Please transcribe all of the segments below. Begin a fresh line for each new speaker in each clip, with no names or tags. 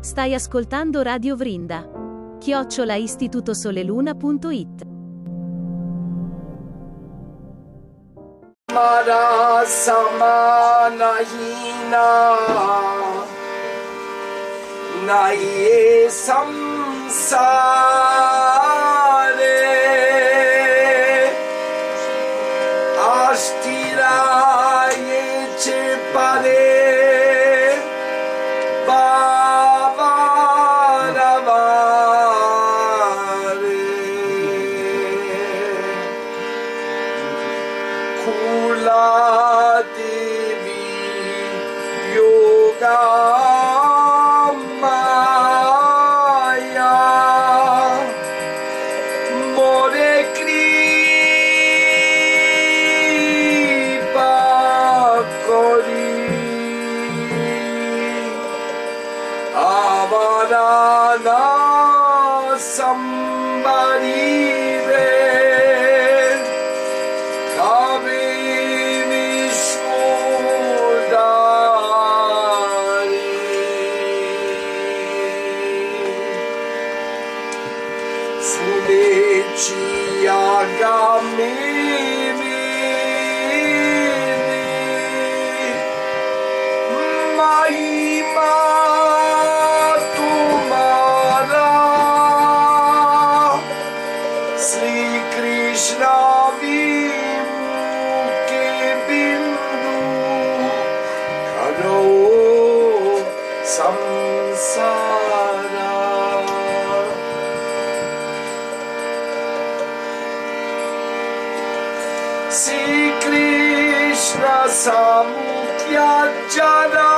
Stai ascoltando Radio Vrinda. @istitutosoleluna.it.
Mara samana hina naye samsare ashtiraye chepare Samutyajana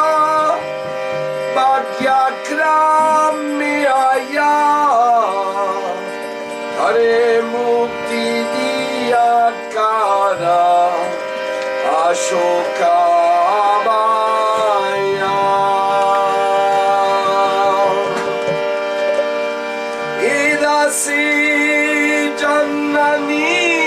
Bhagyakrami Aya Hare Mukti Diyakara Ashoka Maya Idasi Jannani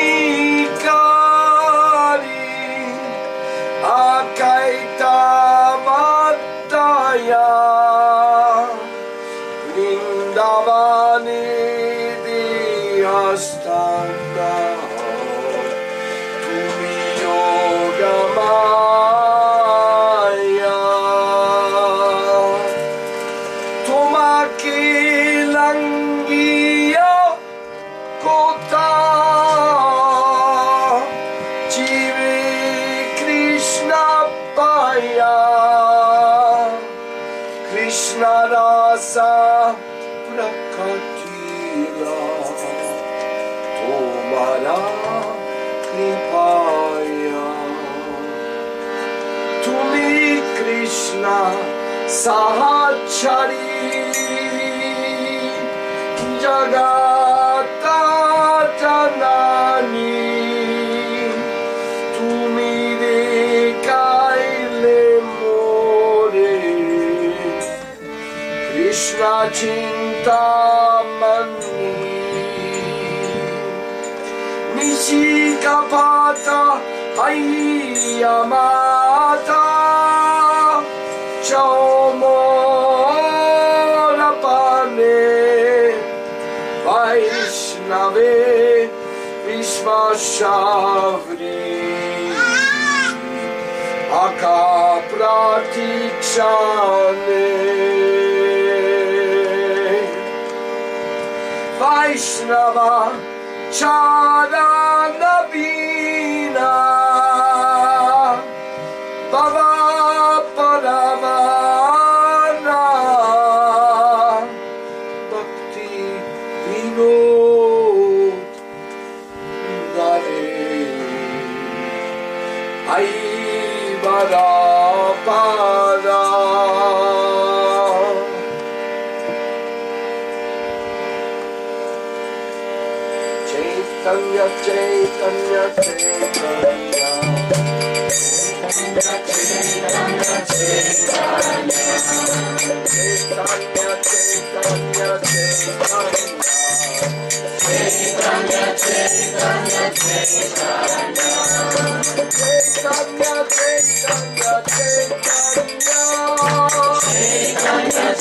Sahachari Jagata Janani Tumi dekai le more Krishna Chintamani Nishikapata Hayamata Vaishnave Vishvashavri Akapratikshane Vaishnava Charanabhina Baba Paravana Bhakti Vinod Dare Aivara Para Chaitanya Chaitanya Chaitanya Chaitanya Chaitanya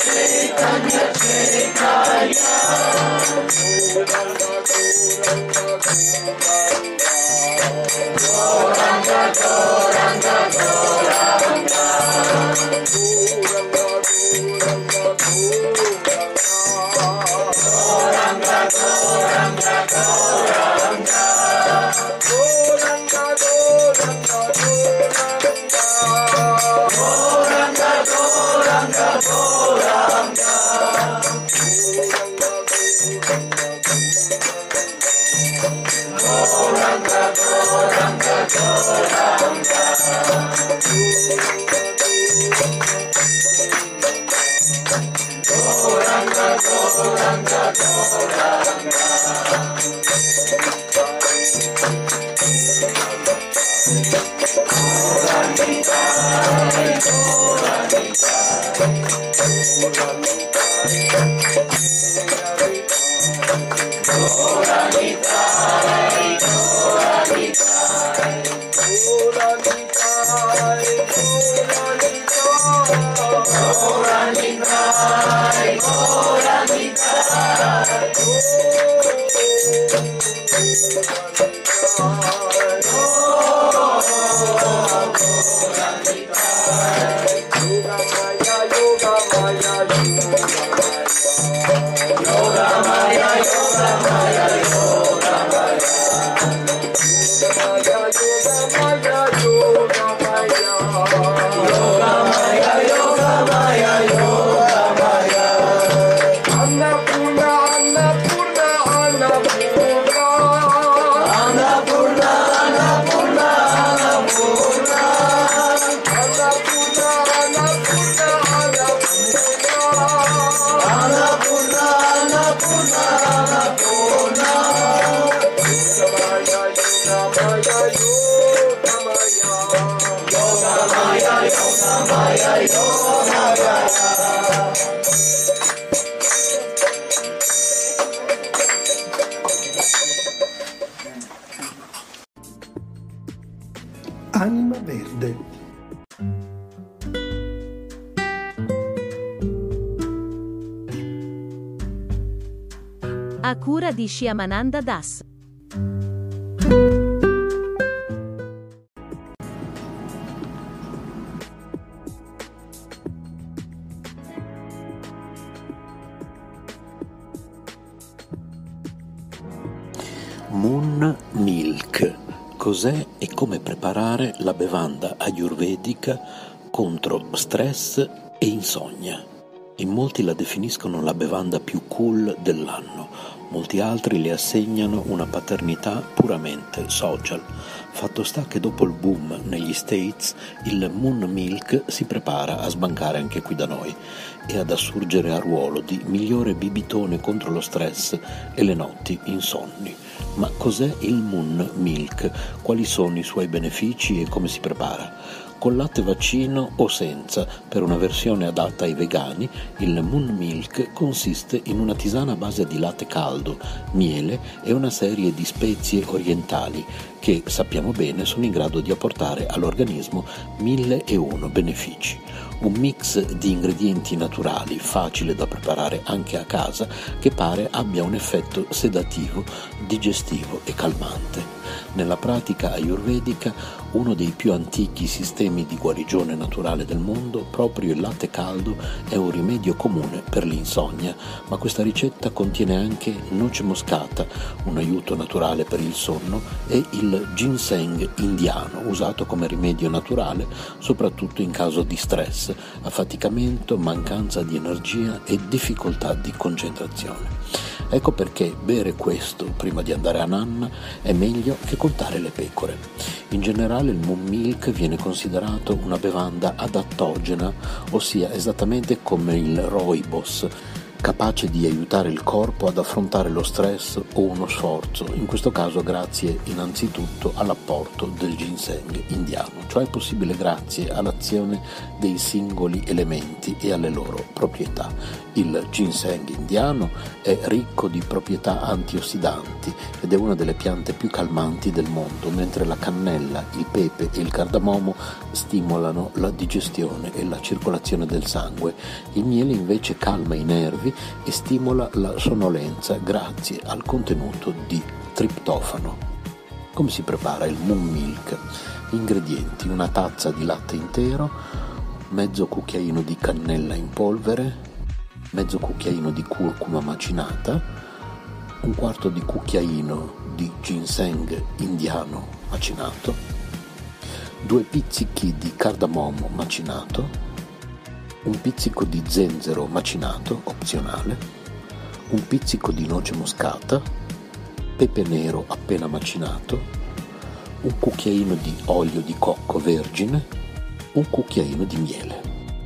Anima Verde.
A cura di Shyamananda Das.
Moon Milk. Cos'è e come preparare la bevanda ayurvedica contro stress e insonnia? In molti la definiscono la bevanda più cool dell'anno, molti altri le assegnano una paternità puramente social. Fatto sta che dopo il boom negli States il Moon Milk si prepara a sbancare anche qui da noi e ad assurgere a ruolo di migliore bibitone contro lo stress e le notti insonni. Ma cos'è il Moon Milk? Quali sono i suoi benefici e come si prepara? Con latte vaccino o senza, per una versione adatta ai vegani, il Moon Milk consiste in una tisana a base di latte caldo, miele e una serie di spezie orientali che, sappiamo bene, sono in grado di apportare all'organismo 1001 benefici. Un mix di ingredienti naturali, facile da preparare anche a casa, che pare abbia un effetto sedativo, digestivo e calmante. Nella pratica ayurvedica, uno dei più antichi sistemi di guarigione naturale del mondo, proprio il latte caldo è un rimedio comune per l'insonnia, ma questa ricetta contiene anche noce moscata, un aiuto naturale per il sonno, e il ginseng indiano, usato come rimedio naturale soprattutto in caso di stress, affaticamento, mancanza di energia e difficoltà di concentrazione. Ecco perché bere questo prima di andare a nanna è meglio che contare le pecore. In generale il Moon Milk viene considerato una bevanda adattogena, ossia esattamente come il rooibos, capace di aiutare il corpo ad affrontare lo stress o uno sforzo, in questo caso grazie innanzitutto all'apporto del ginseng indiano, cioè è possibile grazie all'azione dei singoli elementi e alle loro proprietà. Il ginseng indiano è ricco di proprietà antiossidanti ed è una delle piante più calmanti del mondo, mentre la cannella, il pepe e il cardamomo stimolano la digestione e la circolazione del sangue. Il miele invece calma i nervi e stimola la sonnolenza grazie al contenuto di triptofano. Come si prepara il moon milk? Ingredienti: una tazza di latte intero, mezzo cucchiaino di cannella in polvere, mezzo cucchiaino di curcuma macinata, un quarto di cucchiaino di ginseng indiano macinato, 2 pizzichi di cardamomo macinato, un pizzico di zenzero macinato, opzionale, un pizzico di noce moscata, pepe nero appena macinato, un cucchiaino di olio di cocco vergine, un cucchiaino di miele.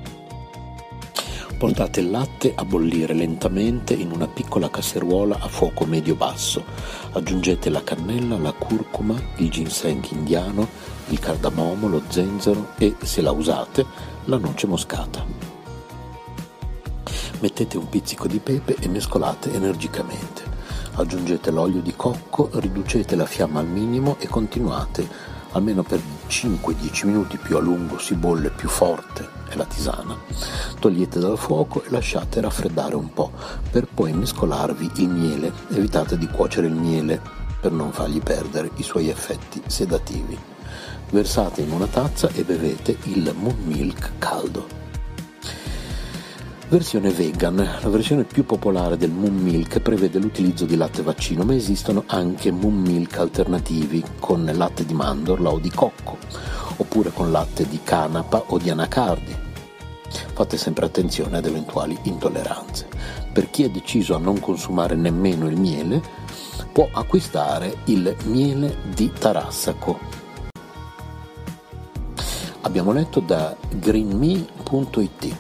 Portate il latte a bollire lentamente in una piccola casseruola a fuoco medio-basso. Aggiungete la cannella, la curcuma, il ginseng indiano, il cardamomo, lo zenzero e, se la usate, la noce moscata. Mettete un pizzico di pepe e mescolate energicamente. Aggiungete l'olio di cocco, riducete la fiamma al minimo e continuate almeno per 5-10 minuti. Più a lungo si bolle, più forte è la tisana. Togliete dal fuoco e lasciate raffreddare un po' per poi mescolarvi il miele. Evitate di cuocere il miele per non fargli perdere i suoi effetti sedativi. Versate in una tazza e bevete il moon milk caldo. Versione vegan. La versione più popolare del moon milk prevede l'utilizzo di latte vaccino, ma esistono anche moon milk alternativi con latte di mandorla o di cocco, oppure con latte di canapa o di anacardi. Fate sempre attenzione ad eventuali intolleranze. Per chi è deciso a non consumare nemmeno il miele, può acquistare il miele di Tarassaco. Abbiamo letto da greenme.it.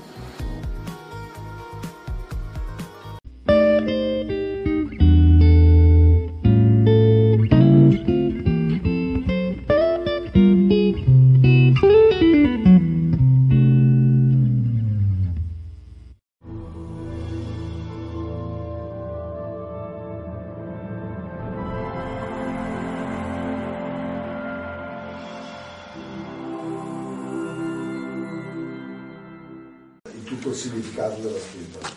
Tutto il significato della spiritualità.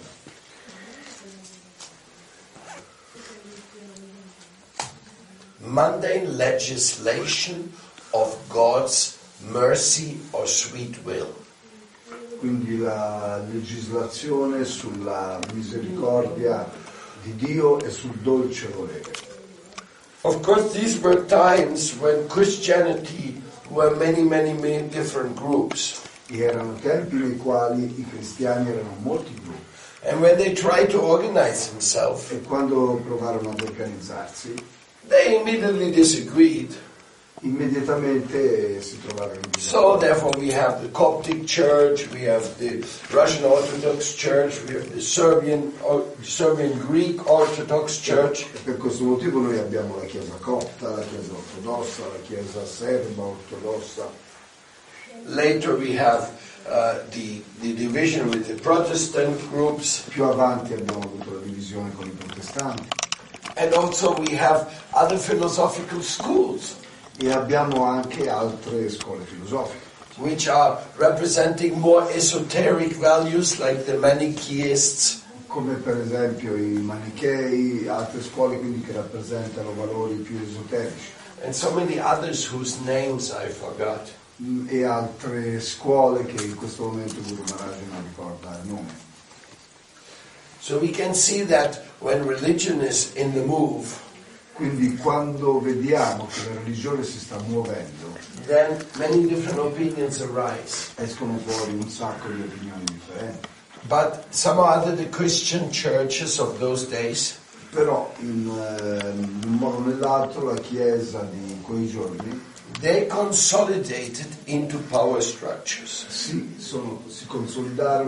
Mundane legislation of God's mercy or sweet will.
Quindi la legislazione sulla misericordia di Dio e sul dolce volere.
Of course, these were times when Christianity were many different groups.
Erano tempi nei quali i cristiani erano molti gruppi.
And when they tried to organize themselves,
E quando provarono ad organizzarsi,
they immediately disagreed.
immediatamente si trovarono in
So
disaccordo.
therefore we have the Coptic Church, we have the Russian Orthodox Church, we have the Serbian Greek Orthodox Church.
E per questo motivo noi abbiamo la Chiesa copta, la Chiesa ortodossa, la Chiesa serba ortodossa.
Later we have the division with the Protestant groups,
Più avanti abbiamo avuto la divisione con i protestanti.
and also we have other philosophical schools
E abbiamo anche altre scuole filosofiche,
which are representing more esoteric values like the Manichaeists,
come per esempio i manichei, altre scuole quindi che rappresentano valori più esoterici,
and so many others whose names I forgot.
e altre scuole che in questo momento Guru Maharaj non ricorda il nome.
So we can see that when religion is in the move,
Quindi quando vediamo che la religione si sta muovendo,
then many different opinions arise.
escono fuori un sacco di opinioni differenti.
But somehow or other the Christian churches of those days,
Però in un modo o nell'altro la Chiesa di quei giorni
they consolidated into power structures.
si consolidarono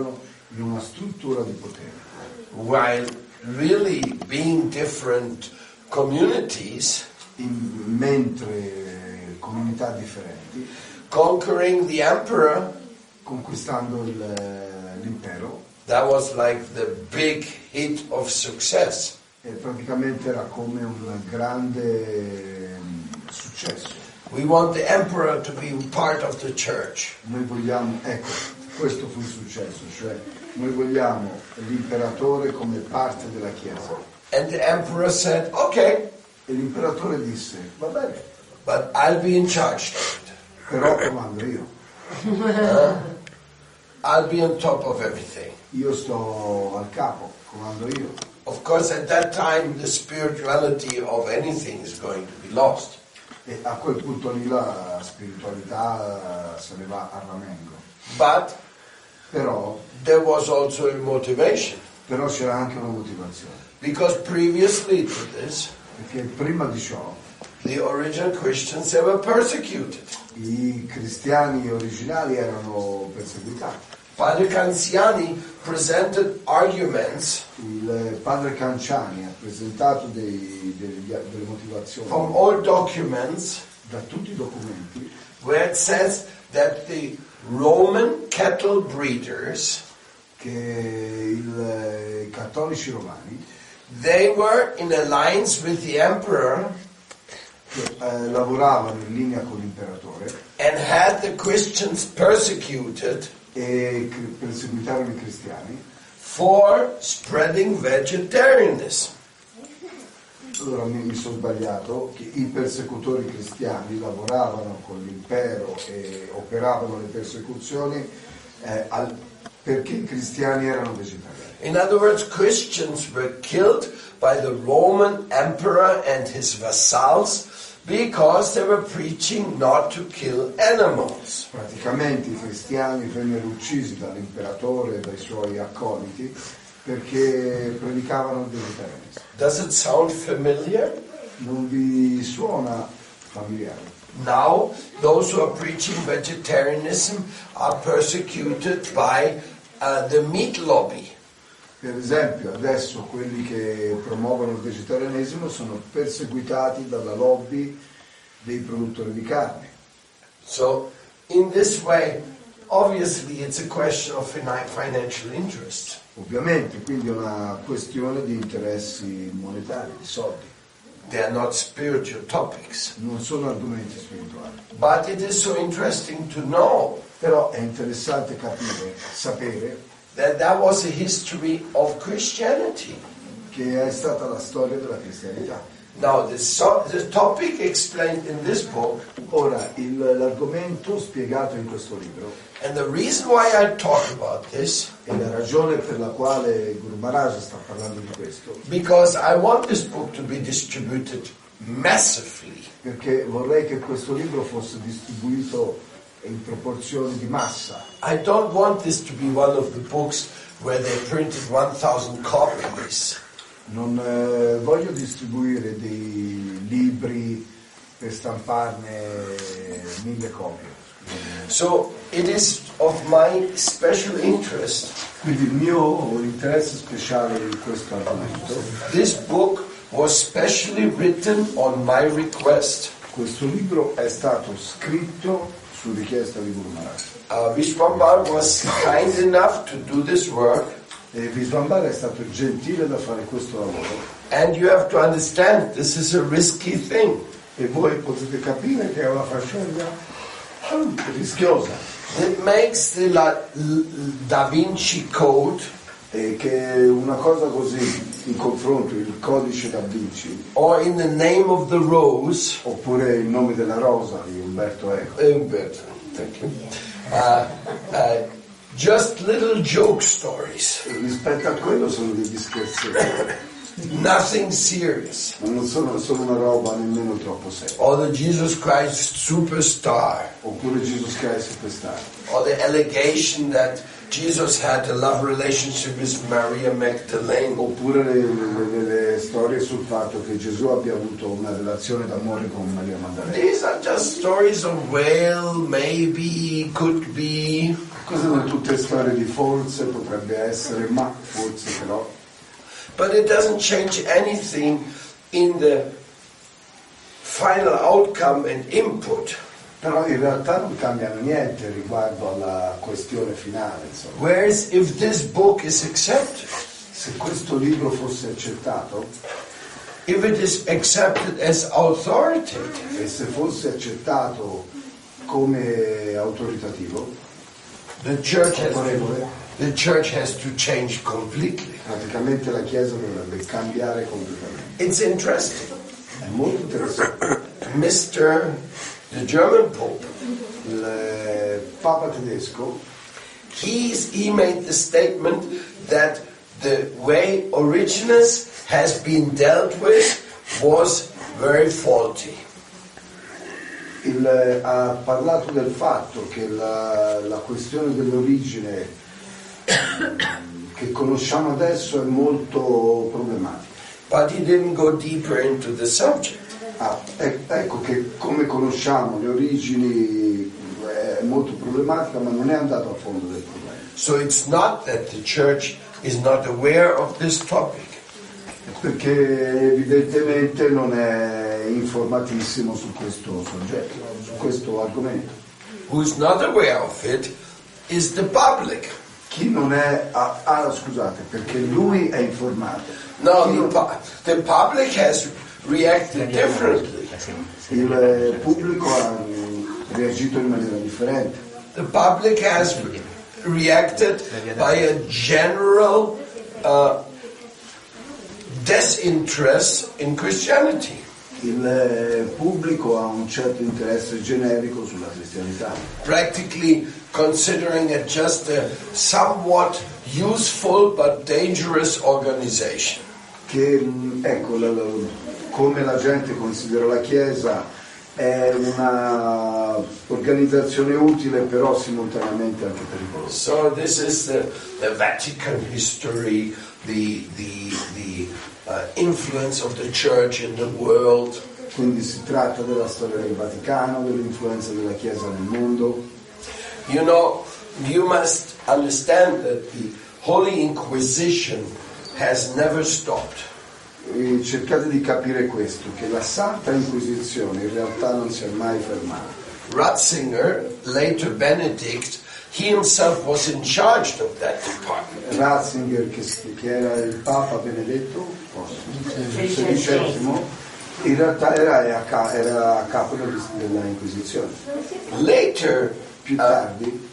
in una struttura di potere,
while really being different communities,
mentre comunità differenti,
conquering the emperor,
conquistando l'impero,
that was like the big hit of success.
e praticamente era come un grande successo.
We want the emperor to be part of the church.
Noi vogliamo, ecco, questo fu il successo, cioè noi vogliamo l'imperatore come parte della Chiesa.
And the emperor said, okay,
E l'imperatore disse, va bene,
but I'll be in charge of it.
però comando io.
I'll be on top of everything.
Io sto al capo, comando io.
Of course, at that time, the spirituality of anything is going to be lost.
E a quel punto lì la spiritualità se ne va a ramengo.
But
Però
there was also a motivation.
c'era anche una motivazione,
Because previously to this,
perché prima di ciò
the original Christians, they were persecuted.
i cristiani originali erano perseguitati.
Padre Canziani presented arguments
Il padre Canciani ha presentato delle motivazioni
from old documents
da tutti i documenti
where it says that the Roman cattle breeders,
che i cattolici romani
they were in alliance with the emperor
che lavoravano in linea con l'imperatore
and had the Christians persecuted
e perseguitarono i cristiani.
for spreading vegetarianism.
Allora mi sono sbagliato, che i persecutori cristiani lavoravano con l'impero e operavano le persecuzioni perché i cristiani erano vegetariani.
In other words, Christians were killed by the Roman emperor and his vassals because they were preaching not to kill animals.
Praticamente i cristiani vennero uccisi dall'imperatore e dai suoi accoliti perché predicavano il vegetarianesimo.
Does it sound familiar?
Non vi suona familiare?
Now, those who are preaching vegetarianism are persecuted by the meat lobby.
Per esempio, adesso quelli che promuovono il vegetarianesimo sono perseguitati dalla lobby dei produttori di carne.
So, in this way, obviously it's a question of financial interest.
Ovviamente, quindi è una questione di interessi monetari, di soldi.
They are not spiritual topics.
Non sono argomenti spirituali.
But it is so interesting to know
Però è interessante sapere
that was a history of Christianity.
che è stata la storia della cristianità.
Now, the topic explained in this book,
Ora, l'argomento spiegato in questo libro,
and the reason why I talk about this,
e la ragione per la quale Guru Maharaj sta parlando di questo,
because I want this book to be distributed massively.
perché vorrei che questo libro fosse distribuito in proporzioni di massa.
I don't want this to be one of the books where they printed 1,000 copies.
Non voglio distribuire dei libri per stamparne 1000 copie.
So it is of my special interest.
Quindi il mio interesse speciale in questo argomento,
This book was specially written on my request.
questo libro è stato scritto su richiesta di Guru Maharaj.
Vishwambar was kind enough to do this work,
E Vishwambar è stato gentile da fare questo lavoro.
and you have to understand this is a risky thing.
E voi potete capire che è una faccenda rischiosa.
It makes the Da Vinci Code
E che una cosa così in confronto il codice da Vinci
or In the Name of the Rose,
oppure il nome della rosa di Umberto Eco,
Umberto, thank you. Just little joke stories,
e rispetto a quello sono degli scherzi,
nothing serious.
ma non sono una roba nemmeno troppo seria.
Or the Jesus Christ Superstar,
Oppure Jesus Christ Superstar,
or the allegation that Jesus had a love relationship with Maria Magdalene.
Oppure le storie sul fatto che Gesù abbia avuto una relazione d'amore con Maria Maddalena.
These are just stories of well, maybe, could be.
Queste sono tutte storie di forse, potrebbe essere, ma forse però.
But it doesn't change anything in the final outcome and input.
Però in realtà non cambiano niente riguardo alla questione finale, insomma.
Whereas if this book is accepted,
Se questo libro fosse accettato,
if it is accepted as authoritative,
e se fosse accettato come autoritativo,
the church
autorevole,
has to change completely.
praticamente la Chiesa dovrebbe cambiare completamente.
It's interesting.
È molto interessante.
The German Pope,
Il Papa tedesco
he made the statement that the way Origenes has been dealt with was very faulty.
Ha parlato del fatto che la questione dell'origine che conosciamo adesso è molto problematica.
But he didn't go deeper into the subject.
Ecco che come conosciamo le origini è molto problematica, ma non è andato a fondo del problema.
So it's not that the church is not aware of this topic.
Perché evidentemente non è informatissimo su questo soggetto, su questo argomento.
Who's not aware of it is the public.
Chi non è scusate, perché lui è informato.
No, the public has reacted differently.
Il pubblico ha reagito in maniera differente.
The public has reacted by a general disinterest in Christianity.
Il pubblico ha un certo interesse generico sulla cristianità.
Practically considering it just a somewhat useful but dangerous organization.
Che ecco, come la gente considera la Chiesa è una organizzazione utile, però simultaneamente anche pericolosa.
So this is the Vatican history, the influence of the Church in the world.
Quindi si tratta della storia del Vaticano, dell'influenza della Chiesa nel mondo.
You know, you must understand that the Holy Inquisition has never stopped.
E cercate di capire questo, che la Santa Inquisizione in realtà non si è mai fermata.
Ratzinger, later Benedict, he himself was in charge of that department.
Ratzinger, che era il Papa Benedetto XVI, in realtà era a capo della Inquisizione.
Later,
Più tardi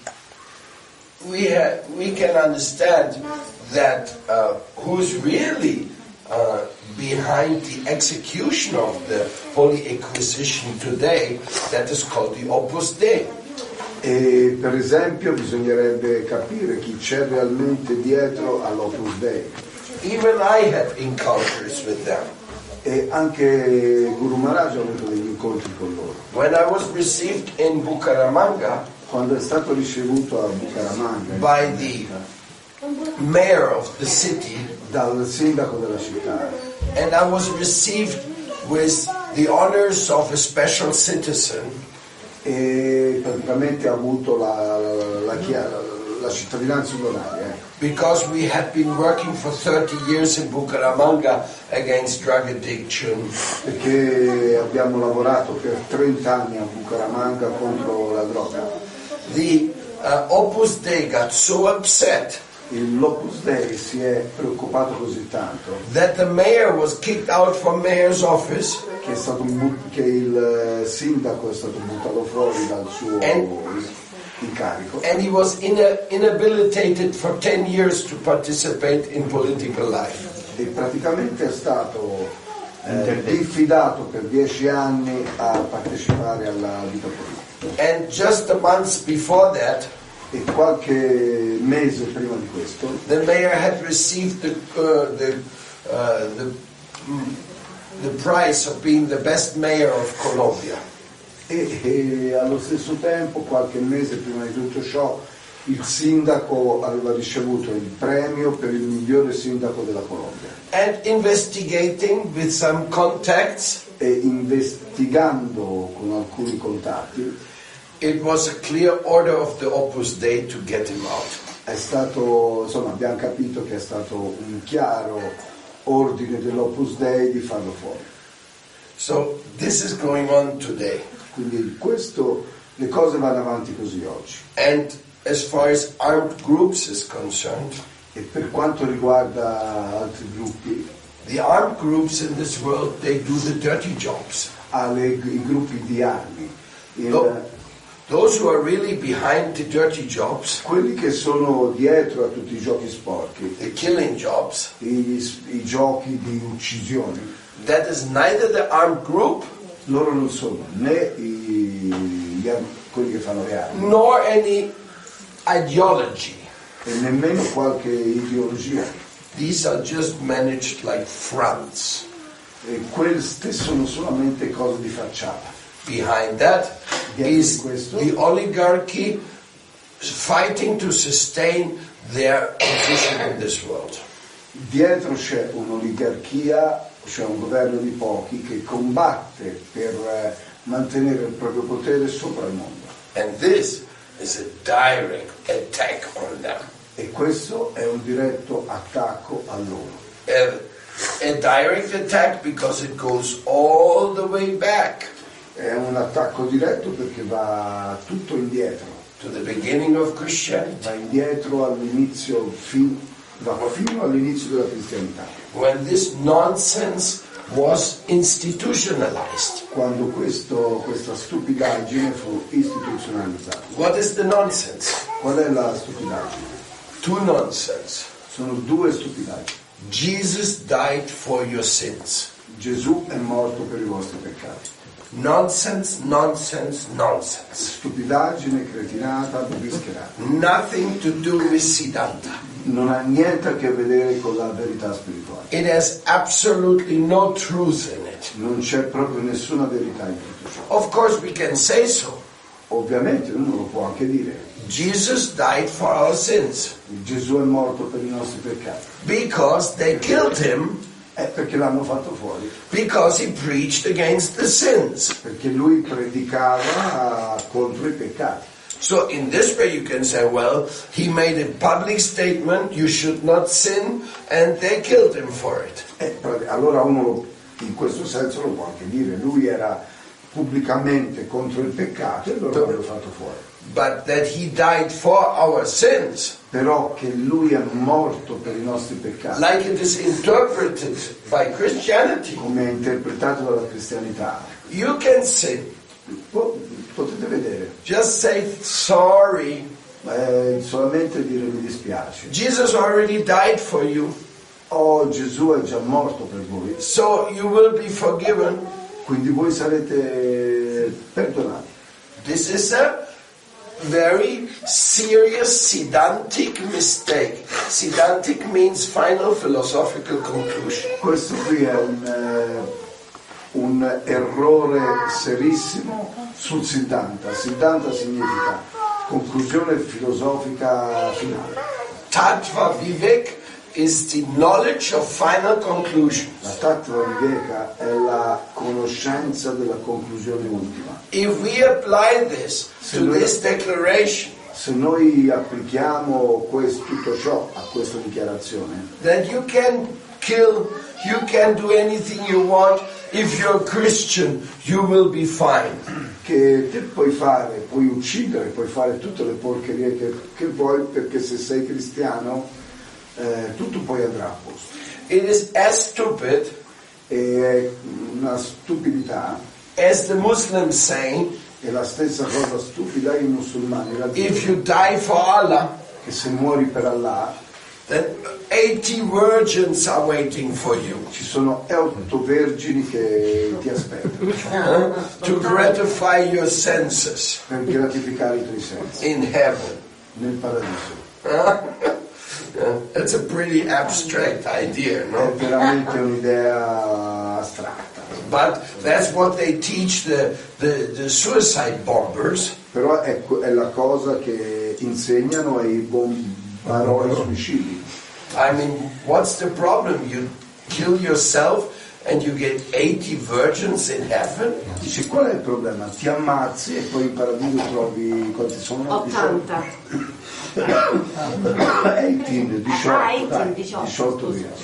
we can understand that who's really behind the execution of the Holy Inquisition today, that is called the Opus Dei.
E per esempio bisognerebbe capire chi c'è realmente dietro all'Opus Dei.
Even I had encounters with them.
E anche Guru Maharaj ha avuto degli incontri con loro.
When I was received in Bucaramanga
Quando è stato ricevuto a Bucaramanga
by the mayor of the city,
dal sindaco della città,
and I was received with the honors of a special citizen,
e praticamente ha avuto la cittadinanza onoraria,
because we had been working for 30 years in Bucaramanga against drug addiction.
perché abbiamo lavorato per 30 anni a Bucaramanga contro la droga.
The Opus Dei got so upset
L'Opus Dei si è preoccupato così tanto
that the mayor was kicked out from mayor's office
che il sindaco è stato buttato fuori dal suo incarico,
and he was inhabilitated for 10 years to participate in political life.
e praticamente è stato diffidato per 10 anni a partecipare alla vita politica.
And just a month before that,
E qualche mese prima di questo
the mayor had received the prize of being the best mayor of Colombia.
e allo stesso tempo, qualche mese prima di tutto ciò, il sindaco aveva ricevuto il premio per il migliore sindaco della Colombia.
And investigating with some contacts,
E investigando con alcuni contatti
it was a clear order of the Opus Dei to get him out.
è stato, insomma, abbiamo capito che è stato un chiaro ordine dell'Opus Dei di farlo fuori.
So this is going on today.
Quindi questo, le cose vanno avanti così oggi.
And as far as armed groups is concerned,
E per quanto riguarda altri gruppi,
the armed groups in this world, they do the dirty jobs.
i gruppi di armi,
Those who are really behind the dirty jobs,
quelli che sono dietro a tutti i giochi sporchi,
the killing jobs,
i giochi di uccisione,
that is neither the armed group
loro non sono né quelli che fanno le armi
nor any ideology.
e nemmeno qualche ideologia.
These are just managed like fronts.
E queste sono solamente cose di facciata.
Behind that is the oligarchy fighting to sustain their position in this world.
Dietro c'è un'oligarchia, c'è un governo di pochi che combatte per mantenere il proprio potere sopra il mondo.
And this is a direct attack on them.
E questo è un diretto attacco a loro.
A direct attack because it goes all the way back
È un attacco diretto perché va tutto indietro,
to the beginning of Christianity,
va indietro all'inizio, va fino all'inizio della cristianità,
when this nonsense was institutionalized.
quando questa stupidaggine fu istituzionalizzata.
What is the nonsense?
Qual è la stupidaggine?
Two nonsense.
Sono due stupidaggini.
Jesus died for your sins.
Gesù è morto per i vostri peccati.
Nonsense, nonsense, nonsense.
Stupidaggine, cretinata, bischerata.
Nothing to do with Siddhanta.
Non ha niente a che vedere con la verità spirituale.
It has absolutely no truth in it.
Non c'è proprio nessuna verità in tutto ciò.
Of course we can say so.
Ovviamente uno lo può anche dire.
Jesus died for our sins
Gesù è morto per i nostri peccati.
because they killed him
È perché l'hanno fatto fuori.
because he preached against the sins.
Perché lui predicava contro i peccati.
So in this way you can say, well, he made a public statement, you should not sin, and they killed him for it.
Allora uno in questo senso lo può anche dire. Lui era pubblicamente contro il peccato e loro l'hanno fatto fuori.
But that he died for our sins,
Però che lui è morto per i nostri peccati,
like it is interpreted by Christianity,
come è interpretato dalla cristianità,
you can sin.
potete vedere.
Just say sorry.
Solamente dire mi dispiace.
Jesus already died for you,
Oh, Gesù è già morto per voi,
so you will be forgiven.
quindi voi sarete perdonati.
This is a very serious Siddhantic mistake. Siddhantic means final philosophical conclusion.
Questo qui è un errore serissimo sul Siddhanta. Siddhanta significa conclusione filosofica finale.
Tattva Vivek is the knowledge of final conclusion.
La Tattva Viveka è la conoscenza della conclusione ultima.
If we apply this to this declaration,
Se noi applichiamo tutto ciò a questa dichiarazione,
that you can kill, you can do anything you want, if you're a Christian, you will be fine.
che te puoi uccidere, puoi fare tutte le porcherie che vuoi, perché se sei cristiano tutto poi andrà a posto.
It is as stupid
È una stupidità,
as the Muslims say,
è la stessa cosa stupida i musulmani la
if
dicono,
you die for Allah,
che se muori per Allah
then 80 virgins are waiting for you
ci sono 8 vergini che ti aspettano
to gratify your senses
per gratificare i tuoi sensi
in heaven.
nel paradiso.
That's a pretty abstract idea,
È
no?
veramente un'idea astratta,
But that's what they teach the suicide bombers.
però è la cosa che insegnano e i parole sui cibi.
I mean, what's the problem? You kill yourself and you get 80 virgins in heaven?
Dice, qual è il problema? Ti ammazzi e poi in paradiso trovi quanti sono?
80.
18 via.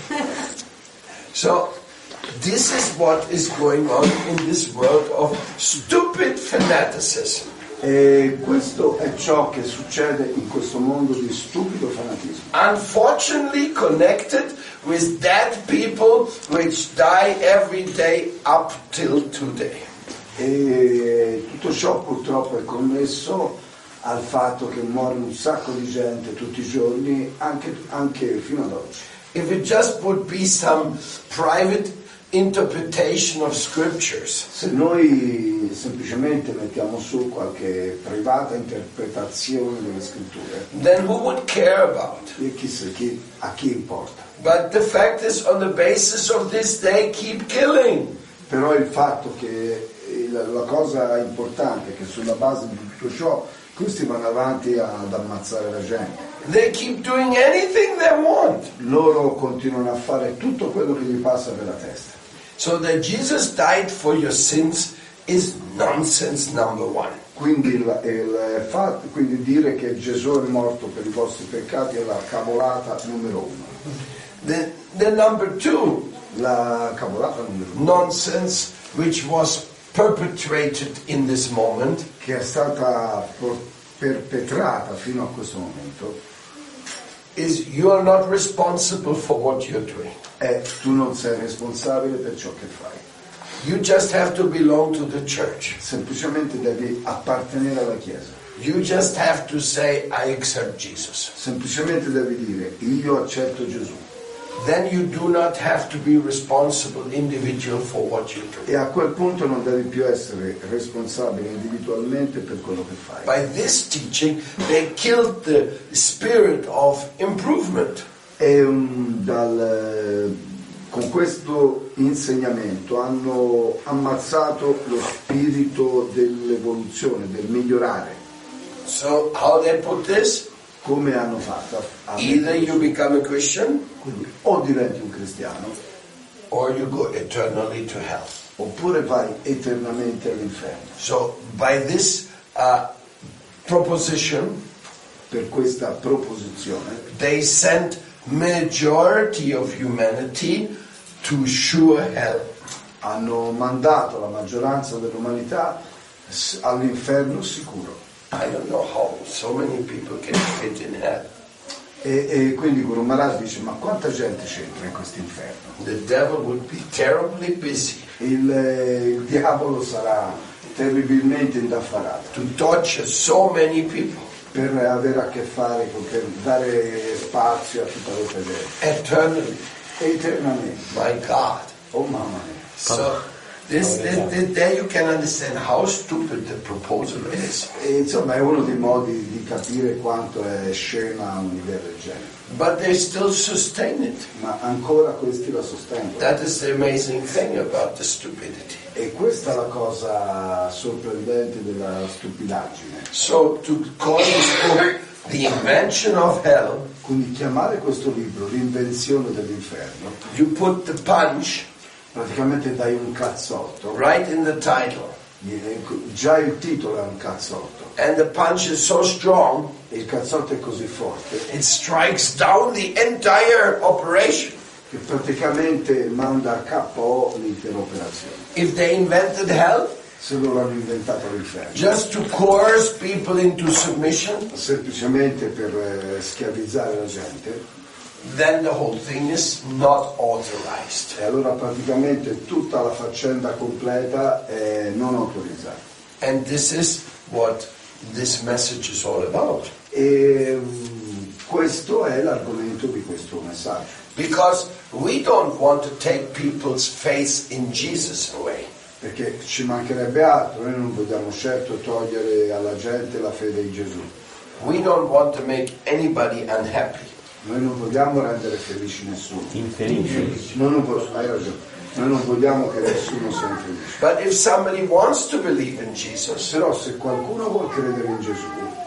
So, this is what is going on in this world of stupid fanaticism.
E questo è ciò che succede in questo mondo di stupido fanatismo.
Unfortunately connected with dead people which die every day up till today.
E tutto ciò purtroppo è connesso al fatto che muore un sacco di gente tutti i giorni, anche fino ad oggi.
If it just would be some private interpretation of scriptures,
Se noi semplicemente mettiamo su qualche privata interpretazione delle scritture,
then who would care about?
e a chi importa?
But the fact is, on the basis of this, they keep killing.
Però il fatto che la cosa importante è che sulla base di tutto ciò questi vanno avanti ad ammazzare la gente.
They keep doing anything they want.
Loro continuano a fare tutto quello che gli passa per la testa.
So that Jesus died for your sins is nonsense number one.
Quindi quindi dire che Gesù è morto per i vostri peccati è la cavolata numero uno.
The number two
La cavolata numero uno,
nonsense which was perpetrated in this moment
che è stata perpetrata fino a questo momento,
is you are not responsible for what you're doing.
è tu non sei responsabile per ciò che fai.
You just have to belong to the church.
Semplicemente devi appartenere alla Chiesa.
You just have to say, I accept Jesus.
Semplicemente devi dire io accetto Gesù.
Then you do not have to be responsible individual for what you do.
E a quel punto non devi più essere responsabile individualmente per quello che fai.
By this teaching, they killed the spirit of improvement.
E con questo insegnamento hanno ammazzato lo spirito dell'evoluzione, del migliorare.
So how they put this?
Come hanno fatto?
Either you become a Christian
Quindi, o diventi un cristiano
or you go eternally to hell.
oppure vai eternamente all'inferno.
So by this proposition,
Per questa proposizione
they sent majority of humanity to sure hell.
hanno mandato la maggioranza dell'umanità all'inferno sicuro.
I don't know how so many people can fit in hell.
E quindi Guru Maharaj dice, ma quanta gente c'entra in questo inferno?
The devil would be terribly busy
Il diavolo sarà terribilmente indaffarato
to torture so many people
per avere a che fare, per dare spazio a tutta questa gente.
eternally.
Eternamente.
My God.
Oh mamma mia.
So there you can understand how stupid the proposal is.
E, insomma, è uno dei modi di capire quanto è scema a un livello del genere.
But they still sustain it.
Ma ancora questi la sostengono.
That is the amazing thing about the stupidity.
E questa è la cosa sorprendente della stupidaggine.
So to call this book The Invention of Hell,
Quindi chiamare questo libro L'invenzione dell'inferno,
you put the punch
praticamente dai un cazzotto.
right in the title.
Già il titolo è un cazzotto.
And the punch is so strong,
E il cazzotto è così forte
it strikes down the entire operation.
che praticamente manda a KO l'intera operazione.
If they invented hell
Se loro hanno inventato l'inferno,
just to coerce people into submission,
semplicemente per schiavizzare la gente,
then the whole thing is not authorized.
e allora praticamente tutta la faccenda completa è non autorizzata.
And this is what this message is all about.
E questo è l'argomento di questo messaggio.
Because we don't want to take people's faith in Jesus away.
Perché ci mancherebbe altro, noi non vogliamo certo togliere alla gente la fede in Gesù.
We don't want to make anybody unhappy.
Noi non vogliamo rendere felici nessuno.
Infelici.
Hai ragione. Noi non vogliamo che nessuno sia infelice.
But if somebody wants to believe in Jesus,
Però se qualcuno vuole credere in Gesù,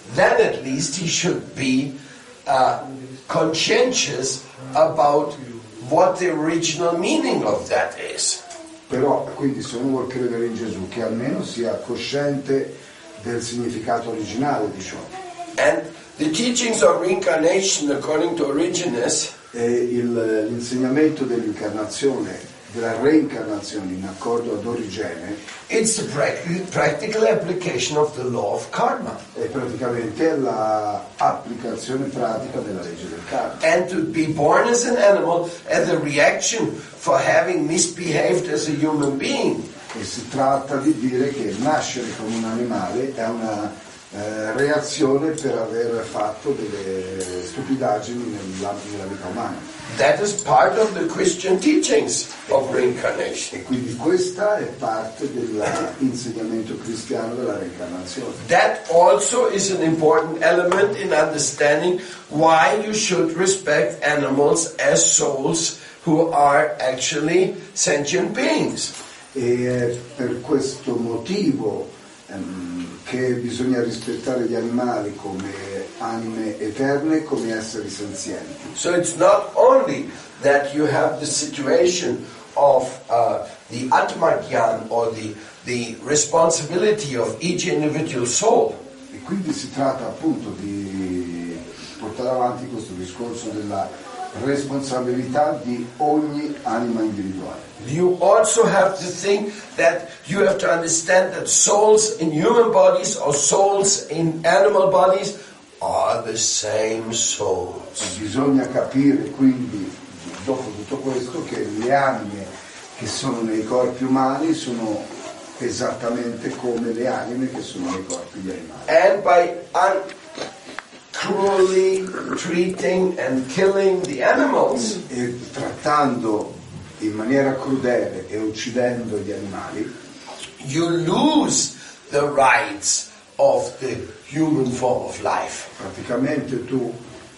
then at least he should be conscientious about what the original meaning of that is.
Però quindi se uno vuol credere in Gesù, che almeno sia cosciente del significato originale di ciò.
And the teachings of reincarnation, according to Origenes,
L'insegnamento dell'incarnazione, della reincarnazione in accordo ad Origene,
it's the practical application of the law of karma.
è praticamente l'applicazione pratica della legge del karma.
And to be born as an animal as a reaction for having misbehaved as a human being.
E si tratta di dire che nascere come un animale è una reazione per aver fatto delle stupidaggini nella vita umana.
That is part of the Christian teachings of reincarnation.
E quindi questa è parte dell'insegnamento cristiano della reincarnazione.
That also is an important element in understanding why you should respect animals as souls who are actually sentient beings.
E è per questo motivo che bisogna rispettare gli animali come anime eterne, come esseri senzienti.
So it's not only that you have the situation of the Atma-gyan or the responsibility of each individual soul.
E quindi si tratta appunto di portare avanti questo discorso della responsabilità di ogni anima individuale.
You also have to think that you have to understand that souls in human bodies or souls in animal bodies are the same souls.
Bisogna capire quindi, dopo tutto questo, che le anime che sono nei corpi umani sono esattamente come le anime che sono nei corpi di animali.
And by cruelly treating and killing the animals,
E trattando in maniera crudele e uccidendo gli animali,
you lose the rights of the human form of life.
praticamente tu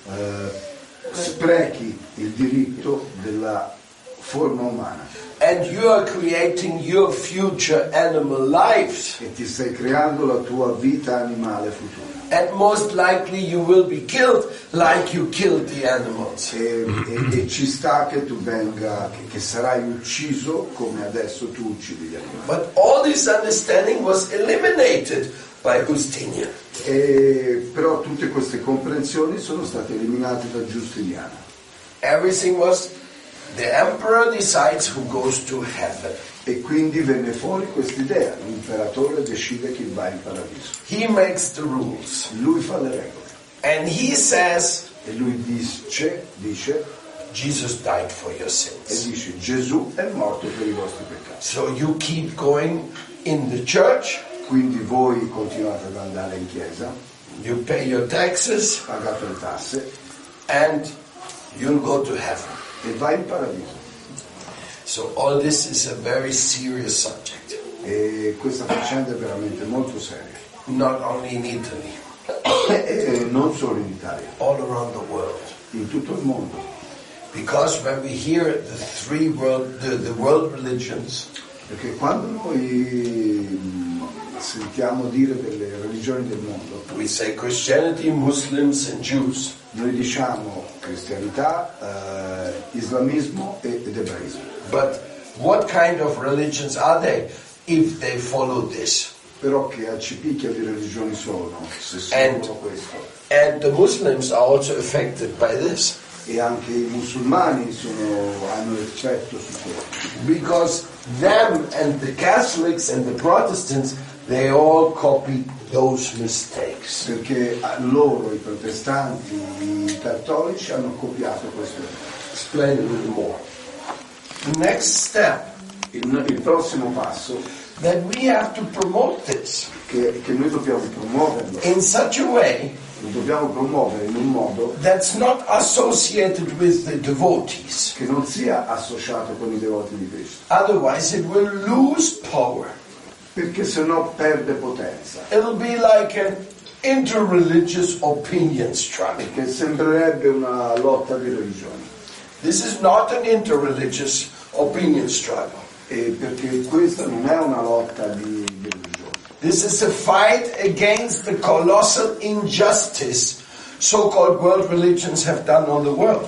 sprechi il diritto della forma umana
And you are creating your future animal lives.
e ti stai creando la tua vita animale futura.
And most likely you will be killed like you killed the animals.
E ci sta che tu venga, che sarai ucciso come adesso tu uccidi gli animali.
But all this understanding was eliminated by Justinian.
Però tutte queste comprensioni sono state eliminate da Giustiniano.
Everything was the emperor decides who goes to heaven.
E quindi venne fuori quest'idea, l'imperatore decide chi va in paradiso.
He makes the rules.
Lui fa le regole.
And he says,
E lui dice
Jesus died for your
e
sins.
dice Gesù è morto per i vostri peccati.
So you keep going in the church,
Quindi voi continuate ad andare in chiesa,
you pay your taxes,
pagate le tasse
and you'll go to heaven.
e vai in paradiso.
So all this is a very serious subject,
E questa faccenda è veramente molto seria.
not only in Italy,
E non solo in Italia,
all around the world.
in tutto il mondo.
Because when we hear the world religions,
Perché quando noi sentiamo dire delle religioni del mondo,
we say Christianity, Muslims and Jews.
noi diciamo cristianità, islamismo ed ebraismo.
But what kind of religions are they if they follow this?
Però che accipicchia di religioni sono, se
And-
seguono questo.
And the Muslims are also affected by this.
E anche i musulmani hanno effetto su questo.
Because them and the Catholics and the Protestants, they all copy those mistakes.
Perché loro, i protestanti, i cattolici, hanno copiato questo.
Explain a little more. The next step,
Il prossimo passo
that we have to promote this
che noi dobbiamo promuoverlo,
in such a way
lo dobbiamo promuovere in un modo
that's not associated with the devotees.
che non sia associato con i devoti di Cristo,
Otherwise it will lose power.
perché sennò perde potenza,
It'll be like an interreligious opinion struggle.
che sembrerebbe una lotta di religioni.
This is not an interreligious opinion struggle.
Perché questa non è una lotta di religione.
This is a fight against the colossal injustice so-called world religions have done on the world.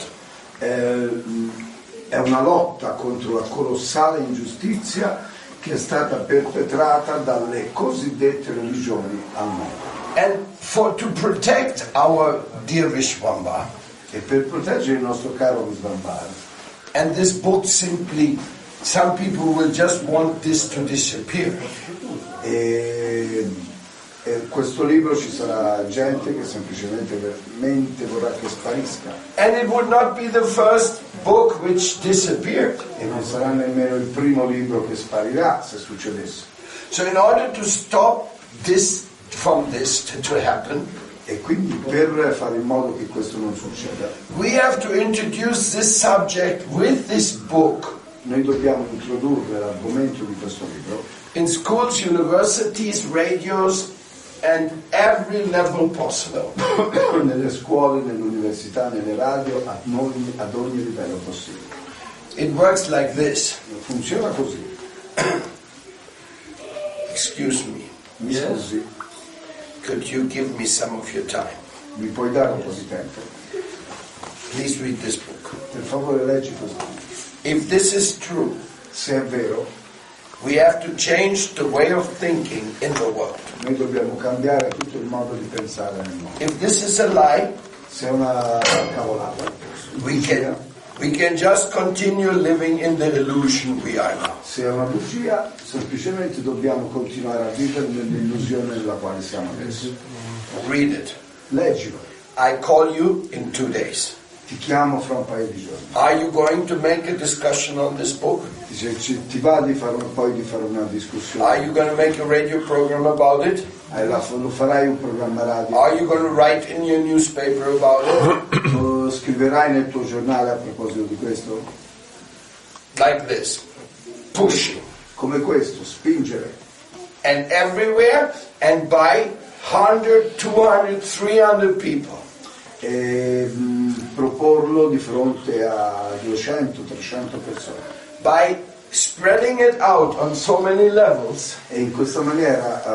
È una lotta contro la colossale ingiustizia che è stata perpetrata dalle cosiddette religioni al mondo.
And to protect our dear Vishwambara,
E per proteggere il nostro caro Vishwambara,
and this book simply, some people will just want this to disappear.
e questo libro ci sarà gente che semplicemente vorrà che sparisca.
And it would not be the first book which disappeared.
E non sarà nemmeno il primo libro che sparirà se succedesse.
So in order to stop this from this to happen,
E quindi per fare in modo che questo non succeda,
we have to introduce this subject with this book
noi dobbiamo introdurre l'argomento di questo libro
in schools, universities, radios, and every level possible.
nelle scuole, nelle università, nelle radio, ad ogni livello possibile.
It works like this.
Funziona così.
Excuse me.
Mi scusi,
Could you give me some of your time?
mi puoi dare un po' di tempo?
Please read this book.
Per favore leggi questo.
If this is true,
Se è vero,
we have to change the way of thinking in the world.
noi dobbiamo cambiare tutto il modo di pensare nel mondo.
If this is a lie,
Se è una cavolata,
we can just continue living in the illusion we are now.
se è una bugia, semplicemente dobbiamo continuare a vivere nell'illusione nella quale siamo adesso.
Read it.
Leggilo,
I call you in 2 days.
ti chiamo fra un paio di giorni.
Are you going to make a discussion on this book?
Dice, ti va di fare una discussione?
Are you going to make a radio program about it?
Lo farai un programma radio?
Are you going to write in your newspaper about it?
Lo scriverai nel tuo giornale a proposito di questo?
Like this. Pushing.
Come questo, spingere.
And everywhere, and by 100, 200, 300 people.
E proporlo di fronte a 200-300 persone.
By spreading it out on so many levels,
E in questa maniera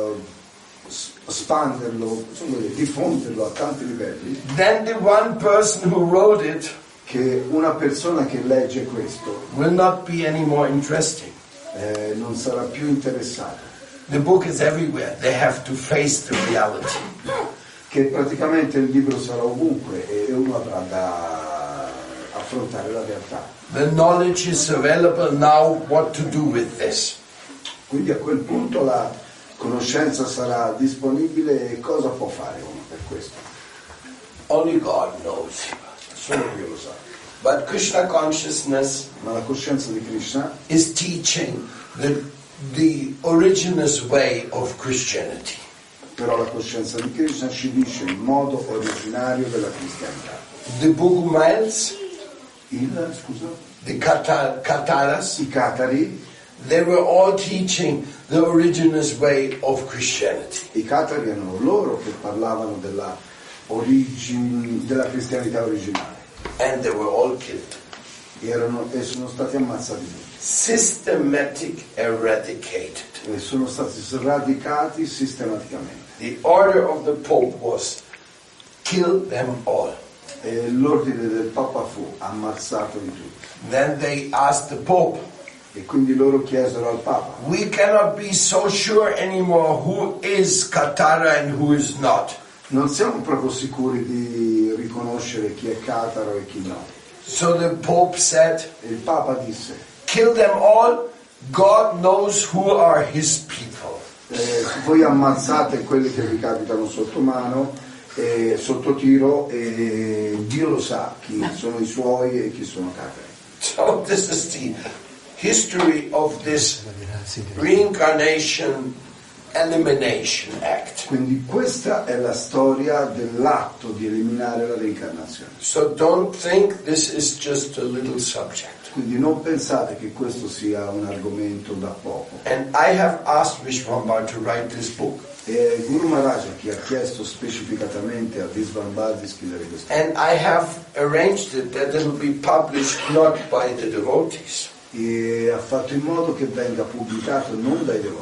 espanderlo, diffonderlo a tanti livelli,
then the one person who wrote it
che una persona che legge questo
will not be any more interesting.
non sarà più interessata.
The book is everywhere. They have to face the reality.
Che praticamente il libro sarà ovunque e uno avrà da affrontare la realtà.
The knowledge is available now what to do with this.
Quindi a quel punto la conoscenza sarà disponibile e cosa può fare uno per questo?
Only God knows.
Solo Dio lo sa.
But Krishna consciousness
Ma la coscienza di Krishna
is teaching the originous way of Christianity.
però la coscienza di Krishna ci dice il modo originario della cristianità.
The Bogumils,
The
Kataras,
i Katari,
they were all teaching the originous way of Christianity.
i Katari erano loro che parlavano della cristianità originale.
And they were all killed.
E sono stati ammazzati tutti.
Systematic, eradicated.
E sono stati sradicati sistematicamente.
The order of the Pope was kill them all.
E l'ordine del Papa fu ammazzato di tutti.
Then they asked the Pope,
E quindi loro chiesero al Papa:
we cannot be so sure anymore who is Katara and who is not.
non siamo proprio sicuri di riconoscere chi è Cataro e chi no.
So the Pope said,
E il Papa disse:
kill them all, God knows who are his people.
voi ammazzate quelli che vi capitano sotto mano, sotto tiro, e Dio lo sa chi sono i suoi e chi sono Catari.
So this is the history of this reincarnation elimination act.
Quindi questa è la storia dell'atto di eliminare la reincarnazione.
So don't think this is just a little subject.
Quindi non pensate che questo sia un argomento da poco.
And I have asked Vishwambara to write this book.
E Guru Maharaja chi ha chiesto specificatamente a Vishwambara di scrivere questo.
And I have arranged it that it will be published not by the devotees,
E ha fatto in modo che venga pubblicato non dai devoti,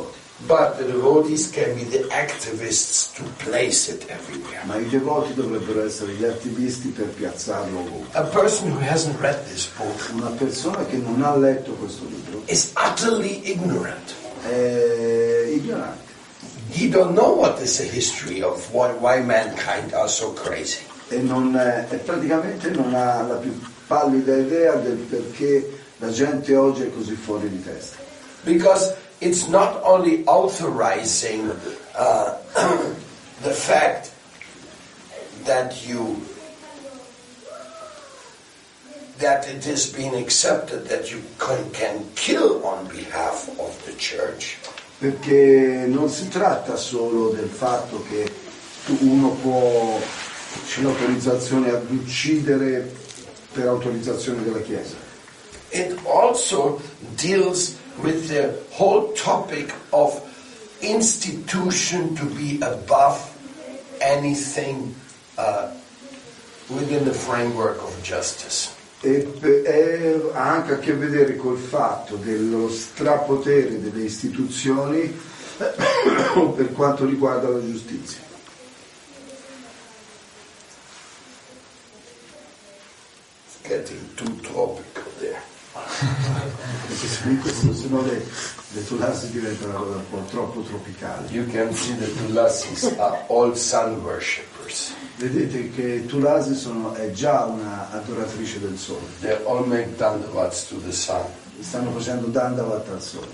but the devotees can be the activists to place it everywhere.
Ma i devoti dovrebbero essere gli attivisti per piazzarlo ovunque.
A person who hasn't read this book
Una persona che non ha letto questo libro
is utterly ignorant.
è ignorante.
He don't know what is the history of why mankind are so crazy.
E praticamente non ha la più pallida idea del perché la gente oggi è così fuori di testa.
Because it's not only authorizing the fact that it has been accepted that you can kill on behalf of the church.
Perché non si tratta solo del fatto che uno c'è l'autorizzazione ad uccidere per autorizzazione della Chiesa.
It also deals with the whole topic of institution to be above anything within the framework of justice.
Ha anche a che vedere col fatto dello strapotere delle istituzioni per quanto riguarda la giustizia.
It's getting too tropical there.
Se no le Tulasi diventano una cosa un po' troppo tropicale.
You can see the Tulasis are all sun worshippers.
Vedete che Tulasi è già una adoratrice del sole.
They all make dandavats to the sun.
Stanno facendo dandavat al sole.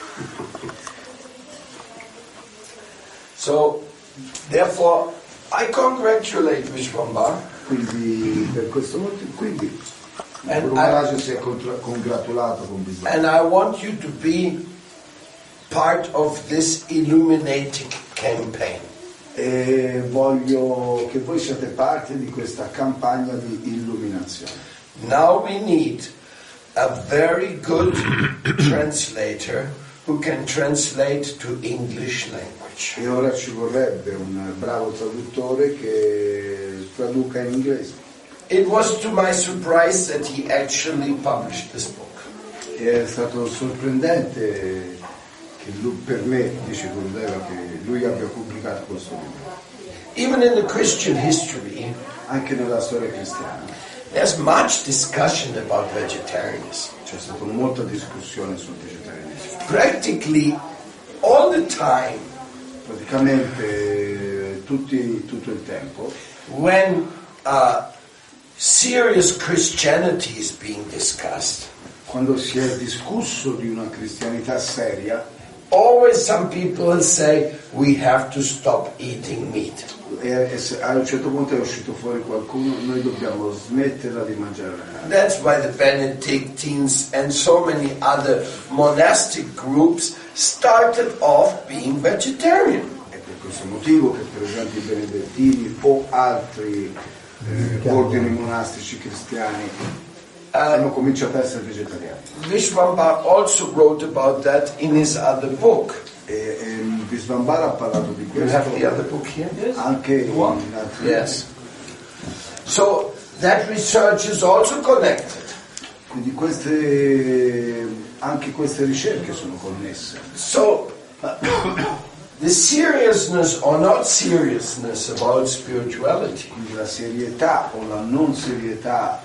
So, therefore, I congratulate Vishwambara.
Quindi per questo motivo,
And
Guru Maharaj si è congratulato con Vishwambara.
And I want you to be part of this illuminating campaign.
E voglio che voi siate parte di questa campagna di illuminazione.
Now we need a very good translator who can translate to English language.
E ora ci vorrebbe un bravo traduttore che traduca in inglese.
It was to my surprise that he actually published this book.
E è stato sorprendente che lui, per me, dice Gurudeva, che lui abbia pubblicato questo libro.
Even in the Christian history,
Anche nella storia cristiana
there's much discussion about vegetarianism.
c'è stata molta discussione sul vegetarianesimo.
Practically all the time,
Praticamente tutto il tempo,
when serious Christianity is being discussed,
quando si è discusso di una cristianità seria,
always some people say we have to stop eating meat.
a un certo punto è uscito fuori qualcuno, noi dobbiamo smetterla di mangiare la carne.
That's why the Benedictines and so many other monastic groups started off being vegetarian.
È per questo motivo che per esempio i benedettini o altri ordini monastici cristiani hanno cominciato a essere vegetariani.
Vishwambara also wrote about that in his other book.
E Vishwambara ha parlato di
You have the
questo
other book here?
anche in altri.
Yes. So that research is also connected.
Quindi anche queste ricerche sono connesse.
So the seriousness or not seriousness about spirituality
Quindi la serietà o la non serietà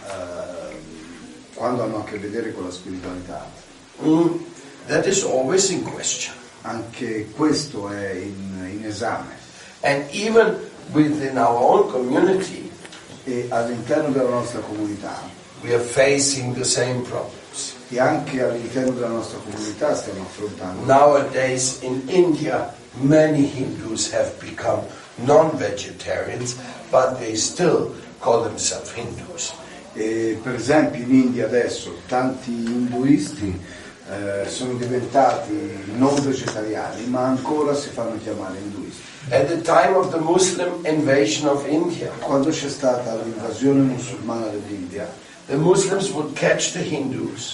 quando hanno a che vedere con la spiritualità,
that is always in question.
anche questo è in esame.
And even within our own community,
E all'interno della nostra comunità
we are facing the same problems.
e anche all'interno della nostra comunità stiamo affrontando.
Nowadays in India, many Hindus have become non-vegetarians, but they still call themselves Hindus.
E per esempio in India adesso tanti induisti sono diventati non vegetariani, ma ancora si fanno chiamare induisti.
At the time of the Muslim invasion of India,
Quando c'è stata l'invasione musulmana dell'India,
the Muslims would catch the Hindus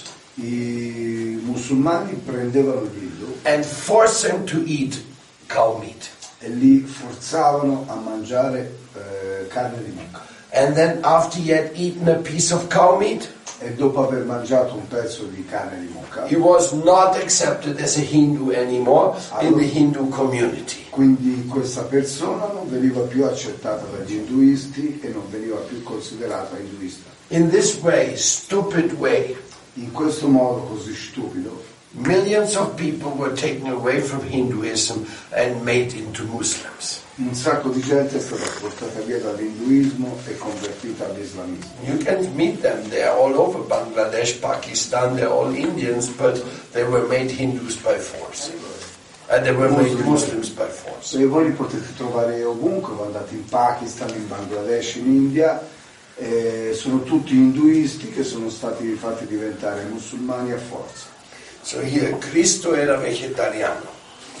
i musulmani prendevano gli Hindu
and force them to eat cow meat.
e li forzavano a mangiare carne di mucca.
And then after he had eaten a piece of cow meat,
E dopo aver mangiato un pezzo di carne di mucca,
he was not accepted as a Hindu anymore in the Hindu community.
quindi questa persona non veniva più accettata dagli induisti e non veniva più considerata induista.
In this way, stupid way,
In questo modo così stupido,
millions of people were taken away from Hinduism and made into Muslims.
un sacco di gente è stata portata via dall'induismo e convertita all'islamismo.
You can meet them, they are all over Bangladesh, Pakistan, they're all Indians, but they were made Hindus by force. And they were made Muslims by force.
E voi li potete trovare ovunque, andate in Pakistan, in Bangladesh, in India, sono tutti induisti che sono stati fatti diventare musulmani a forza.
So here, Cristo era vegetariano.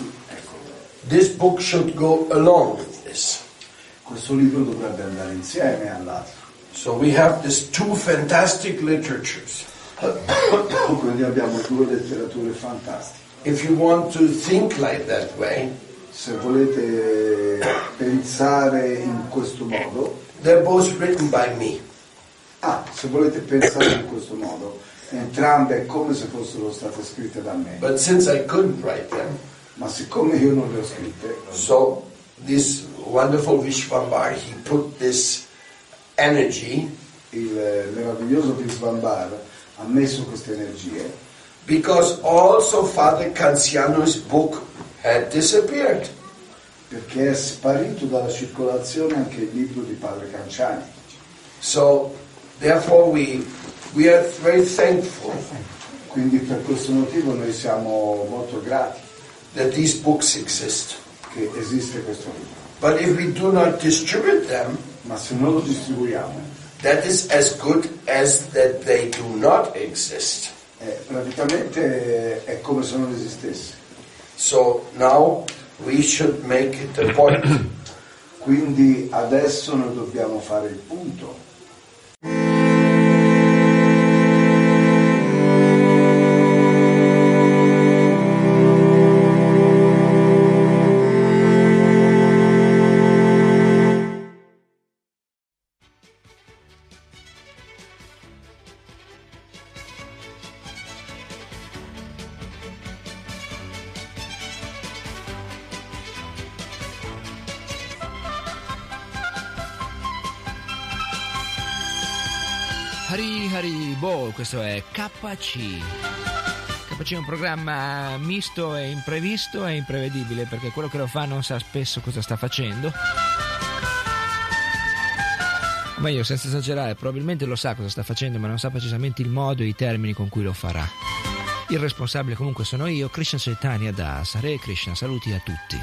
This book should go along with this.
Questo libro dovrebbe andare insieme all'altro.
So we have these two fantastic literatures.
Quindi abbiamo due letterature fantastiche.
If you want to think like that way,
Se volete pensare in questo modo,
they're both written by me.
se volete pensare in questo modo, entrambe è come se fossero state scritte da me.
But since I couldn't write them,
Ma siccome io non le ho scritte,
so this wonderful Vishwambar, he put this energy,
il meraviglioso Visvambar ha messo queste energie,
because also Father Canziano's book had disappeared.
perché è sparito dalla circolazione anche il libro di Padre Canciani.
So therefore we are very thankful
Quindi per questo motivo noi siamo molto grati
that these books exist.
che esiste questo libro.
But if we do not distribute them,
Ma se non lo distribuiamo,
that is as good as that they do not exist.
praticamente è come se non esistesse.
So now we should make it a point.
Quindi adesso noi dobbiamo fare il punto.
Hari Bo, questo è KC. KC è un programma misto e imprevisto e imprevedibile, perché quello che lo fa non sa spesso cosa sta facendo. O meglio, senza esagerare, probabilmente lo sa cosa sta facendo, ma non sa precisamente il modo e i termini con cui lo farà. Il responsabile comunque sono io, Krishna Chaitanya Das. Hare Krishna, saluti a tutti.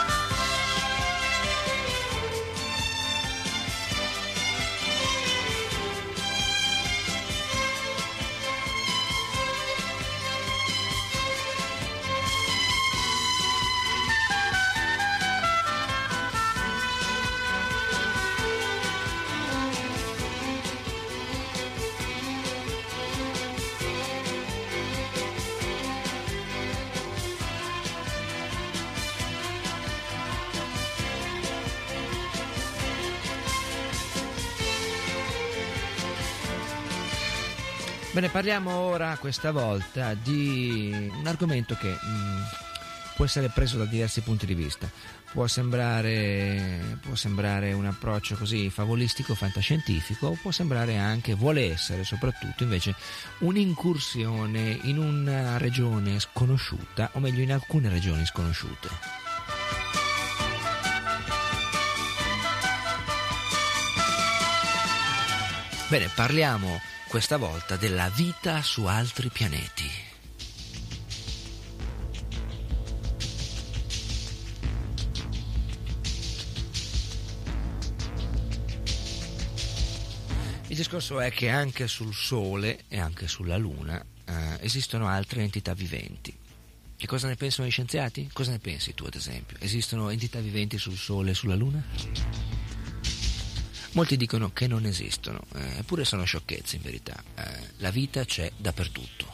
Bene, parliamo ora questa volta di un argomento che può essere preso da diversi punti di vista. Può sembrare un approccio così favolistico, fantascientifico, o può sembrare anche, vuole essere soprattutto invece un'incursione in una regione sconosciuta, o meglio in alcune regioni sconosciute. Bene, parliamo questa volta della vita su altri pianeti. Il discorso è che anche sul Sole e anche sulla Luna esistono altre entità viventi. Che cosa ne pensano gli scienziati? Cosa ne pensi tu, ad esempio? Esistono entità viventi sul Sole e sulla Luna? Molti dicono che non esistono, eppure sono sciocchezze in verità. La vita c'è dappertutto.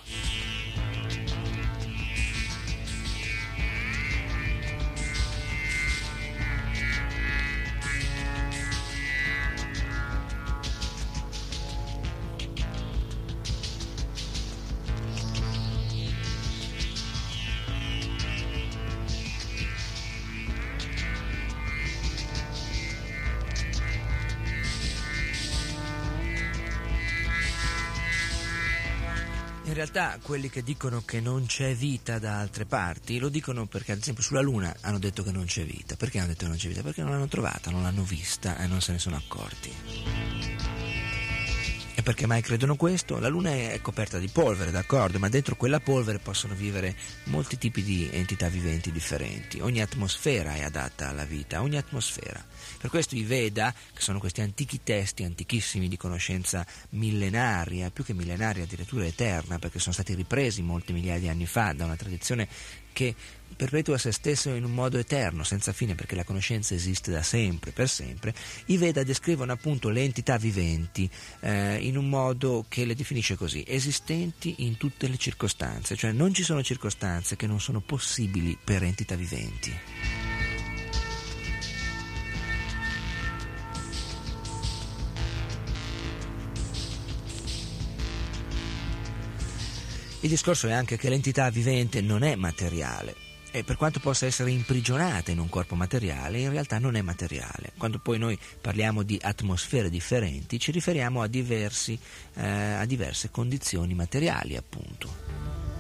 In realtà quelli che dicono che non c'è vita da altre parti lo dicono perché ad esempio sulla Luna hanno detto che non c'è vita. Perché hanno detto che non c'è vita? Perché non l'hanno trovata, non l'hanno vista e non se ne sono accorti. E perché mai credono questo? La Luna è coperta di polvere, d'accordo, ma dentro quella polvere possono vivere molti tipi di entità viventi differenti. Ogni atmosfera è adatta alla vita, ogni atmosfera. Per questo i Veda, che sono questi antichi testi, antichissimi di conoscenza millenaria, più che millenaria addirittura eterna, perché sono stati ripresi molti migliaia di anni fa da una tradizione che perpetua se stesso in un modo eterno, senza fine, perché la conoscenza esiste da sempre, per sempre. I Veda descrivono appunto le entità viventi in un modo che le definisce così: esistenti in tutte le circostanze, cioè non ci sono circostanze che non sono possibili per entità viventi. Il discorso è anche che l'entità vivente non è materiale e per quanto possa essere imprigionata in un corpo materiale, in realtà non è materiale. Quando poi noi parliamo di atmosfere differenti, ci riferiamo a diverse condizioni materiali, appunto.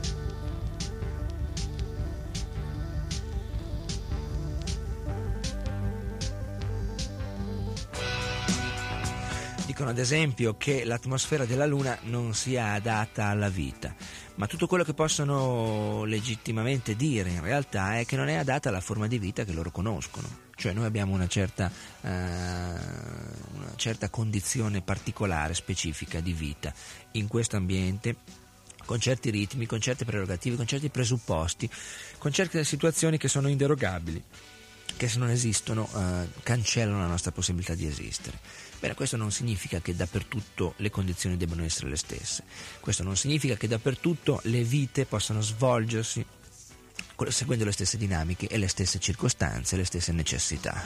Dicono ad esempio che l'atmosfera della Luna non sia adatta alla vita, ma tutto quello che possono legittimamente dire in realtà è che non è adatta alla forma di vita che loro conoscono. Cioè noi abbiamo una certa condizione particolare, specifica di vita in questo ambiente, con certi ritmi, con certe prerogative, con certi presupposti, con certe situazioni che sono inderogabili, che se non esistono cancellano la nostra possibilità di esistere. Bene, questo non significa che dappertutto le condizioni debbano essere le stesse, questo non significa che dappertutto le vite possano svolgersi seguendo le stesse dinamiche e le stesse circostanze, le stesse necessità.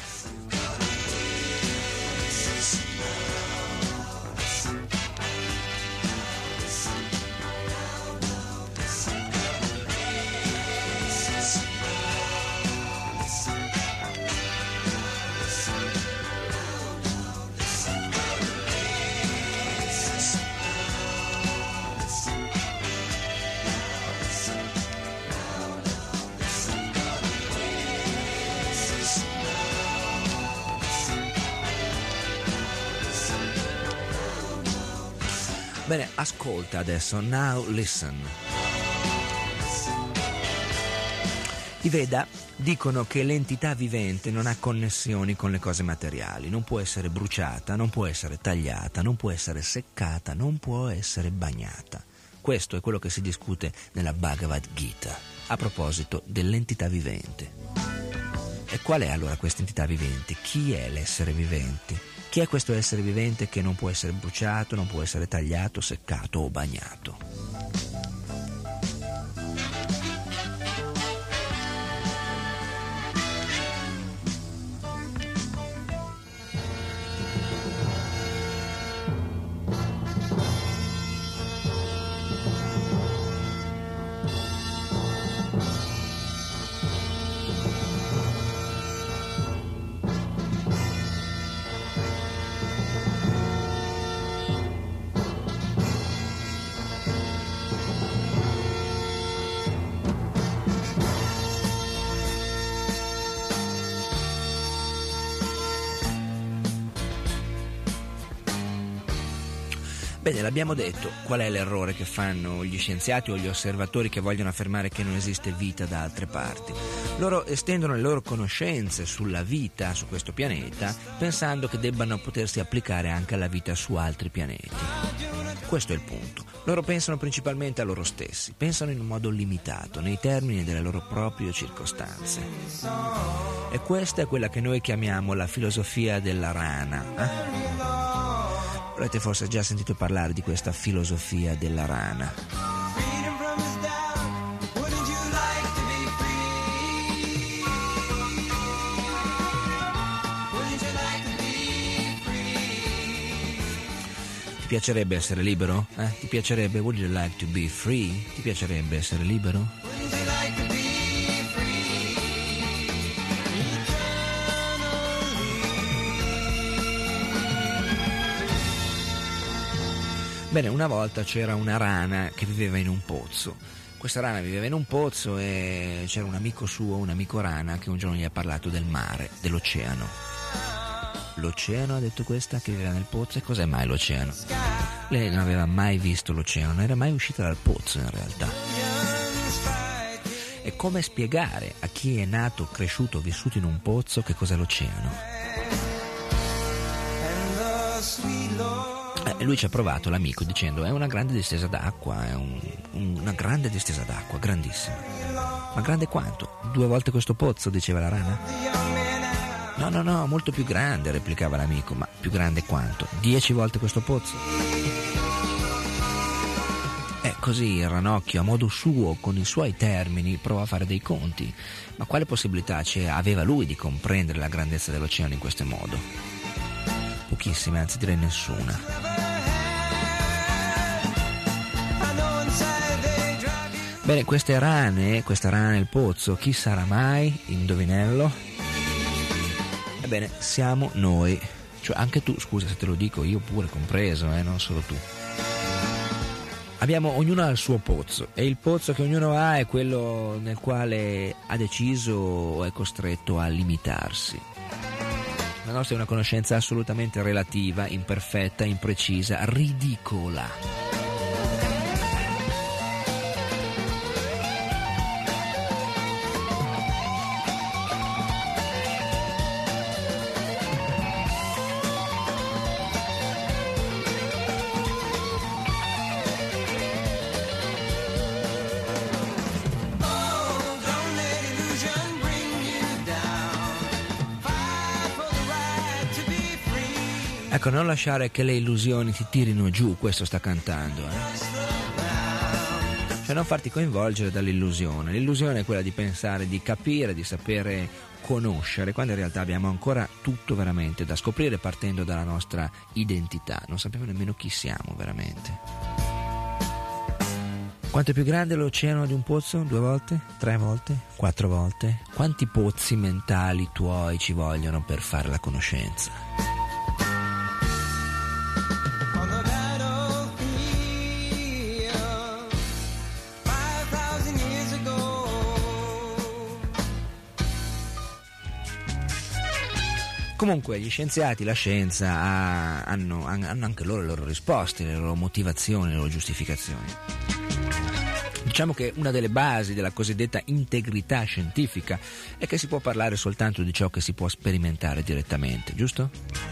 Bene, ascolta adesso, now listen. I Veda dicono che l'entità vivente non ha connessioni con le cose materiali, non può essere bruciata, non può essere tagliata, non può essere seccata, non può essere bagnata. Questo è quello che si discute nella Bhagavad Gita a proposito dell'entità vivente. E qual è allora questa entità vivente? Chi è l'essere vivente? Chi è questo essere vivente che non può essere bruciato, non può essere tagliato, seccato o bagnato? Bene, l'abbiamo detto, qual è l'errore che fanno gli scienziati o gli osservatori che vogliono affermare che non esiste vita da altre parti? Loro estendono le loro conoscenze sulla vita su questo pianeta pensando che debbano potersi applicare anche alla vita su altri pianeti. Questo è il punto. Loro pensano principalmente a loro stessi, pensano in un modo limitato, nei termini delle loro proprie circostanze. E questa è quella che noi chiamiamo la filosofia della rana. Avrete forse già sentito parlare di questa filosofia della rana. Ti piacerebbe essere libero? Ti piacerebbe? Would you like to be free? Ti piacerebbe essere libero? Bene, una volta c'era una rana che viveva in un pozzo. Questa rana viveva in un pozzo e c'era un amico suo, un amico rana, che un giorno gli ha parlato del mare, dell'oceano. L'oceano, ha detto questa, che viveva nel pozzo. E cos'è mai l'oceano? Lei non aveva mai visto l'oceano, non era mai uscita dal pozzo in realtà. E come spiegare a chi è nato, cresciuto, vissuto in un pozzo che cos'è l'oceano? E lui ci ha provato, l'amico, dicendo: è una grande distesa d'acqua, è una grande distesa d'acqua, grandissima. Ma grande quanto? 2 volte questo pozzo, diceva la rana. No, molto più grande, replicava l'amico. Ma più grande quanto? 10 volte questo pozzo. E così il ranocchio, a modo suo, con i suoi termini, prova a fare dei conti. Ma quale possibilità aveva lui di comprendere la grandezza dell'oceano in questo modo? Pochissime, anzi direi nessuna. Bene, questa rana nel pozzo, chi sarà mai? Indovinello? Ebbene, siamo noi. Cioè anche tu, scusa se te lo dico, io pure compreso, non solo tu. Ognuno ha il suo pozzo, e il pozzo che ognuno ha è quello nel quale ha deciso o è costretto a limitarsi. La nostra è una conoscenza assolutamente relativa, imperfetta, imprecisa, ridicola. Ecco, non lasciare che le illusioni ti tirino giù, questo sta cantando. Cioè non farti coinvolgere dall'illusione. L'illusione è quella di pensare, di capire, di sapere conoscere, quando in realtà abbiamo ancora tutto veramente da scoprire partendo dalla nostra identità. Non sappiamo nemmeno chi siamo veramente. Quanto è più grande l'oceano di un pozzo? 2 volte? 3 volte? 4 volte? Quanti pozzi mentali tuoi ci vogliono per fare la conoscenza? Comunque gli scienziati, la scienza hanno anche loro le loro risposte, le loro motivazioni, le loro giustificazioni. Diciamo che una delle basi della cosiddetta integrità scientifica è che si può parlare soltanto di ciò che si può sperimentare direttamente, giusto?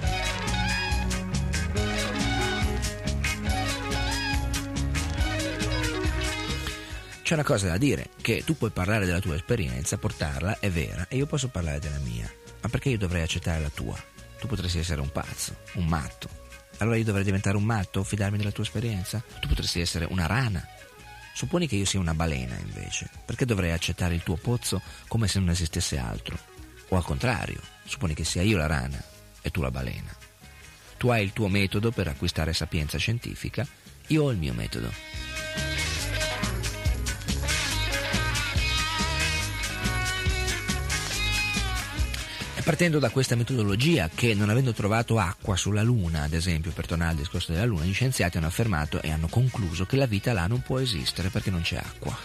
C'è una cosa da dire, che tu puoi parlare della tua esperienza, portarla, è vera, e io posso parlare della mia. Ma perché io dovrei accettare la tua? Tu potresti essere un pazzo, un matto. Allora io dovrei diventare un matto, fidarmi della tua esperienza? Tu potresti essere una rana. Supponi che io sia una balena, invece. Perché dovrei accettare il tuo pozzo come se non esistesse altro? O al contrario, supponi che sia io la rana e tu la balena. Tu hai il tuo metodo per acquistare sapienza scientifica, io ho il mio metodo. Partendo da questa metodologia, che non avendo trovato acqua sulla Luna, ad esempio, per tornare al discorso della Luna, gli scienziati hanno affermato e hanno concluso che la vita là non può esistere perché non c'è acqua.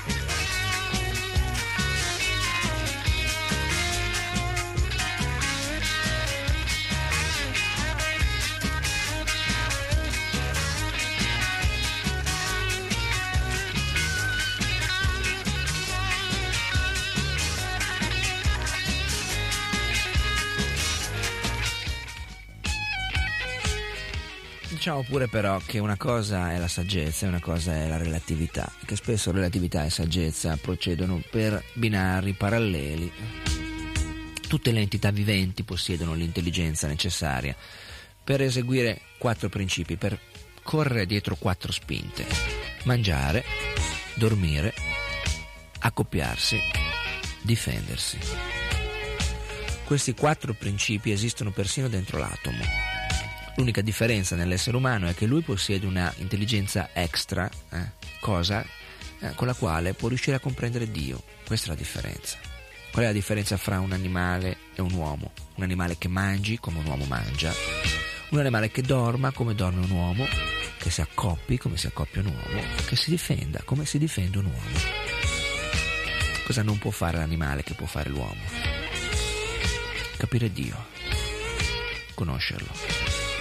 Diciamo pure però che una cosa è la saggezza e una cosa è la relatività, che spesso relatività e saggezza procedono per binari paralleli. Tutte le entità viventi possiedono l'intelligenza necessaria per eseguire 4 principi, per correre dietro 4 spinte: mangiare, dormire, accoppiarsi, difendersi. Questi 4 principi esistono persino dentro l'atomo. L'unica differenza nell'essere umano è che lui possiede una intelligenza extra, con la quale può riuscire a comprendere Dio. Questa è la differenza. Qual è la differenza fra un animale e un uomo? Un animale che mangi come un uomo mangia, un animale che dorma come dorme un uomo, che si accoppi come si accoppia un uomo, che si difenda come si difende un uomo. Cosa non può fare l'animale che può fare l'uomo? Capire Dio, conoscerlo.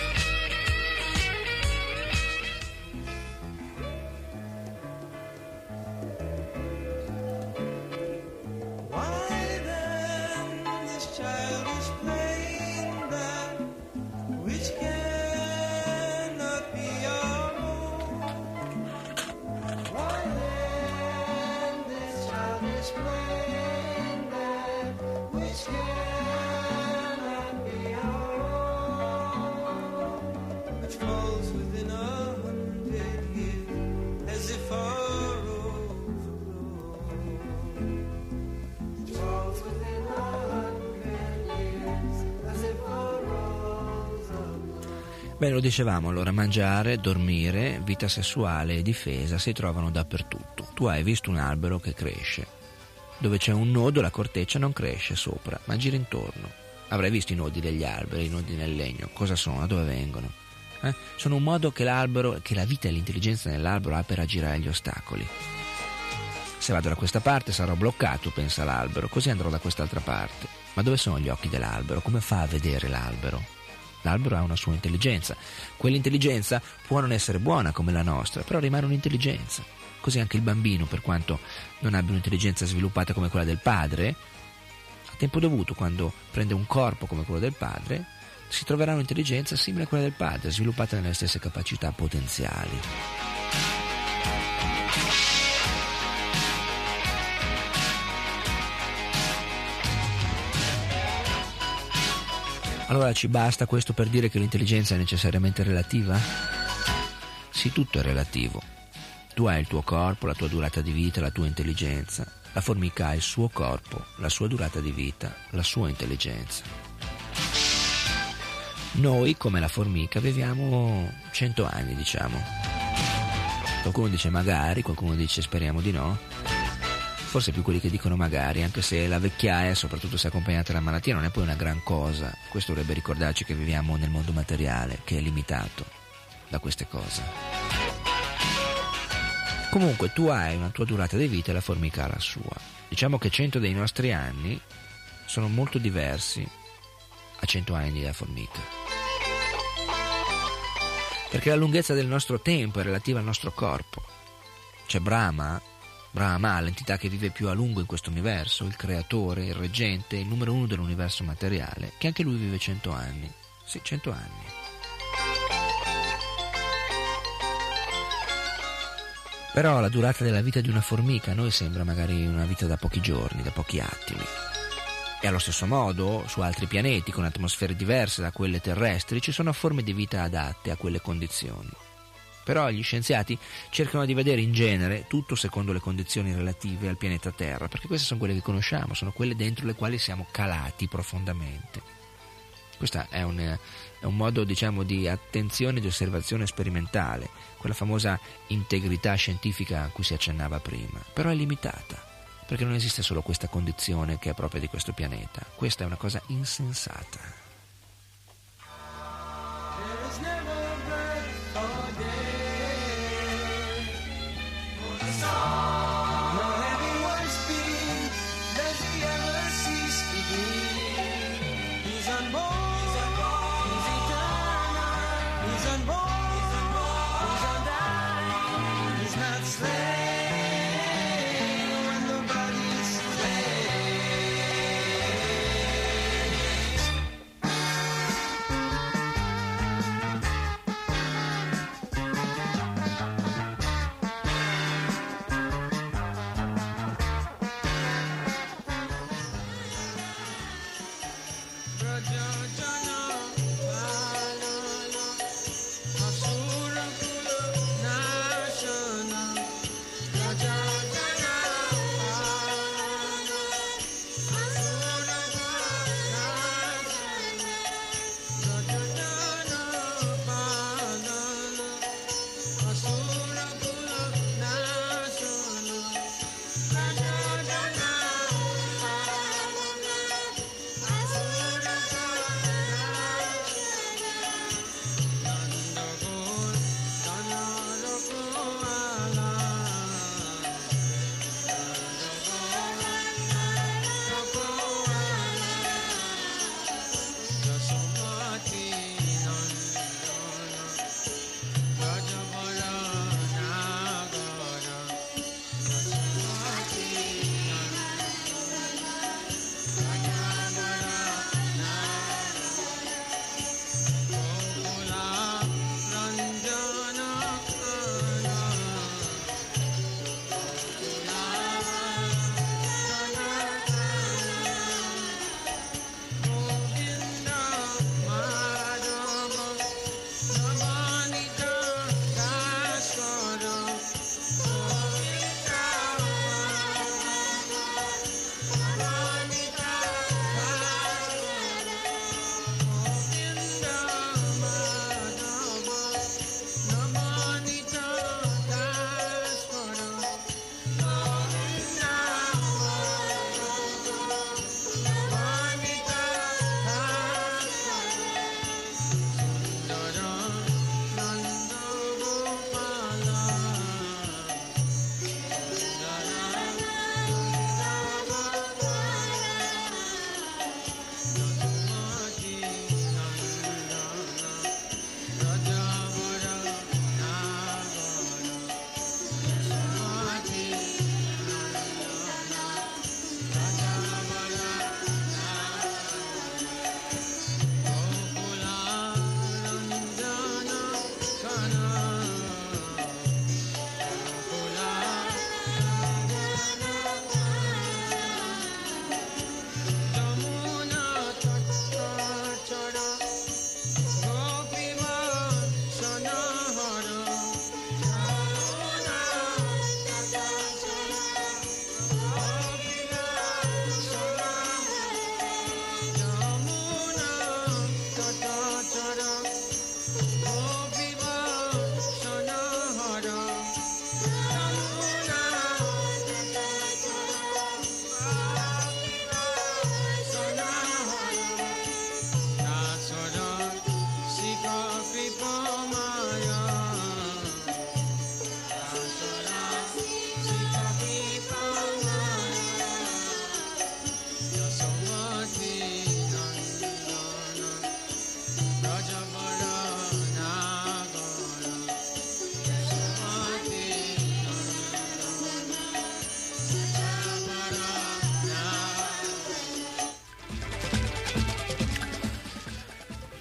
Beh, lo dicevamo, allora mangiare, dormire, vita sessuale e difesa si trovano dappertutto. Tu hai visto un albero che cresce. Dove c'è un nodo la corteccia non cresce sopra, ma gira intorno. Avrai visto i nodi degli alberi, i nodi nel legno. Cosa sono? Da dove vengono? Sono un modo che l'albero, che la vita e l'intelligenza dell'albero ha per aggirare gli ostacoli. Se vado da questa parte sarò bloccato, pensa l'albero, così andrò da quest'altra parte. Ma dove sono gli occhi dell'albero? Come fa a vedere l'albero? L'albero ha una sua intelligenza. Quell'intelligenza può non essere buona come la nostra, però rimane un'intelligenza. Così anche il bambino, per quanto non abbia un'intelligenza sviluppata come quella del padre, a tempo dovuto, quando prende un corpo come quello del padre, si troverà un'intelligenza simile a quella del padre, sviluppata nelle stesse capacità potenziali. Allora ci basta questo per dire che l'intelligenza è necessariamente relativa? Sì, tutto è relativo. Tu hai il tuo corpo, la tua durata di vita, la tua intelligenza. La formica ha il suo corpo, la sua durata di vita, la sua intelligenza. Noi, come la formica, viviamo 100 anni, diciamo. Qualcuno dice magari, qualcuno dice speriamo di no. Forse più quelli che dicono magari, anche se la vecchiaia, soprattutto se accompagnata dalla malattia, non è poi una gran cosa. Questo dovrebbe ricordarci che viviamo nel mondo materiale, che è limitato da queste cose. Comunque tu hai una tua durata di vita e la formica ha la sua. Diciamo che 100 dei nostri anni sono molto diversi a 100 anni della formica. Perché la lunghezza del nostro tempo è relativa al nostro corpo. C'è Brahma, l'entità che vive più a lungo in questo universo, il creatore, il reggente, il numero uno dell'universo materiale, che anche lui vive 100 anni. Sì, 100 anni. Però la durata della vita di una formica a noi sembra magari una vita da pochi giorni, da pochi attimi. E allo stesso modo, su altri pianeti con atmosfere diverse da quelle terrestri, ci sono forme di vita adatte a quelle condizioni. Però gli scienziati cercano di vedere in genere tutto secondo le condizioni relative al pianeta Terra, perché queste sono quelle che conosciamo, sono quelle dentro le quali siamo calati profondamente. Questo è un modo, diciamo, di attenzione, di osservazione sperimentale, quella famosa integrità scientifica a cui si accennava prima, però è limitata, perché non esiste solo questa condizione che è propria di questo pianeta. Questa è una cosa insensata.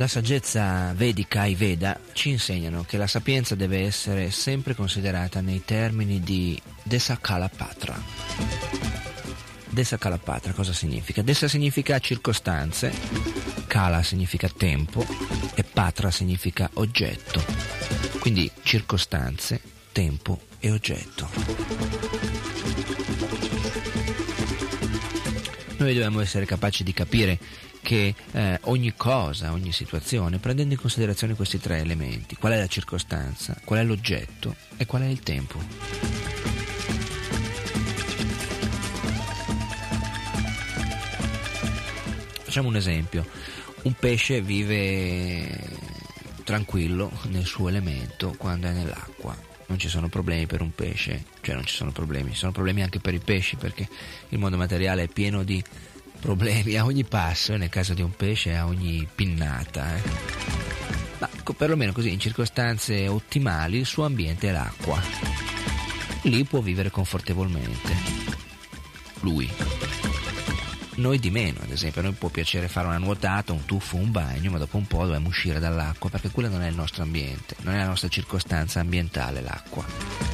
La saggezza vedica, i Veda, ci insegnano che la sapienza deve essere sempre considerata nei termini di Desa Kala Patra. Desa Kala Patra cosa significa? Desa significa circostanze, Kala significa tempo e Patra significa oggetto. Quindi circostanze, tempo e oggetto. Noi dobbiamo essere capaci di capire che ogni cosa, ogni situazione, prendendo in considerazione questi tre elementi: qual è la circostanza, qual è l'oggetto e qual è il tempo. Facciamo un esempio: un pesce vive tranquillo nel suo elemento quando è nell'acqua. Non ci sono problemi per un pesce, cioè non ci sono problemi anche per i pesci, perché il mondo materiale è pieno di problemi a ogni passo, e nel caso di un pesce a ogni pinnata. Ma perlomeno così, in circostanze ottimali, il suo ambiente è l'acqua. Lì può vivere confortevolmente. Lui. Noi di meno, ad esempio, a noi può piacere fare una nuotata, un tuffo, un bagno, ma dopo un po' dobbiamo uscire dall'acqua, perché quello non è il nostro ambiente, non è la nostra circostanza ambientale, l'acqua.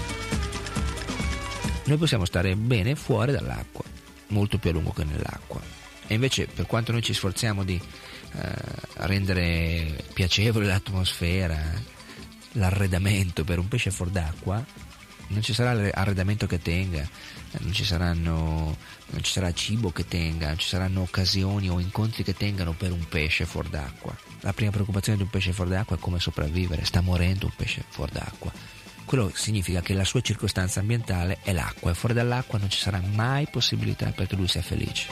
Noi possiamo stare bene fuori dall'acqua, molto più a lungo che nell'acqua. E invece, per quanto noi ci sforziamo di rendere piacevole l'atmosfera, l'arredamento per un pesce fuor d'acqua, non ci sarà l'arredamento che tenga, non ci sarà cibo che tenga, non ci saranno occasioni o incontri che tengano per un pesce fuor d'acqua. La prima preoccupazione di un pesce fuor d'acqua è come sopravvivere. Sta morendo un pesce fuor d'acqua. Quello significa che la sua circostanza ambientale è l'acqua, e fuori dall'acqua non ci sarà mai possibilità perché lui sia felice.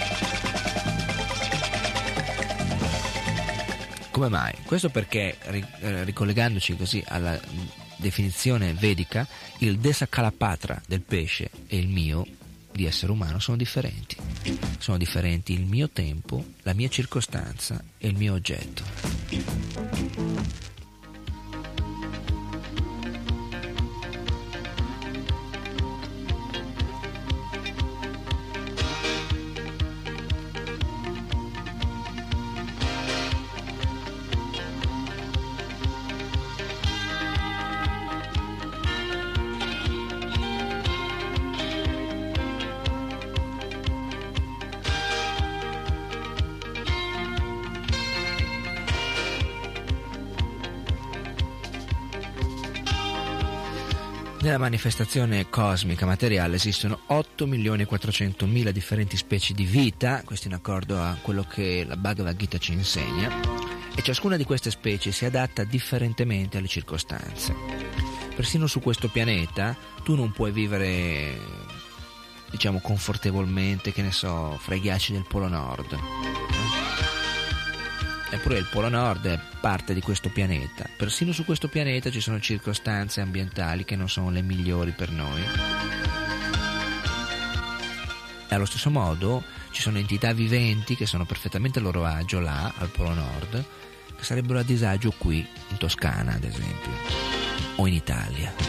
Come mai? Questo perché, ricollegandoci così alla definizione vedica, il Desa Kala Patra del pesce e il mio di essere umano sono differenti. Sono differenti il mio tempo, la mia circostanza e il mio oggetto. Nella manifestazione cosmica materiale esistono 8.400.000 differenti specie di vita, questo in accordo a quello che la Bhagavad Gita ci insegna, e ciascuna di queste specie si adatta differentemente alle circostanze. Persino su questo pianeta tu non puoi vivere, diciamo, confortevolmente, che ne so, fra i ghiacci del Polo Nord. Eppure il Polo Nord è parte di questo pianeta. Persino su questo pianeta ci sono circostanze ambientali che non sono le migliori per noi. E allo stesso modo ci sono entità viventi che sono perfettamente a loro agio là, al Polo Nord, che sarebbero a disagio qui, in Toscana ad esempio, o in Italia.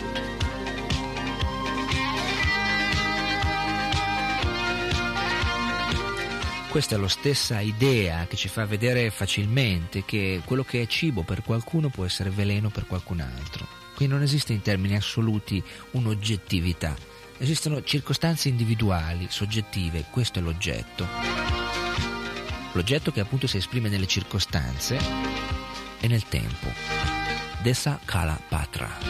Questa è la stessa idea che ci fa vedere facilmente che quello che è cibo per qualcuno può essere veleno per qualcun altro. Qui non esiste in termini assoluti un'oggettività, esistono circostanze individuali, soggettive, questo è l'oggetto. L'oggetto che appunto si esprime nelle circostanze e nel tempo. Desa Kala Patra.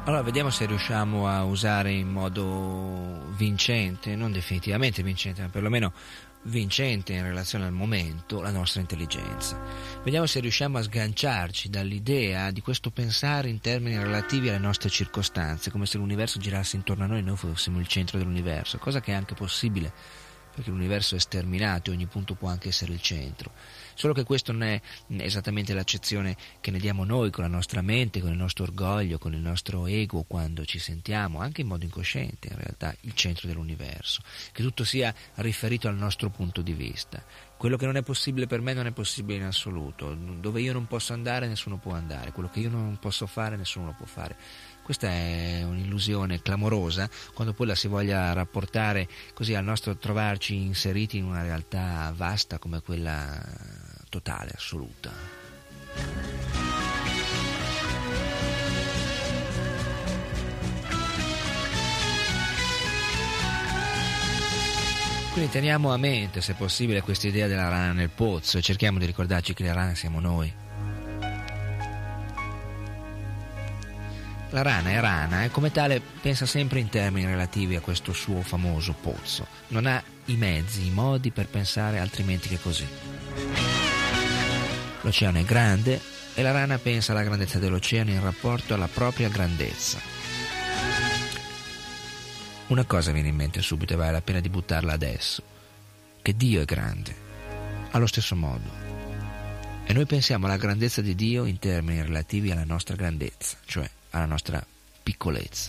Allora vediamo se riusciamo a usare in modo vincente, non definitivamente vincente, ma perlomeno vincente in relazione al momento, la nostra intelligenza. Vediamo se riusciamo a sganciarci dall'idea di questo pensare in termini relativi alle nostre circostanze, come se l'universo girasse intorno a noi e noi fossimo il centro dell'universo, cosa che è anche possibile, perché l'universo è sterminato e ogni punto può anche essere il centro. Solo che questo non è esattamente l'accezione che ne diamo noi con la nostra mente, con il nostro orgoglio, con il nostro ego, quando ci sentiamo, anche in modo incosciente, in realtà, il centro dell'universo, che tutto sia riferito al nostro punto di vista. Quello che non è possibile per me non è possibile in assoluto. Dove io non posso andare, nessuno può andare. Quello che io non posso fare, nessuno lo può fare. Questa è un'illusione clamorosa quando poi la si voglia rapportare così al nostro trovarci inseriti in una realtà vasta come quella totale, assoluta. Quindi teniamo a mente, se possibile, questa idea della rana nel pozzo e cerchiamo di ricordarci che le rane siamo noi. La rana è rana e come tale pensa sempre in termini relativi a questo suo famoso pozzo. Non ha i mezzi, i modi per pensare altrimenti che così. L'oceano è grande e la rana pensa alla grandezza dell'oceano in rapporto alla propria grandezza. Una cosa viene in mente subito e vale la pena di buttarla adesso, che Dio è grande, allo stesso modo. E noi pensiamo alla grandezza di Dio in termini relativi alla nostra grandezza, cioè alla nostra piccolezza.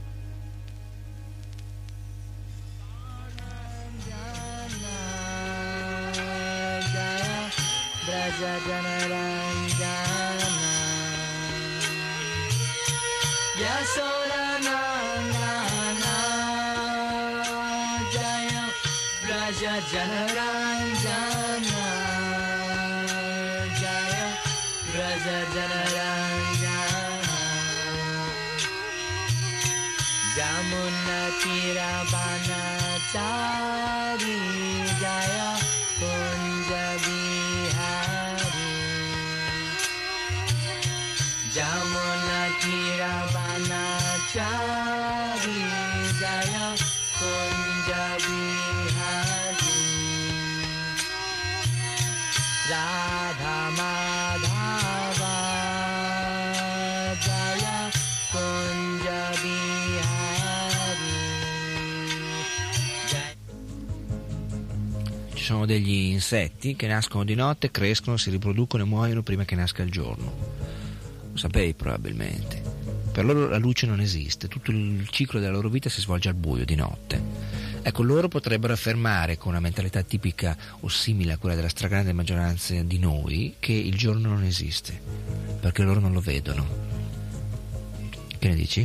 Ci sono degli insetti che nascono di notte, crescono, si riproducono e muoiono prima che nasca il giorno. Lo sapevi probabilmente. Per loro la luce non esiste, tutto il ciclo della loro vita si svolge al buio di notte. Ecco, loro potrebbero affermare con una mentalità tipica o simile a quella della stragrande maggioranza di noi che il giorno non esiste, perché loro non lo vedono. Che ne dici?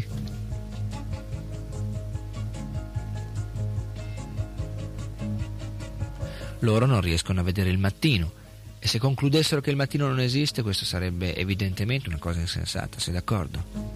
Loro non riescono a vedere il mattino e se concludessero che il mattino non esiste, questo sarebbe evidentemente una cosa insensata, sei d'accordo?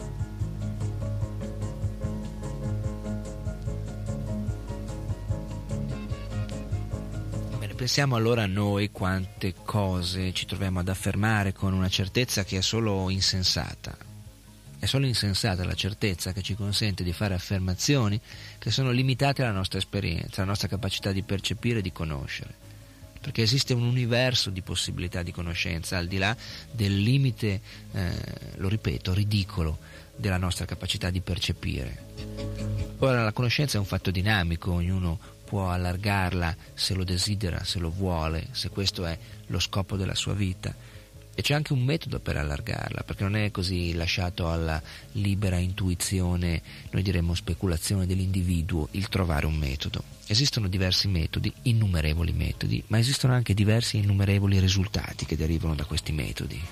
Pensiamo allora a noi quante cose ci troviamo ad affermare con una certezza che è solo insensata. È solo insensata la certezza che ci consente di fare affermazioni che sono limitate alla nostra esperienza, alla nostra capacità di percepire e di conoscere. Perché esiste un universo di possibilità di conoscenza al di là del limite, lo ripeto, ridicolo della nostra capacità di percepire. Ora la conoscenza è un fatto dinamico, ognuno può allargarla se lo desidera, se lo vuole, se questo è lo scopo della sua vita. E c'è anche un metodo per allargarla, perché non è così lasciato alla libera intuizione, noi diremmo speculazione dell'individuo, il trovare un metodo. Esistono diversi metodi, innumerevoli metodi, ma esistono anche diversi e innumerevoli risultati che derivano da questi metodi.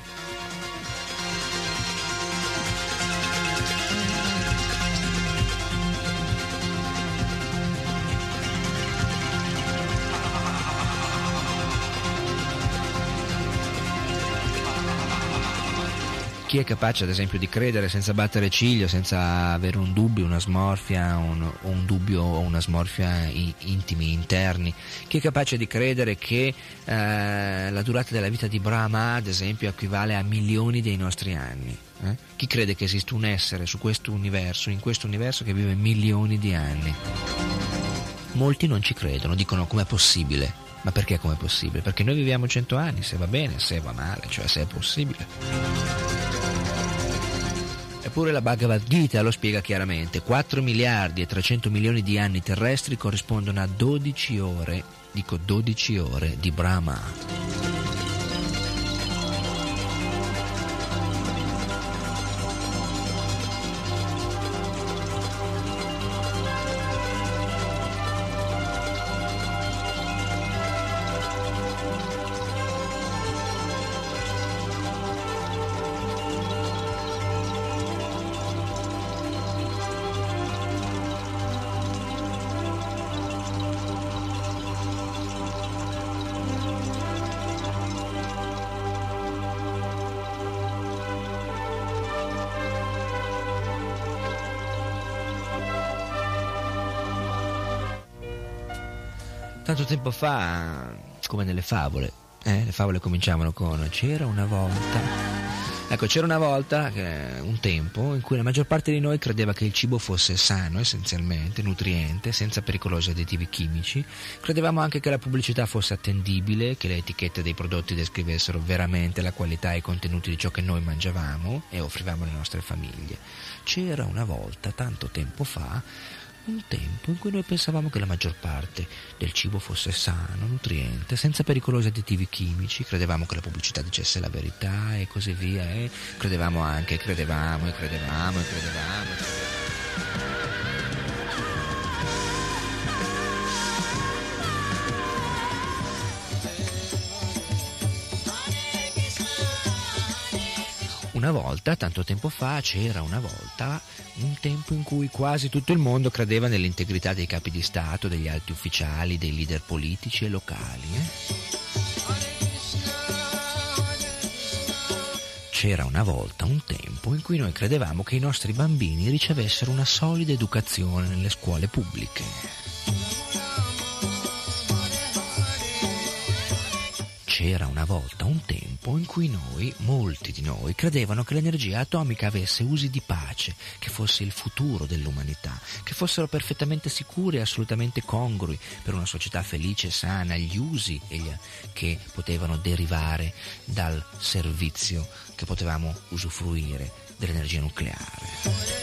Chi è capace ad esempio di credere senza battere ciglio, senza avere un dubbio, una smorfia, un dubbio o una smorfia intimi, interni? Chi è capace di credere che la durata della vita di Brahma ad esempio equivale a milioni dei nostri anni? Chi crede che esiste un essere su questo universo, in questo universo, che vive milioni di anni? Molti non ci credono, dicono: com'è possibile? Ma perché com'è possibile? Perché noi viviamo 100 anni, se va bene, se va male, cioè se è possibile. Eppure la Bhagavad Gita lo spiega chiaramente: 4 miliardi e 300 milioni di anni terrestri corrispondono a 12 ore, dico 12 ore di Brahma. Tanto tempo fa, come nelle favole, le favole cominciavano con c'era una volta. Ecco, c'era una volta, un tempo, in cui la maggior parte di noi credeva che il cibo fosse sano, essenzialmente, nutriente, senza pericolosi additivi chimici. Credevamo anche che la pubblicità fosse attendibile, che le etichette dei prodotti descrivessero veramente la qualità e i contenuti di ciò che noi mangiavamo e offrivamo alle nostre famiglie. C'era una volta, tanto tempo fa, un tempo in cui noi pensavamo che la maggior parte del cibo fosse sano, nutriente, senza pericolosi additivi chimici. Credevamo che la pubblicità dicesse la verità e così via, e credevamo. Una volta, tanto tempo fa, c'era una volta un tempo in cui quasi tutto il mondo credeva nell'integrità dei capi di Stato, degli alti ufficiali, dei leader politici e locali. C'era una volta un tempo in cui noi credevamo che i nostri bambini ricevessero una solida educazione nelle scuole pubbliche. C'era una volta un tempo in cui noi, molti di noi, credevano che l'energia atomica avesse usi di pace, che fosse il futuro dell'umanità, che fossero perfettamente sicuri e assolutamente congrui per una società felice e sana gli usi che potevano derivare dal servizio che potevamo usufruire dell'energia nucleare.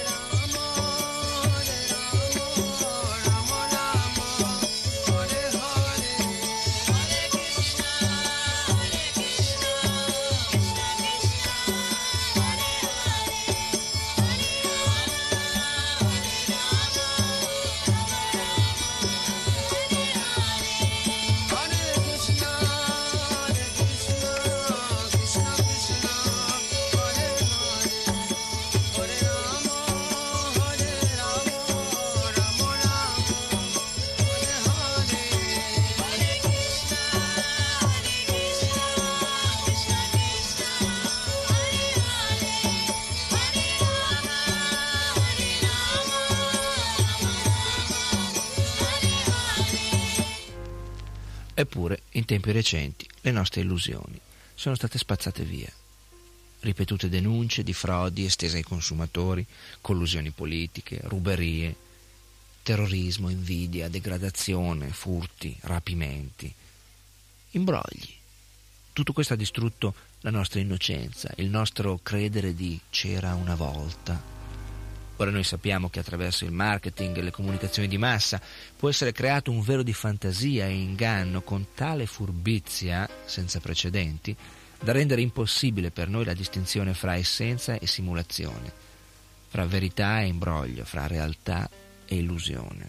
Eppure, in tempi recenti, le nostre illusioni sono state spazzate via. Ripetute denunce di frodi estese ai consumatori, collusioni politiche, ruberie, terrorismo, invidia, degradazione, furti, rapimenti, imbrogli. Tutto questo ha distrutto la nostra innocenza, il nostro credere di c'era una volta. Ora noi sappiamo che attraverso il marketing e le comunicazioni di massa può essere creato un velo di fantasia e inganno con tale furbizia senza precedenti da rendere impossibile per noi la distinzione fra essenza e simulazione, fra verità e imbroglio, fra realtà e illusione.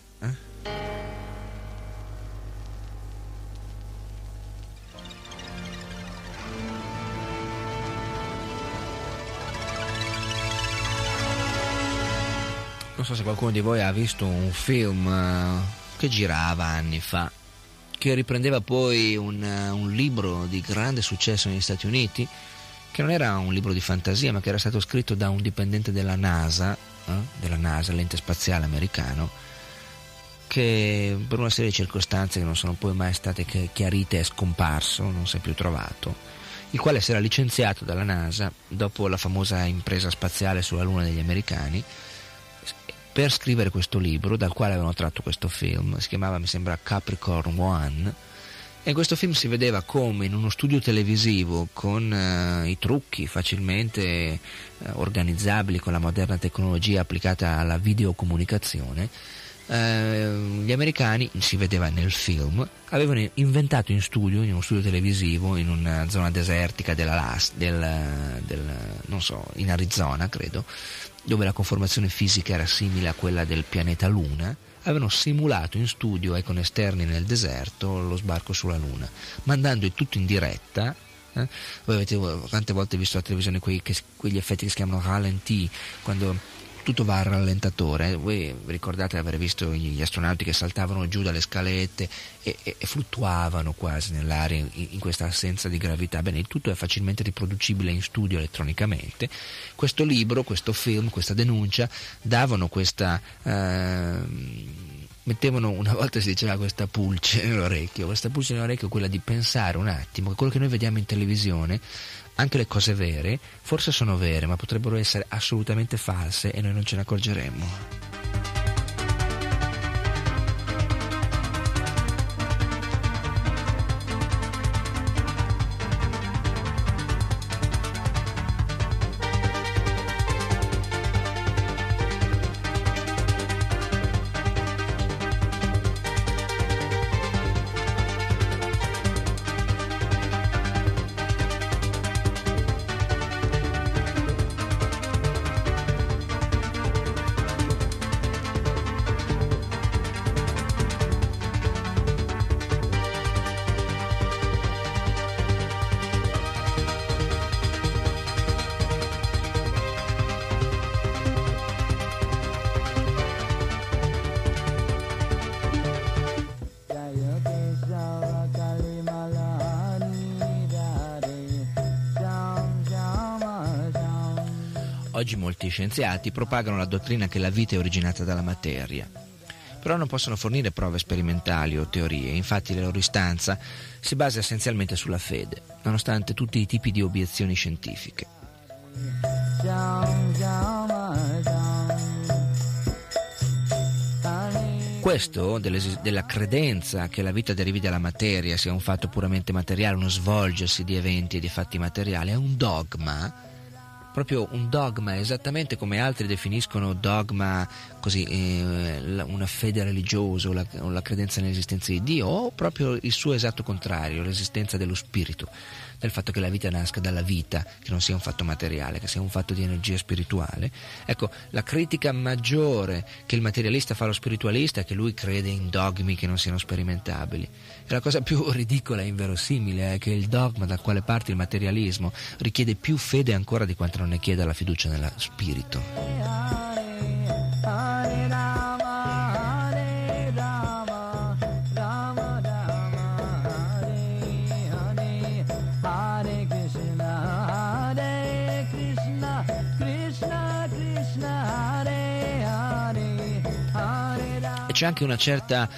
Non so se qualcuno di voi ha visto un film che girava anni fa, che riprendeva poi un libro di grande successo negli Stati Uniti, che non era un libro di fantasia, ma che era stato scritto da un dipendente della NASA, l'ente spaziale americano, che per una serie di circostanze che non sono poi mai state chiarite è scomparso, non si è più trovato, il quale si era licenziato dalla NASA dopo la famosa impresa spaziale sulla Luna degli americani per scrivere questo libro, dal quale avevano tratto questo film. Si chiamava, mi sembra, Capricorn One, e in questo film si vedeva come in uno studio televisivo con i trucchi facilmente organizzabili con la moderna tecnologia applicata alla videocomunicazione, gli americani, si vedeva nel film, avevano inventato in uno studio televisivo in una zona desertica non so, in Arizona credo, dove la conformazione fisica era simile a quella del pianeta Luna, avevano simulato in studio e con esterni nel deserto lo sbarco sulla Luna, mandando tutto in diretta. Voi avete quante volte visto la televisione quegli effetti che si chiamano ralenti, quando tutto va al rallentatore? Voi vi ricordate di aver visto gli astronauti che saltavano giù dalle scalette e fluttuavano quasi nell'aria in questa assenza di gravità? Bene, il tutto è facilmente riproducibile in studio elettronicamente. Questo libro, questo film, questa denuncia davano questa mettevano, una volta si diceva, questa pulce nell'orecchio, quella di pensare un attimo che quello che noi vediamo in televisione, anche le cose vere, forse sono vere, ma potrebbero essere assolutamente false e noi non ce ne accorgeremmo. Oggi molti scienziati propagano la dottrina che la vita è originata dalla materia, però non possono fornire prove sperimentali o teorie. Infatti la loro istanza si basa essenzialmente sulla fede, nonostante tutti i tipi di obiezioni scientifiche. Questo della credenza che la vita derivi dalla materia, sia un fatto puramente materiale, uno svolgersi di eventi e di fatti materiali, è un dogma, proprio un dogma, esattamente come altri definiscono dogma così una fede religiosa o la credenza nell'esistenza di Dio, o proprio il suo esatto contrario, l'esistenza dello spirito, del fatto che la vita nasca dalla vita, che non sia un fatto materiale, che sia un fatto di energia spirituale. Ecco, la critica maggiore che il materialista fa allo spiritualista è che lui crede in dogmi che non siano sperimentabili. E la cosa più ridicola e inverosimile è che il dogma dal quale parte il materialismo richiede più fede ancora di quanto non ne chieda la fiducia nello spirito. C'è anche una certa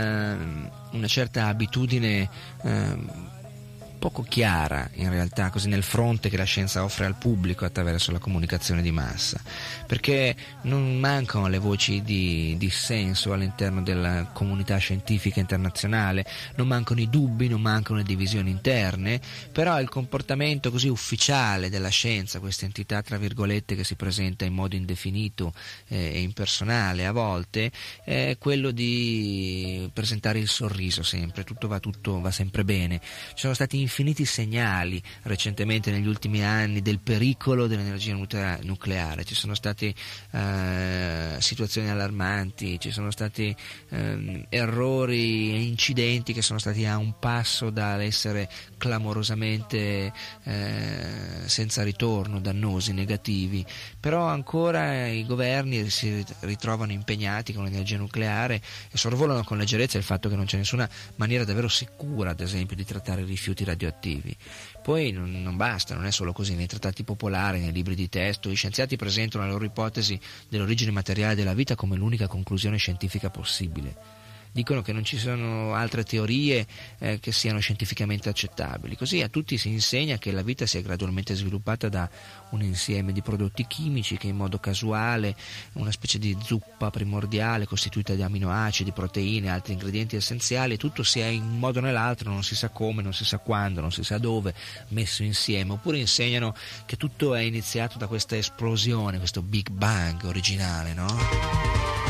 abitudine poco chiara in realtà, così, nel fronte che la scienza offre al pubblico attraverso la comunicazione di massa, perché non mancano le voci di dissenso all'interno della comunità scientifica internazionale, non mancano i dubbi, non mancano le divisioni interne, però il comportamento così ufficiale della scienza, questa entità tra virgolette che si presenta in modo indefinito e impersonale a volte, è quello di presentare il sorriso sempre, tutto va sempre bene. Ci sono stati infiniti segnali recentemente negli ultimi anni del pericolo dell'energia nucleare, ci sono state situazioni allarmanti, ci sono stati errori e incidenti che sono stati a un passo dall'essere clamorosamente senza ritorno, dannosi, negativi, però ancora i governi si ritrovano impegnati con l'energia nucleare e sorvolano con leggerezza il fatto che non c'è nessuna maniera davvero sicura, ad esempio, di trattare i rifiuti radioattivi radioattivi. Poi non basta, non è solo così. Nei trattati popolari, nei libri di testo, gli scienziati presentano la loro ipotesi dell'origine materiale della vita come l'unica conclusione scientifica possibile. Dicono che non ci sono altre teorie che siano scientificamente accettabili. Così a tutti si insegna che la vita si è gradualmente sviluppata da un insieme di prodotti chimici che in modo casuale, una specie di zuppa primordiale costituita di aminoacidi, proteine, altri ingredienti essenziali, tutto si è in un modo o nell'altro, non si sa come, non si sa quando, non si sa dove, messo insieme. Oppure insegnano che tutto è iniziato da questa esplosione, questo Big Bang originale, no?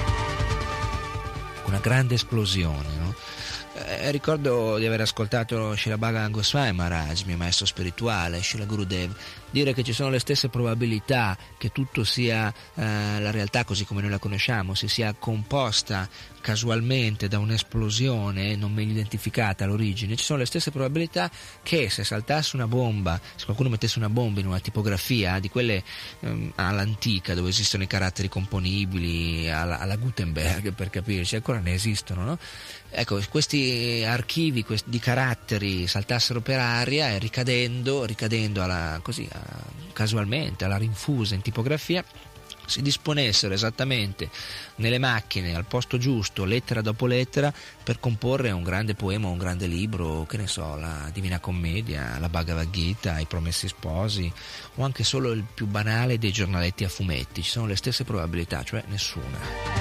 Una grande esplosione, no? Ricordo di aver ascoltato Srila Bhagavan Goswami Maharaj, mio maestro spirituale, Srila Gurudev, dire che ci sono le stesse probabilità che tutto sia la realtà così come noi la conosciamo, si sia composta casualmente da un'esplosione non meglio identificata all'origine. Ci sono le stesse probabilità che se saltasse una bomba, se qualcuno mettesse una bomba in una tipografia di quelle all'antica, dove esistono i caratteri componibili, alla Gutenberg, per capirci, ancora ne esistono, no? Ecco, questi archivi di caratteri saltassero per aria e ricadendo casualmente alla rinfusa in tipografia, si disponessero esattamente nelle macchine al posto giusto, lettera dopo lettera, per comporre un grande poema, un grande libro, che ne so, la Divina Commedia, la Bhagavad Gita, i Promessi Sposi, o anche solo il più banale dei giornaletti a fumetti. Ci sono le stesse probabilità, cioè nessuna.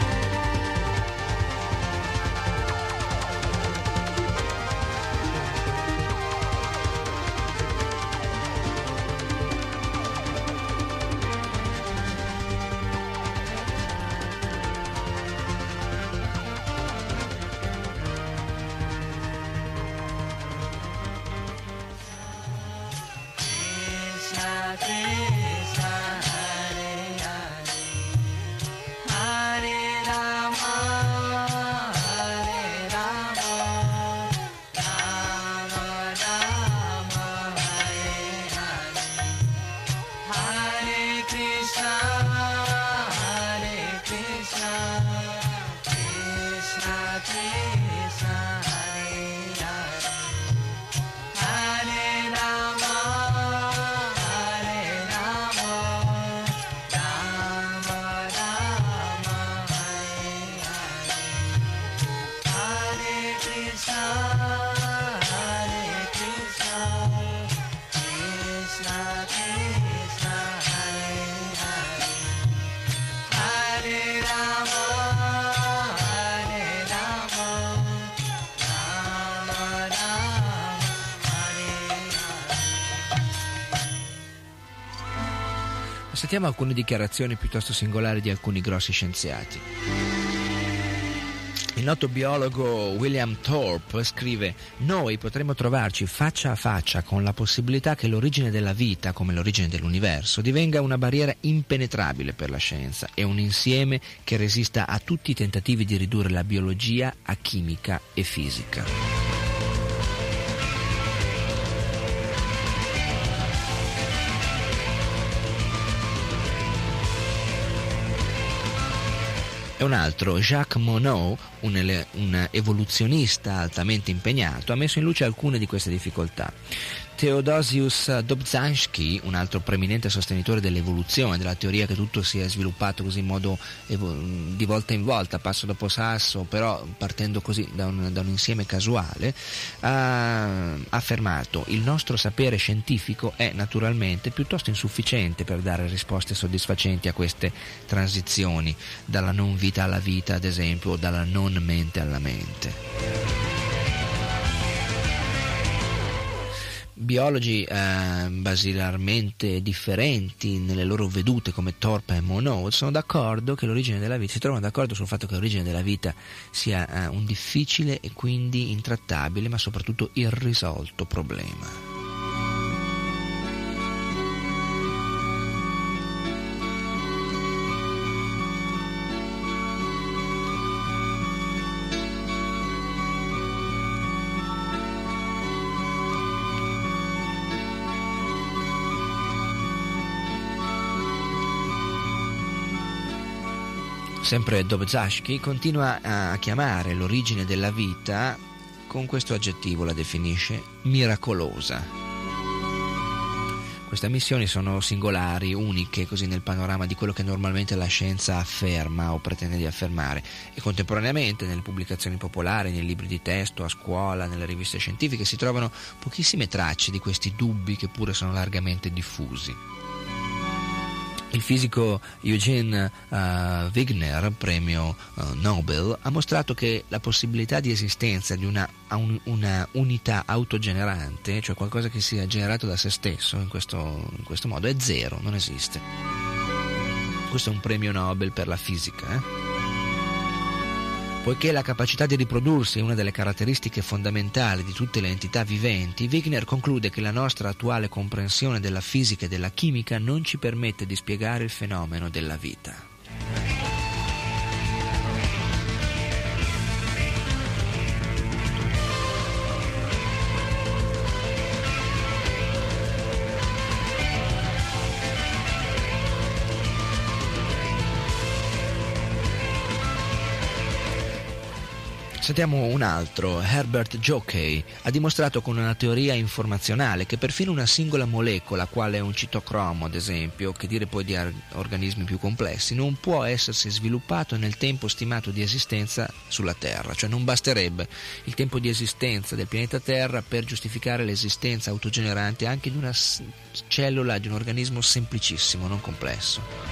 Sentiamo alcune dichiarazioni piuttosto singolari di alcuni grossi scienziati. Il noto biologo William Thorpe scrive: noi potremmo trovarci faccia a faccia con la possibilità che l'origine della vita, come l'origine dell'universo, divenga una barriera impenetrabile per la scienza e un insieme che resista a tutti i tentativi di ridurre la biologia a chimica e fisica. E un altro, Jacques Monod, un evoluzionista altamente impegnato, ha messo in luce alcune di queste difficoltà. Theodosius Dobzhansky, un altro preminente sostenitore dell'evoluzione, della teoria che tutto si è sviluppato così in modo di volta in volta, passo dopo passo, però partendo così da un insieme casuale, ha affermato: il nostro sapere scientifico è naturalmente piuttosto insufficiente per dare risposte soddisfacenti a queste transizioni, dalla non vita alla vita, ad esempio, o dalla non mente alla mente. Biologi basilarmente differenti nelle loro vedute, come Thorpe e Monod, sono d'accordo che l'origine della vita, si trovano d'accordo sul fatto che l'origine della vita sia un difficile e quindi intrattabile, ma soprattutto irrisolto problema. Sempre Dobzhansky continua a chiamare l'origine della vita con questo aggettivo la definisce miracolosa. Queste missioni sono singolari, uniche, così nel panorama di quello che normalmente la scienza afferma o pretende di affermare, e contemporaneamente nelle pubblicazioni popolari, nei libri di testo, a scuola, nelle riviste scientifiche si trovano pochissime tracce di questi dubbi che pure sono largamente diffusi. Il fisico Eugene Wigner, premio Nobel, ha mostrato che la possibilità di esistenza di una unità autogenerante, cioè qualcosa che sia generato da se stesso in questo modo, è zero, non esiste. Questo è un premio Nobel per la fisica. Poiché la capacità di riprodursi è una delle caratteristiche fondamentali di tutte le entità viventi, Wigner conclude che la nostra attuale comprensione della fisica e della chimica non ci permette di spiegare il fenomeno della vita. Sentiamo un altro. Herbert Jockey ha dimostrato con una teoria informazionale che perfino una singola molecola, quale un citocromo ad esempio, che dire poi di organismi più complessi, non può essersi sviluppato nel tempo stimato di esistenza sulla Terra, cioè non basterebbe il tempo di esistenza del pianeta Terra per giustificare l'esistenza autogenerante anche di una cellula, di un organismo semplicissimo, non complesso.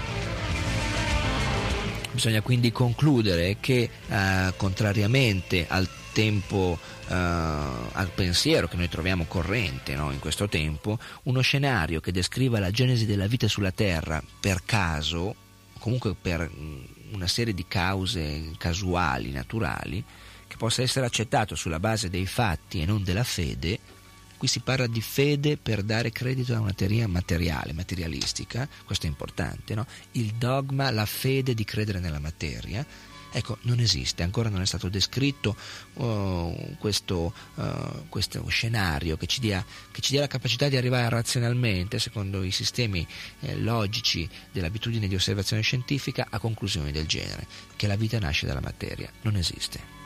Bisogna quindi concludere che, contrariamente al tempo, al pensiero che noi troviamo corrente, no, in questo tempo, uno scenario che descriva la genesi della vita sulla Terra per caso, comunque per una serie di cause casuali, naturali, che possa essere accettato sulla base dei fatti e non della fede. Qui si parla di fede per dare credito a una teoria materiale, materialistica, questo è importante, no? Il dogma, la fede di credere nella materia, ecco, non esiste, ancora non è stato descritto questo scenario che ci dia la capacità di arrivare razionalmente, secondo i sistemi logici dell'abitudine di osservazione scientifica, a conclusioni del genere, che la vita nasce dalla materia. Non esiste.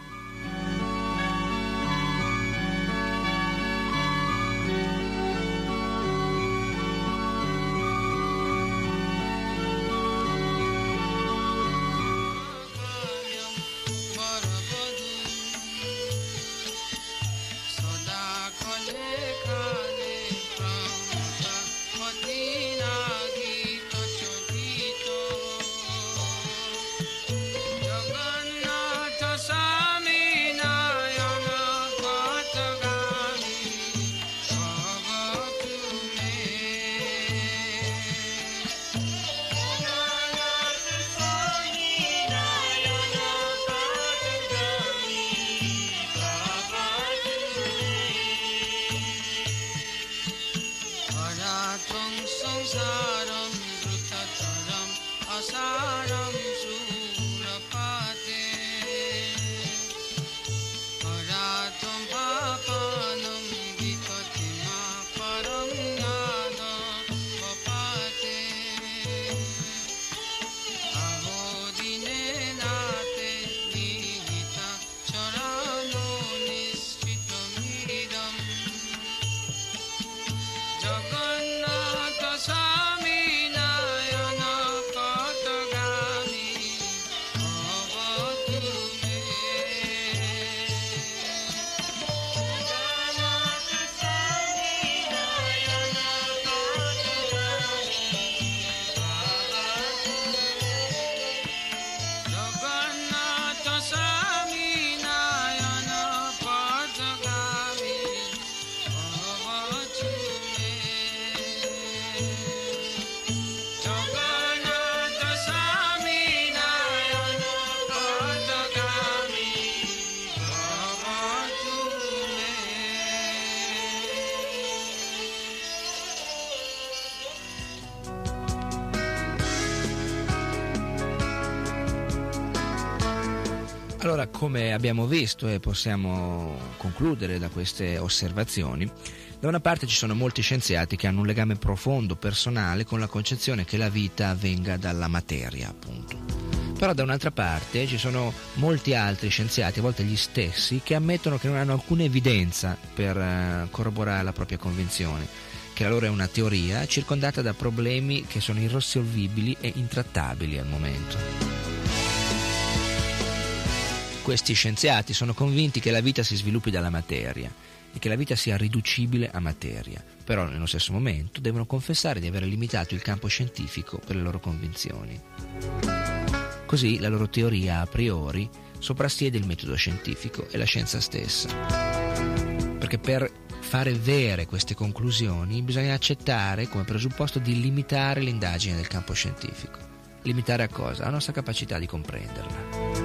Allora, come abbiamo visto e possiamo concludere da queste osservazioni, da una parte ci sono molti scienziati che hanno un legame profondo, personale, con la concezione che la vita venga dalla materia, appunto. Però da un'altra parte ci sono molti altri scienziati, a volte gli stessi, che ammettono che non hanno alcuna evidenza per corroborare la propria convinzione, che la loro è una teoria circondata da problemi che sono irrisolvibili e intrattabili al momento. Questi scienziati sono convinti che la vita si sviluppi dalla materia e che la vita sia riducibile a materia, però nello stesso momento devono confessare di aver limitato il campo scientifico per le loro convinzioni. Così la loro teoria a priori soprassiede il metodo scientifico e la scienza stessa. Perché per fare vere queste conclusioni bisogna accettare come presupposto di limitare l'indagine del campo scientifico. Limitare a cosa? La nostra capacità di comprenderla.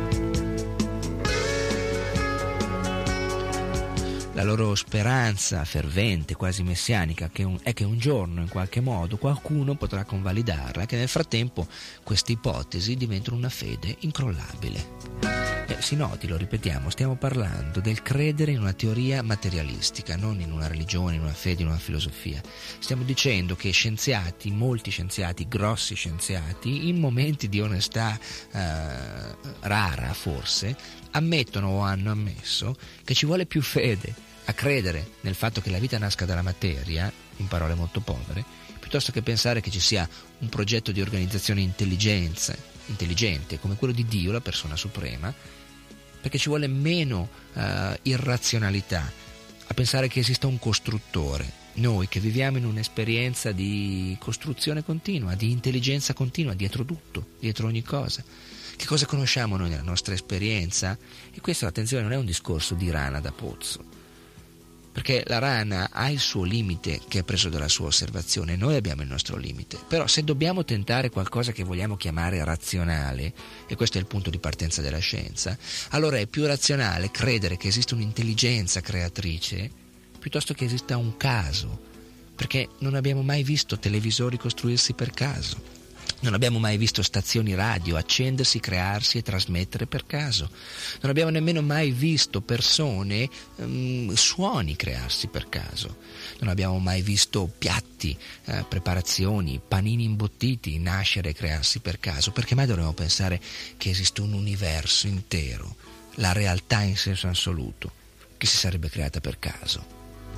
La loro speranza fervente, quasi messianica, è che un giorno, in qualche modo, qualcuno potrà convalidarla e che nel frattempo queste ipotesi diventano una fede incrollabile. Si noti, lo ripetiamo, stiamo parlando del credere in una teoria materialistica, non in una religione, in una fede, in una filosofia. Stiamo dicendo che scienziati, molti scienziati, grossi scienziati, in momenti di onestà rara forse, ammettono o hanno ammesso che ci vuole più fede a credere nel fatto che la vita nasca dalla materia, in parole molto povere, piuttosto che pensare che ci sia un progetto di organizzazione intelligente come quello di Dio, la persona suprema, perché ci vuole meno irrazionalità a pensare che esista un costruttore. Noi che viviamo in un'esperienza di costruzione continua, di intelligenza continua, dietro tutto, dietro ogni cosa. Che cosa conosciamo noi nella nostra esperienza? E questo, attenzione, non è un discorso di rana da pozzo, perché la rana ha il suo limite che è preso dalla sua osservazione, noi abbiamo il nostro limite. Però se dobbiamo tentare qualcosa che vogliamo chiamare razionale, e questo è il punto di partenza della scienza, allora è più razionale credere che esista un'intelligenza creatrice piuttosto che esista un caso, perché non abbiamo mai visto televisori costruirsi per caso, non abbiamo mai visto stazioni radio accendersi, crearsi e trasmettere per caso, non abbiamo nemmeno mai visto persone, suoni crearsi per caso, non abbiamo mai visto piatti, preparazioni, panini imbottiti nascere e crearsi per caso. Perché mai dovremmo pensare che esiste un universo intero, la realtà in senso assoluto, che si sarebbe creata per caso?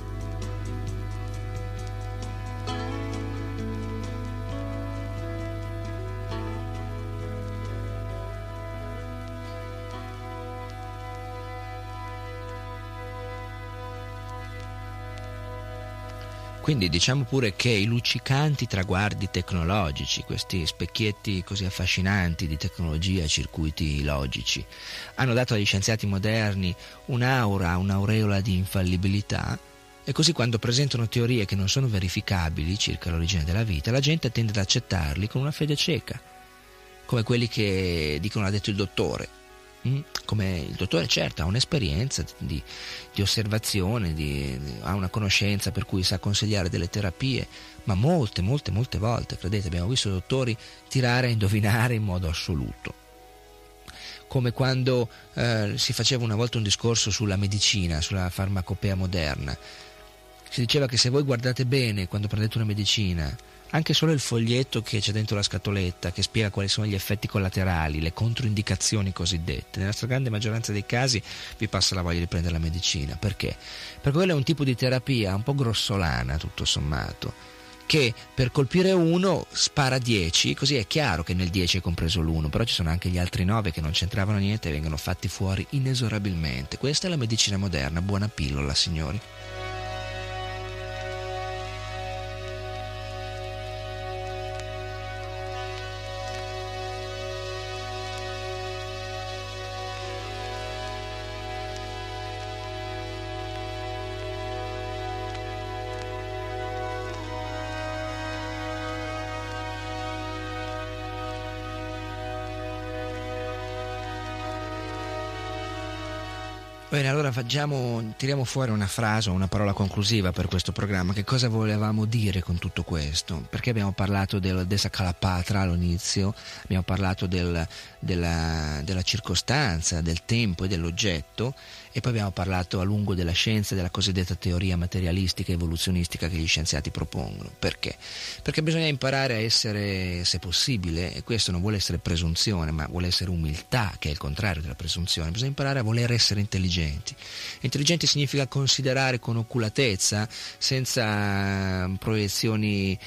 Quindi diciamo pure che i luccicanti traguardi tecnologici, questi specchietti così affascinanti di tecnologia e circuiti logici, hanno dato agli scienziati moderni un'aura, un'aureola di infallibilità, e così quando presentano teorie che non sono verificabili circa l'origine della vita, la gente tende ad accettarli con una fede cieca, come quelli che dicono l'ha detto il dottore. Come il dottore, certo, ha un'esperienza di osservazione, ha una conoscenza per cui sa consigliare delle terapie, ma molte volte, credete, abbiamo visto dottori tirare a indovinare in modo assoluto. Come quando si faceva una volta un discorso sulla medicina, sulla farmacopea moderna. Si diceva che se voi guardate bene quando prendete una medicina, anche solo il foglietto che c'è dentro la scatoletta, che spiega quali sono gli effetti collaterali, le controindicazioni cosiddette, nella stragrande maggioranza dei casi vi passa la voglia di prendere la medicina. Perché? Perché quello è un tipo di terapia un po' grossolana, tutto sommato, che per colpire uno spara 10, così è chiaro che nel 10 è compreso l'1, però ci sono anche gli altri 9 che non c'entravano niente e vengono fatti fuori inesorabilmente. Questa è la medicina moderna, buona pillola, signori. Bene, allora tiriamo fuori una frase o una parola conclusiva per questo programma. Che cosa volevamo dire con tutto questo? Perché abbiamo parlato del Desakalapatra all'inizio, abbiamo parlato della circostanza, del tempo e dell'oggetto, E poi abbiamo parlato a lungo della scienza e della cosiddetta teoria materialistica e evoluzionistica che gli scienziati propongono. Perché? Perché bisogna imparare a essere, se possibile, e questo non vuole essere presunzione, ma vuole essere umiltà, che è il contrario della presunzione, bisogna imparare a voler essere intelligenti. Intelligenti significa considerare con oculatezza, senza proiezioni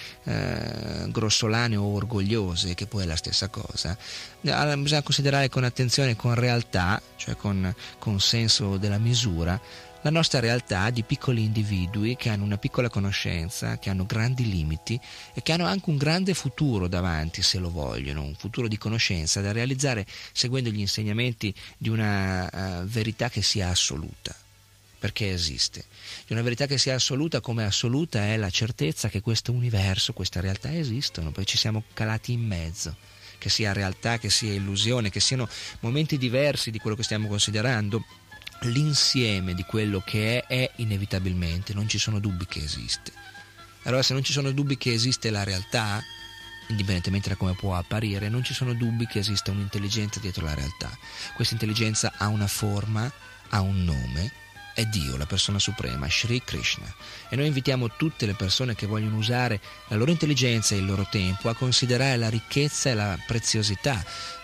grossolane o orgogliose, che poi è la stessa cosa. Bisogna considerare con attenzione, con realtà, cioè con senso della misura, la nostra realtà di piccoli individui che hanno una piccola conoscenza, che hanno grandi limiti e che hanno anche un grande futuro davanti, se lo vogliono, un futuro di conoscenza da realizzare seguendo gli insegnamenti di una verità che sia assoluta, perché esiste. Di una verità che sia assoluta, come assoluta è la certezza che questo universo, questa realtà esistono, poi ci siamo calati in mezzo. Che sia realtà, che sia illusione, che siano momenti diversi di quello che stiamo considerando, l'insieme di quello che è inevitabilmente, non ci sono dubbi che esiste. Allora, se non ci sono dubbi che esiste la realtà, indipendentemente da come può apparire, non ci sono dubbi che esista un'intelligenza dietro la realtà. Questa intelligenza ha una forma, ha un nome, è Dio, la persona suprema, Shri Krishna. E noi invitiamo tutte le persone che vogliono usare la loro intelligenza e il loro tempo a considerare la ricchezza e la preziosità,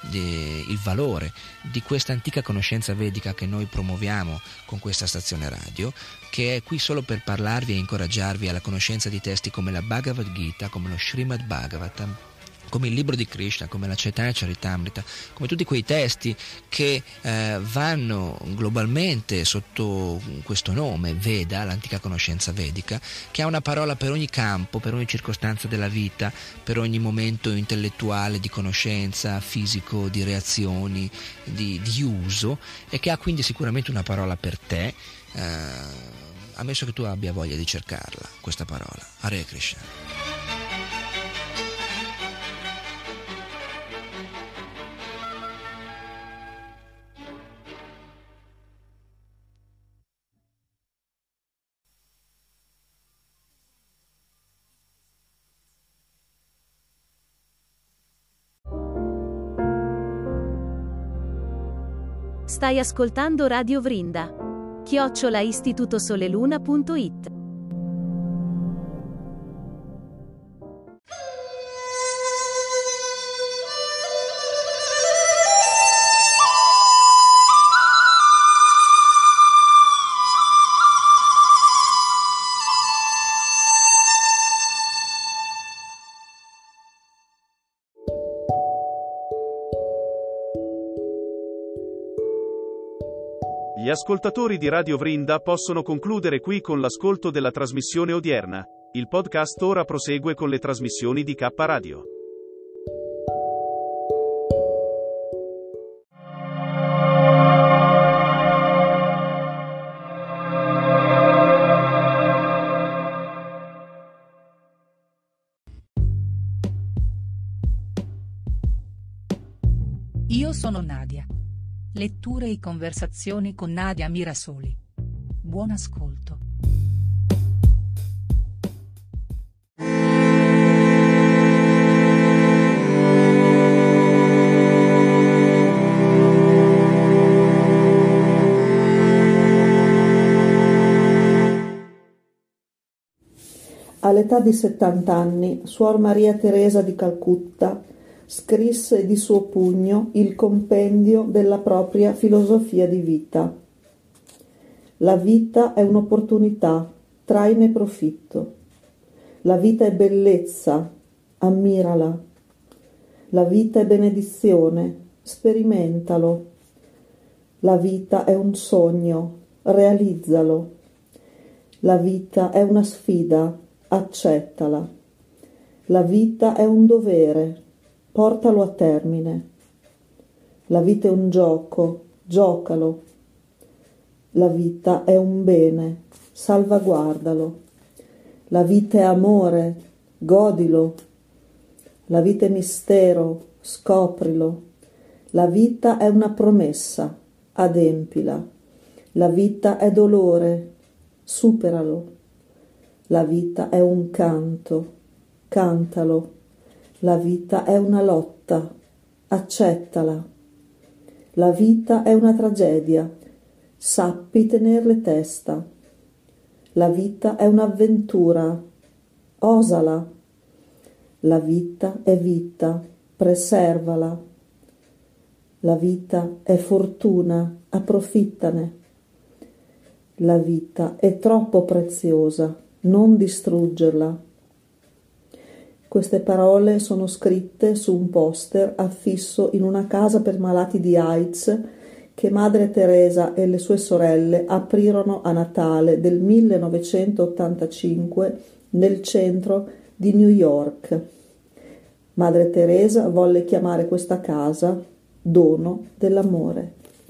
il valore di questa antica conoscenza vedica che noi promuoviamo con questa stazione radio, che è qui solo per parlarvi e incoraggiarvi alla conoscenza di testi come la Bhagavad Gita, come lo Srimad Bhagavatam, come il libro di Krishna, come la Chaitanya Charitamrita, come tutti quei testi che vanno globalmente sotto questo nome, Veda, l'antica conoscenza vedica, che ha una parola per ogni campo, per ogni circostanza della vita, per ogni momento intellettuale, di conoscenza, fisico, di reazioni, di uso, e che ha quindi sicuramente una parola per te, ammesso che tu abbia voglia di cercarla, questa parola. Hare Krishna.
Stai ascoltando Radio Vrinda. @istitutosoleluna.it.
Gli ascoltatori di Radio Vrinda possono concludere qui con l'ascolto della trasmissione odierna. Il podcast ora prosegue con le trasmissioni di K Radio.
Io sono Nadia. Letture e conversazioni con Nadia Mirasoli. Buon ascolto.
All'età di 70 anni, Suor Maria Teresa di Calcutta scrisse di suo pugno il compendio della propria filosofia di vita. La vita è un'opportunità, traine profitto. La vita è bellezza, ammirala. La vita è benedizione, sperimentalo. La vita è un sogno, realizzalo. La vita è una sfida, accettala. La vita è un dovere, portalo a termine. La vita è un gioco, giocalo. La vita è un bene, salvaguardalo. La vita è amore, godilo. La vita è mistero, scoprilo. La vita è una promessa, adempila. La vita è dolore, superalo. La vita è un canto, cantalo. La vita è una lotta, accettala. La vita è una tragedia, sappi tenerle testa. La vita è un'avventura, osala. La vita è vita, preservala. La vita è fortuna, approfittane. La vita è troppo preziosa, non distruggerla. Queste parole sono scritte su un poster affisso in una casa per malati di AIDS che Madre Teresa e le sue sorelle aprirono a Natale del 1985 nel centro di New York. Madre Teresa volle chiamare questa casa dono dell'amore.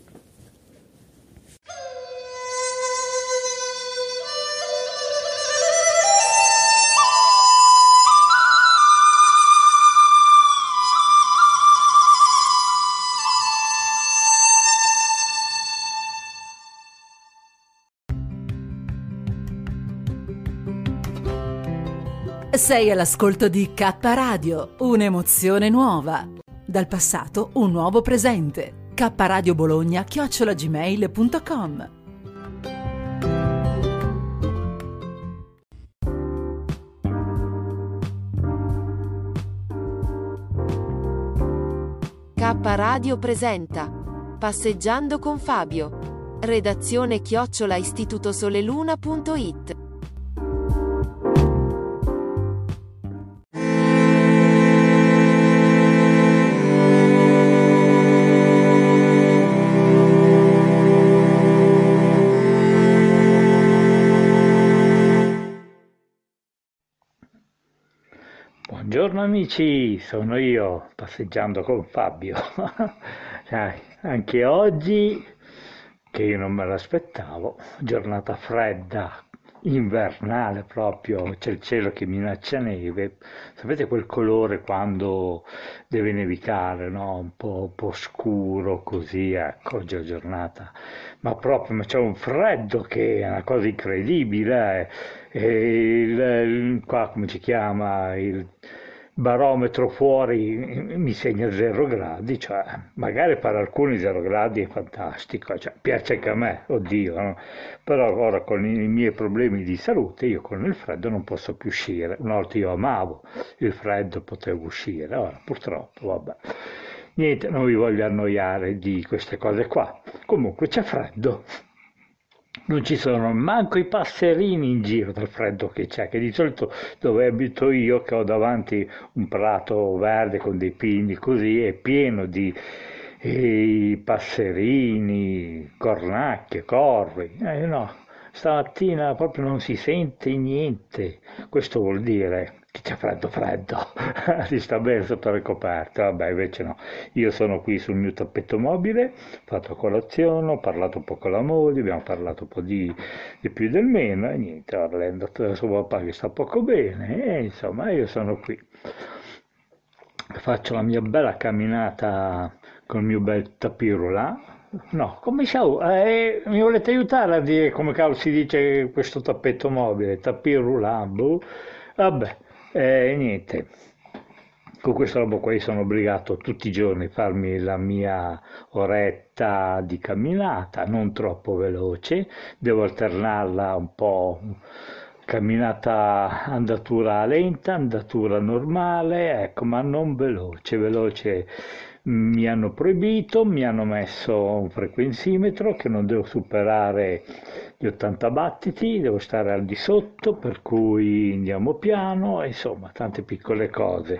Sei all'ascolto di K Radio, un'emozione nuova. Dal passato un nuovo presente. kradiobologna@gmail.com.
K Radio presenta Passeggiando con Fabio. Redazione @istitutosoleluna.it.
Buongiorno amici, sono io, passeggiando con Fabio. Sai, anche oggi, che io non me l'aspettavo, giornata fredda, invernale proprio, c'è il cielo che minaccia neve. Sapete quel colore quando deve nevicare, no? Un po' scuro così, ecco, oggi è giornata. Ma proprio, ma c'è un freddo che è una cosa incredibile. E qua come si chiama? Il barometro fuori mi segna 0 gradi, cioè magari per alcuni 0 gradi è fantastico, cioè, piace anche a me, oddio, no? Però ora con i miei problemi di salute io con il freddo non posso più uscire. Una volta io amavo il freddo, potevo uscire, ora purtroppo vabbè. Niente, non vi voglio annoiare di queste cose qua. Comunque c'è freddo. Non ci sono manco i passerini in giro dal freddo che c'è, che di solito dove abito io, che ho davanti un prato verde con dei pini così, è pieno di passerini, cornacchie, corvi. No, stamattina proprio non si sente niente. Questo vuol dire che c'è freddo, si sta bene sotto le coperte. Vabbè, invece no, io sono qui sul mio tappeto mobile, ho fatto colazione, ho parlato un po' con la moglie, abbiamo parlato un po' di più del meno e niente, ora lei è andata da suo papà che sta poco bene e insomma io sono qui. Faccio la mia bella camminata con il mio bel tapis roulant. No, come ciao, mi volete aiutare a dire come cavolo si dice questo tappetto mobile, tapis roulant, boh. Vabbè. Niente, con questa roba qua io sono obbligato tutti i giorni a farmi la mia oretta di camminata, non troppo veloce, devo alternarla un po' camminata andatura lenta, andatura normale, ecco, ma non veloce, veloce mi hanno proibito, mi hanno messo un frequenzimetro che non devo superare gli 80 battiti, devo stare al di sotto, per cui andiamo piano, insomma, tante piccole cose.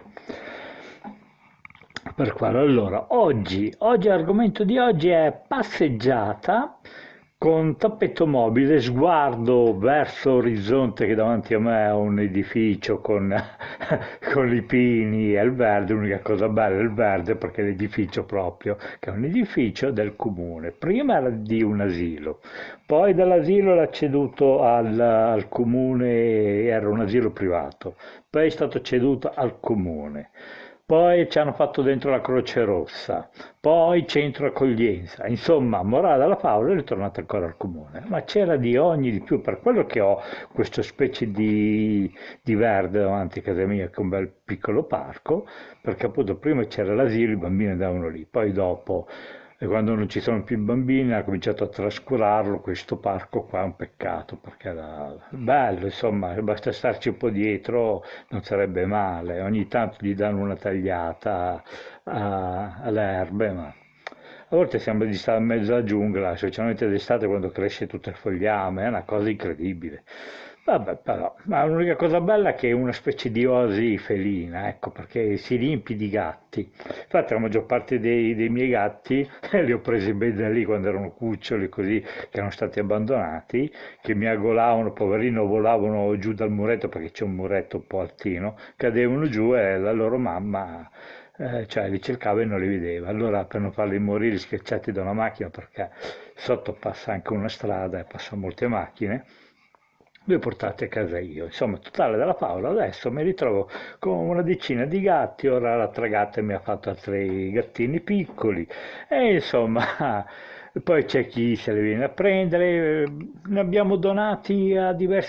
Per quello, allora, oggi l'argomento di oggi è passeggiata con tappetto mobile, sguardo verso l'orizzonte, che davanti a me è un edificio con i pini e il verde. L'unica cosa bella è il verde, perché l'edificio proprio, che è un edificio del comune. Prima era di un asilo, poi dall'asilo l'ha ceduto al comune, era un asilo privato, poi è stato ceduto al comune. Poi ci hanno fatto dentro la Croce Rossa, poi centro accoglienza, insomma, morale della favola è ritornata ancora al comune, ma c'era di ogni di più, per quello che ho questa specie di verde davanti a casa mia, che è un bel piccolo parco, perché appunto prima c'era l'asilo, i bambini andavano lì, poi dopo e quando non ci sono più i bambini ha cominciato a trascurarlo. Questo parco qua è un peccato perché era bello, insomma, basta starci un po' dietro, non sarebbe male. Ogni tanto gli danno una tagliata alle erbe, ma a volte sembra di stare in mezzo alla giungla, specialmente d'estate quando cresce tutto il fogliame, è una cosa incredibile. Vabbè, però, ma l'unica cosa bella è che è una specie di oasi felina, ecco, perché si riempie di gatti. Infatti la maggior parte dei miei gatti li ho presi ben da lì quando erano cuccioli, così, che erano stati abbandonati, che mi agolavano, poverino, volavano giù dal muretto, perché c'è un muretto un po' altino, cadevano giù e la loro mamma cioè li cercava e non li vedeva. Allora per non farli morire schiacciati da una macchina, perché sotto passa anche una strada e passano molte macchine, li ho portati a casa io. Insomma, totale della favola, adesso mi ritrovo con una decina di gatti, ora l'altra gatta mi ha fatto altri gattini piccoli e insomma poi c'è chi se li viene a prendere, ne abbiamo donati a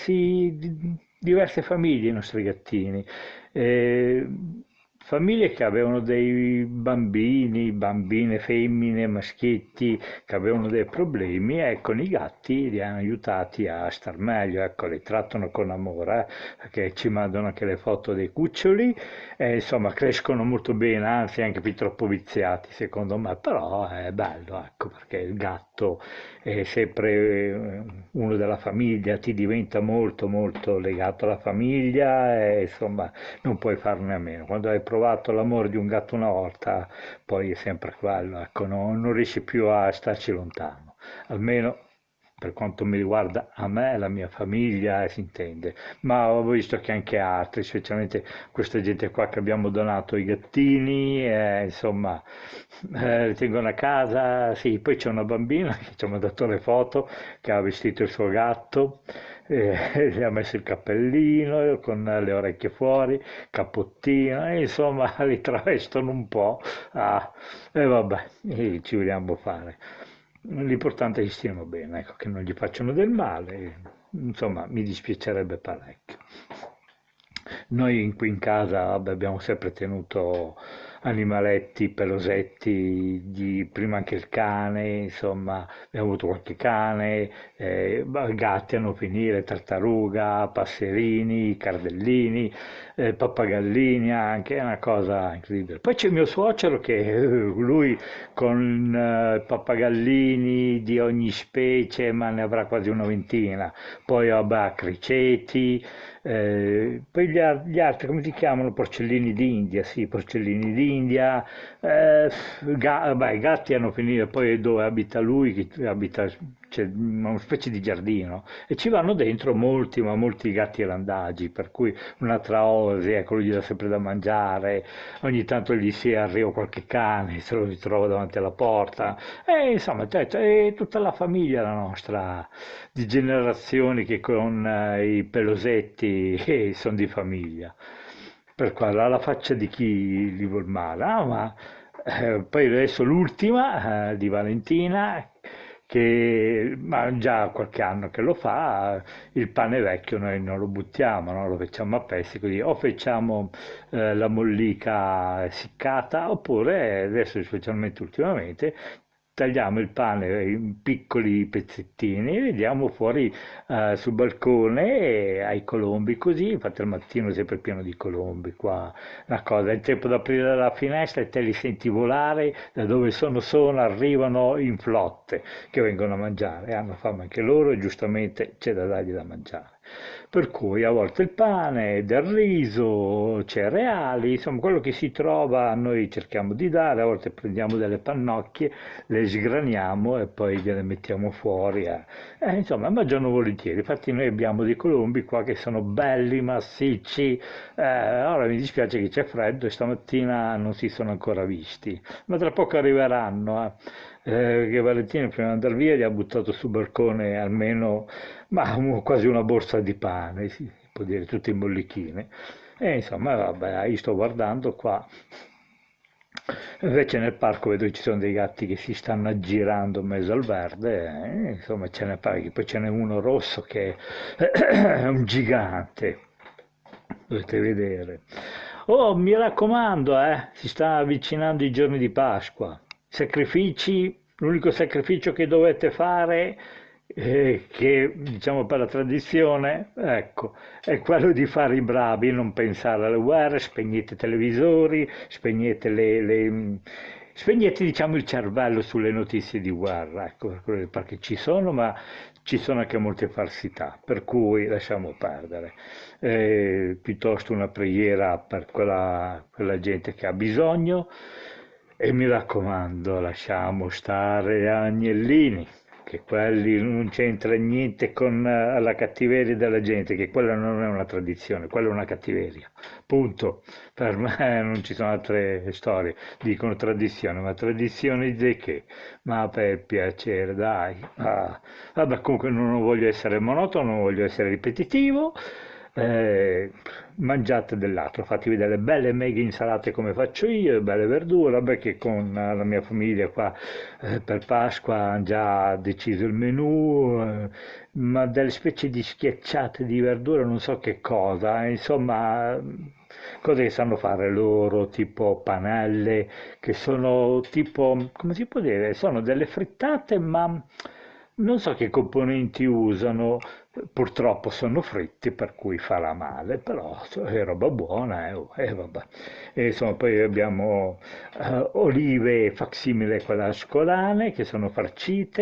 diverse famiglie i nostri gattini. Eh, Famiglie che avevano dei bambini, bambine, femmine, maschietti che avevano dei problemi e con i gatti li hanno aiutati a star meglio, ecco, li trattano con amore, perché ci mandano anche le foto dei cuccioli e insomma crescono molto bene, anzi anche più troppo viziati secondo me, però è bello, ecco, perché il gatto è sempre uno della famiglia, ti diventa molto molto legato alla famiglia e insomma non puoi farne a meno. Quando hai provato l'amore di un gatto una volta, poi è sempre quello, ecco, non riesci più a starci lontano, almeno per quanto mi riguarda a me e la mia famiglia, si intende, ma ho visto che anche altri, specialmente questa gente qua che abbiamo donato i gattini, insomma, li tengono a casa, sì, poi c'è una bambina che ci ha mandato le foto, che ha vestito il suo gatto, gli ha messo il cappellino con le orecchie fuori, cappottino, e insomma li travestono un po', e vabbè, ci vogliamo fare. L'importante è che stiano bene, ecco, che non gli facciano del male, insomma mi dispiacerebbe parecchio. Noi qui in casa vabbè, abbiamo sempre tenuto animaletti, pelosetti, prima anche il cane, insomma abbiamo avuto qualche cane, gatti a non finire, tartaruga, passerini, cardellini, pappagallini anche, è una cosa incredibile. Poi c'è il mio suocero che lui con pappagallini di ogni specie, ma ne avrà quasi una ventina, poi vabbè criceti, poi gli altri come si chiamano? Porcellini d'India, sì, porcellini d'India, i gatti hanno finito, poi dove abita lui, che abita, c'è una specie di giardino e ci vanno dentro molti, ma molti gatti randagi, per cui un'altra osi, ecco, lui gli dà sempre da mangiare, ogni tanto gli si arriva qualche cane, se lo ritrova davanti alla porta, e insomma, è tutta la famiglia la nostra, di generazioni che con i pelosetti sono di famiglia, per quello alla faccia di chi li vuol male. Ma poi adesso l'ultima di Valentina, che ma già qualche anno che lo fa, il pane vecchio noi non lo buttiamo, no? Lo facciamo a pezzi, così o facciamo la mollica essiccata, oppure adesso specialmente ultimamente tagliamo il pane in piccoli pezzettini e vediamo fuori sul balcone e ai colombi, così infatti al mattino è sempre pieno di colombi qua, una cosa, è il tempo di aprire la finestra e te li senti volare, da dove sono, arrivano in flotte che vengono a mangiare, hanno fame anche loro e giustamente c'è da dargli da mangiare. Per cui a volte il pane, del riso, cereali, insomma quello che si trova noi cerchiamo di dare, a volte prendiamo delle pannocchie, le sgraniamo e poi gliele mettiamo fuori. Insomma mangiano volentieri, infatti noi abbiamo dei colombi qua che sono belli, massicci, ora mi dispiace che c'è freddo e stamattina non si sono ancora visti, ma tra poco arriveranno. Che Valentino prima di andare via gli ha buttato sul balcone almeno quasi una borsa di pane, si può dire, tutte in bollichine. E insomma, vabbè, io sto guardando qua. Invece nel parco vedo che ci sono dei gatti che si stanno aggirando in mezzo al verde, insomma ce n'è parecchi, poi ce n'è uno rosso che è un gigante, dovete vedere. Oh, mi raccomando, si sta avvicinando i giorni di Pasqua. Sacrifici L'unico sacrificio che dovete fare, che diciamo per la tradizione, ecco, è quello di fare i bravi, non pensare alle guerre, spegnete i televisori, spegnete diciamo il cervello sulle notizie di guerra, ecco, perché ci sono, ma ci sono anche molte falsità, per cui lasciamo perdere. Piuttosto una preghiera per quella gente che ha bisogno. E mi raccomando, lasciamo stare gli agnellini, che quelli non c'entra niente con la cattiveria della gente, che quella non è una tradizione, quella è una cattiveria. Punto. Per me non ci sono altre storie. Dicono tradizione, ma tradizione di che? Ma per piacere, dai. Ah. Vabbè, comunque non voglio essere monotono, non voglio essere ripetitivo. Mangiate dell'altro, fatevi delle belle mega insalate come faccio io, belle verdure, vabbè che con la mia famiglia qua per Pasqua hanno già deciso il menù, ma delle specie di schiacciate di verdura, non so che cosa, insomma cose che sanno fare loro, tipo panelle, che sono tipo, come si può dire, sono delle frittate, ma non so che componenti usano, purtroppo sono fritti, per cui farà male, però è roba buona, vabbè. E insomma, poi abbiamo olive facsimile quelle ascolane, che sono farcite,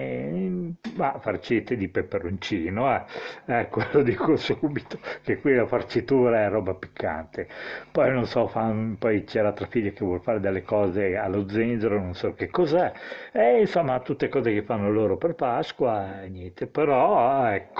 ma farcite di peperoncino, ecco, lo dico subito, che qui la farcitura è roba piccante. Poi non so, poi c'è l'altra figlia che vuole fare delle cose allo zenzero, non so che cos'è, e insomma tutte cose che fanno loro per Pasqua, niente, però ecco,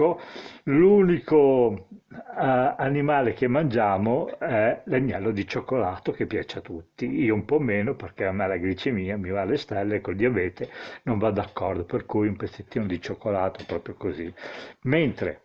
l'unico animale che mangiamo è l'agnello di cioccolato, che piace a tutti, io un po' meno perché a me la glicemia mi va alle stelle, col diabete non va d'accordo, per cui un pezzettino di cioccolato proprio così. Mentre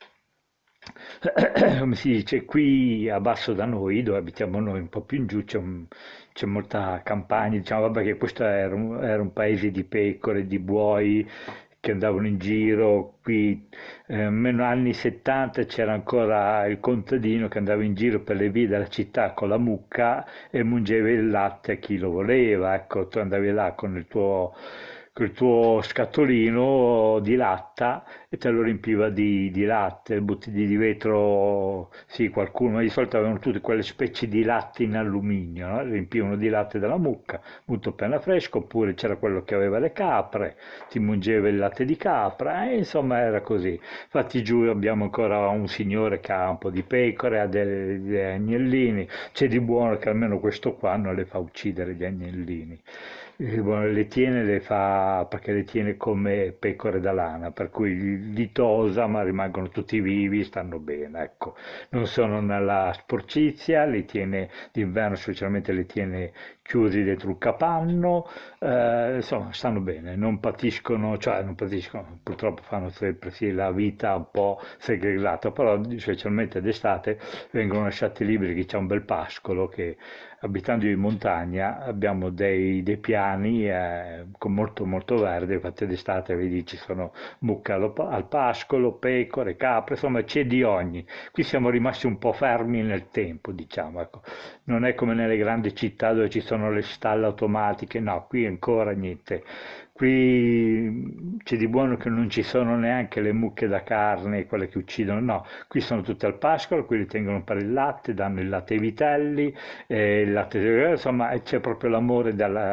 come si dice, qui a basso da noi, dove abitiamo noi, un po' più in giù, c'è molta campagna, diciamo, vabbè che questo era un paese di pecore, di buoi che andavano in giro, qui meno anni 70 c'era ancora il contadino che andava in giro per le vie della città con la mucca e mungeva il latte a chi lo voleva, ecco, tu andavi là con il tuo scatolino di latta e te lo riempiva di latte, bottiglie di vetro, sì, qualcuno, di solito avevano tutte quelle specie di latte in alluminio, no? Riempivano di latte dalla mucca, molto appena fresco, oppure c'era quello che aveva le capre, ti mungeva il latte di capra, e insomma era così. Infatti giù abbiamo ancora un signore che ha un po' di pecore, ha degli agnellini, c'è di buono che almeno questo qua non le fa uccidere gli agnellini. Le tiene, le fa perché le tiene come pecore da lana, per cui li tosa, ma rimangono tutti vivi, stanno bene, ecco. Non sono nella sporcizia, li tiene d'inverno, specialmente li tiene chiusi dentro un capanno, insomma stanno bene, non patiscono, purtroppo fanno sempre sì, la vita un po' segregata, però specialmente d'estate vengono lasciati liberi, che c'è un bel pascolo che abitando in montagna abbiamo dei piani con molto verde, infatti d'estate vedi ci sono mucche al pascolo, pecore, capre, insomma c'è di ogni. Qui siamo rimasti un po' fermi nel tempo, diciamo, ecco. Non è come nelle grandi città dove ci sono le stalle automatiche, no, qui ancora niente. Qui c'è di buono che non ci sono neanche le mucche da carne, quelle che uccidono, no, qui sono tutte al pascolo, qui li tengono per il latte, danno il latte ai vitelli, il latte, insomma c'è proprio l'amore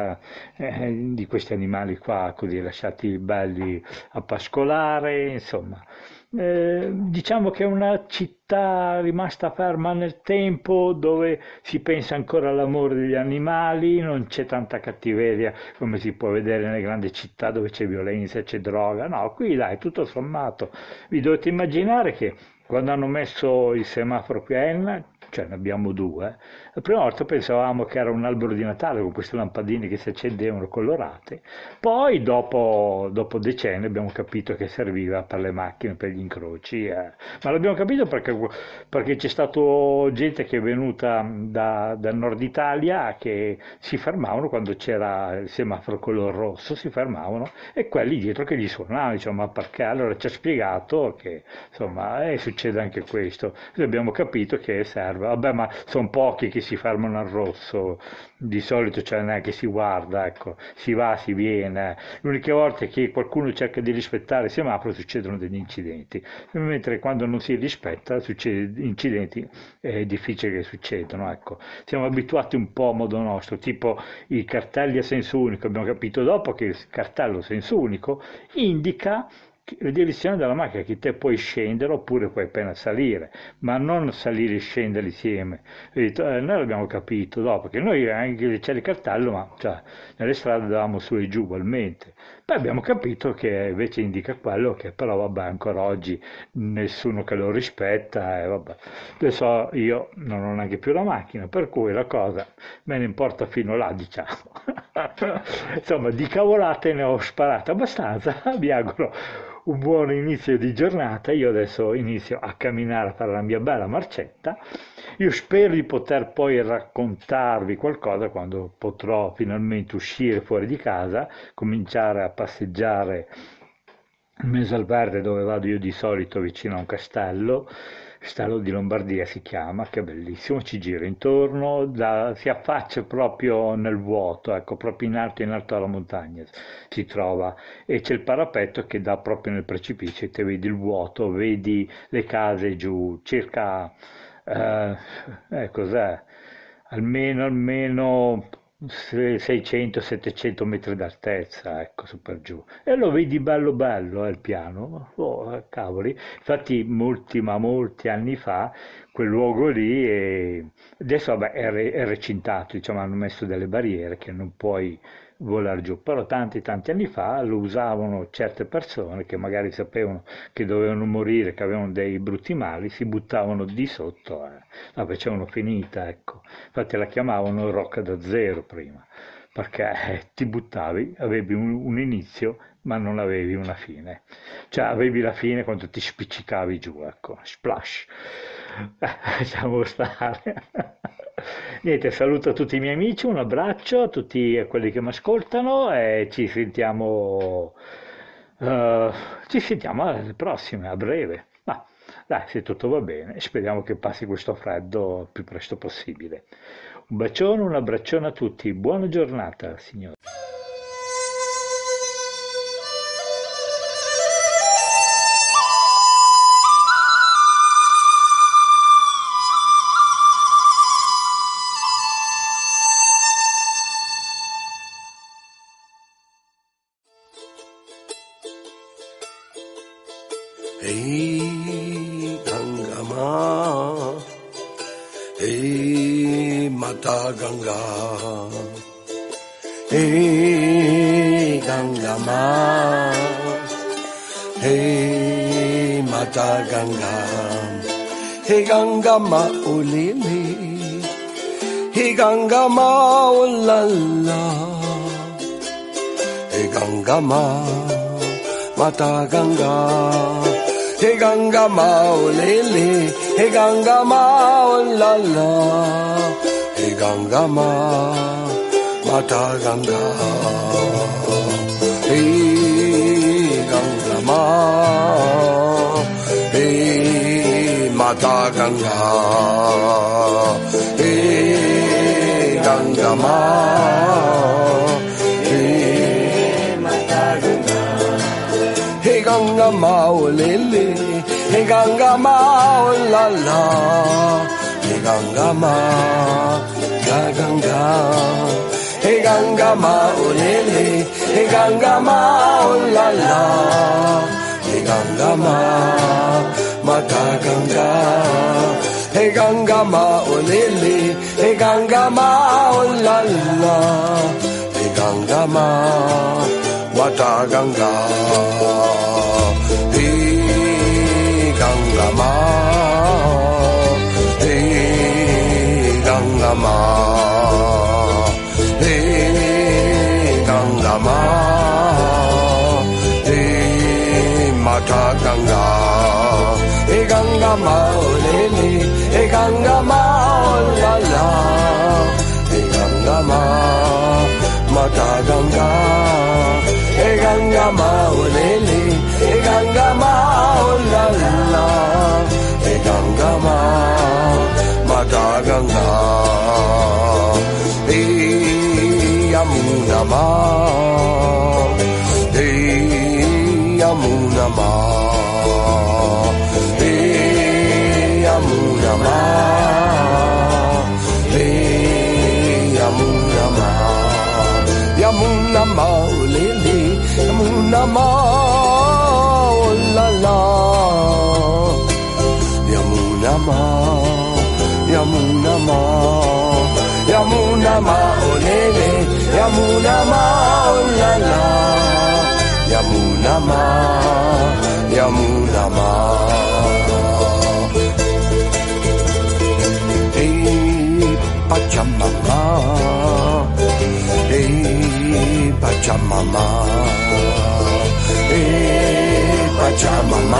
di questi animali qua, così lasciati belli a pascolare, insomma. Diciamo che è una città rimasta ferma nel tempo, dove si pensa ancora all'amore degli animali, non c'è tanta cattiveria come si può vedere nelle grandi città dove c'è violenza, c'è droga, no, qui dai, tutto sommato, vi dovete immaginare che quando hanno messo il semaforo qui a Enna, cioè ne abbiamo due, la prima volta pensavamo che era un albero di Natale con queste lampadine che si accendevano colorate, poi dopo decenni abbiamo capito che serviva per le macchine, per gli incroci, ma l'abbiamo capito perché c'è stato gente che è venuta dal nord Italia che si fermavano quando c'era il semaforo color rosso, si fermavano e quelli dietro che gli suonavano, diciamo, ma perché? Allora ci ha spiegato che insomma succede anche questo, noi abbiamo capito che serve ferma. Vabbè, ma sono pochi che si fermano al rosso, di solito cioè neanche si guarda, ecco, si va, si viene. L'unica volta che qualcuno cerca di rispettare il semaforo succedono degli incidenti, mentre quando non si rispetta incidenti è difficile che succedano, ecco. Siamo abituati un po' a modo nostro, tipo i cartelli a senso unico, abbiamo capito dopo che il cartello a senso unico indica la direzione della macchina, che te puoi scendere oppure puoi appena salire, ma non salire e scendere insieme. Noi l'abbiamo capito dopo, che noi anche c'era il cartello, ma cioè, nelle strade andavamo su e giù ugualmente. Poi abbiamo capito che invece indica quello, che però vabbè, ancora oggi nessuno che lo rispetta, e vabbè. Adesso io non ho neanche più la macchina, per cui la cosa me ne importa fino là, diciamo. Insomma, di cavolate ne ho sparate abbastanza, vi auguro un buon inizio di giornata. Io adesso inizio a camminare, a fare la mia bella marcetta. Io spero di poter poi raccontarvi qualcosa quando potrò finalmente uscire fuori di casa, cominciare a passeggiare in mezzo al verde dove vado io di solito, vicino a un castello di Lombardia si chiama, che è bellissimo, ci gira intorno, si affaccia proprio nel vuoto, ecco, proprio in alto alla montagna si trova, e c'è il parapetto che dà proprio nel precipizio e te vedi il vuoto, vedi le case giù, circa, cos'è, almeno 600-700 metri d'altezza, ecco, su per giù, e lo vedi bello il piano, cavoli. Infatti molti anni fa quel luogo lì, e adesso vabbè, è recintato, diciamo, hanno messo delle barriere che non puoi volare giù, però tanti anni fa lo usavano certe persone che magari sapevano che dovevano morire, che avevano dei brutti mali, si buttavano di sotto, la facevano finita, ecco. Infatti la chiamavano rocca da zero prima, perché ti buttavi, avevi un inizio ma non avevi una fine, cioè avevi la fine quando ti spiccicavi giù, ecco, splash. Lasciamo stare. Niente, saluto a tutti i miei amici, un abbraccio a tutti quelli che mi ascoltano e ci sentiamo alle prossime, a breve. Ma dai, se tutto va bene, speriamo che passi questo freddo il più presto possibile. Un bacione, un abbraccione a tutti, buona giornata, signori.
Hey Gangama, hey Mata Ganga, hey Gangama, hey Mata Ganga, hey Gangama ulili, hey Gangama ulala, hey Gangama Mata Ganga. Hey Ganga Maulele, hey Ganga Maulala, hey Ganga Mata Ganga, hey Ganga hey Mata Ganga, hey Ganga hey Mata Ganga. Hey Ganga Maulele, hey Ganga Maulala, hey Ganga Ganga, hey Ganga Maulele, hey Ganga Maulala, hey Ganga Mata Ganga, hey Ganga Maulele, hey Ganga Maulala, hey Ganga Mata Ganga, hey Ganga hey Ganga hey Ganga hey Mata Ganga, hey Ganga Maulele, hey Ganga Maulala, hey Ganga Mata Ganga. Hey Ganga Maulele, hey Ganga Maulala, hey Ganga Mata Ganga, Yamuna Ma, Yamuna Ma, Yamuna Ma, Yamuna Ma, Yamuna Ma, Lili, Yamuna Ma, oh la la, Yamuna Ma, Yamuna Ma, Yamuna Ma, oh Lili, Yamuna Ma, oh la la, Yamuna Ma, Yamuna Ma. Pachamama, hey Pachamama, hey Pachamama,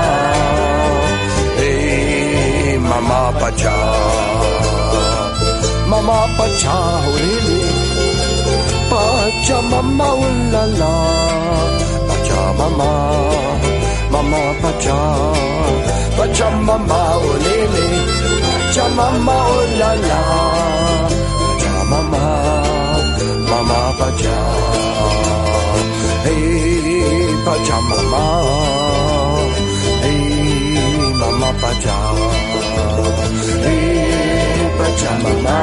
hey Mama Pacha, Mama Pacha, really, Pachamama, la la, Pachamama, Mama Pacha, Pachamama, really. Pachamama, oh la la, Pachamama, Mama Pacha, hey Pachamama, hey Mama Pacha, hey Pachamama,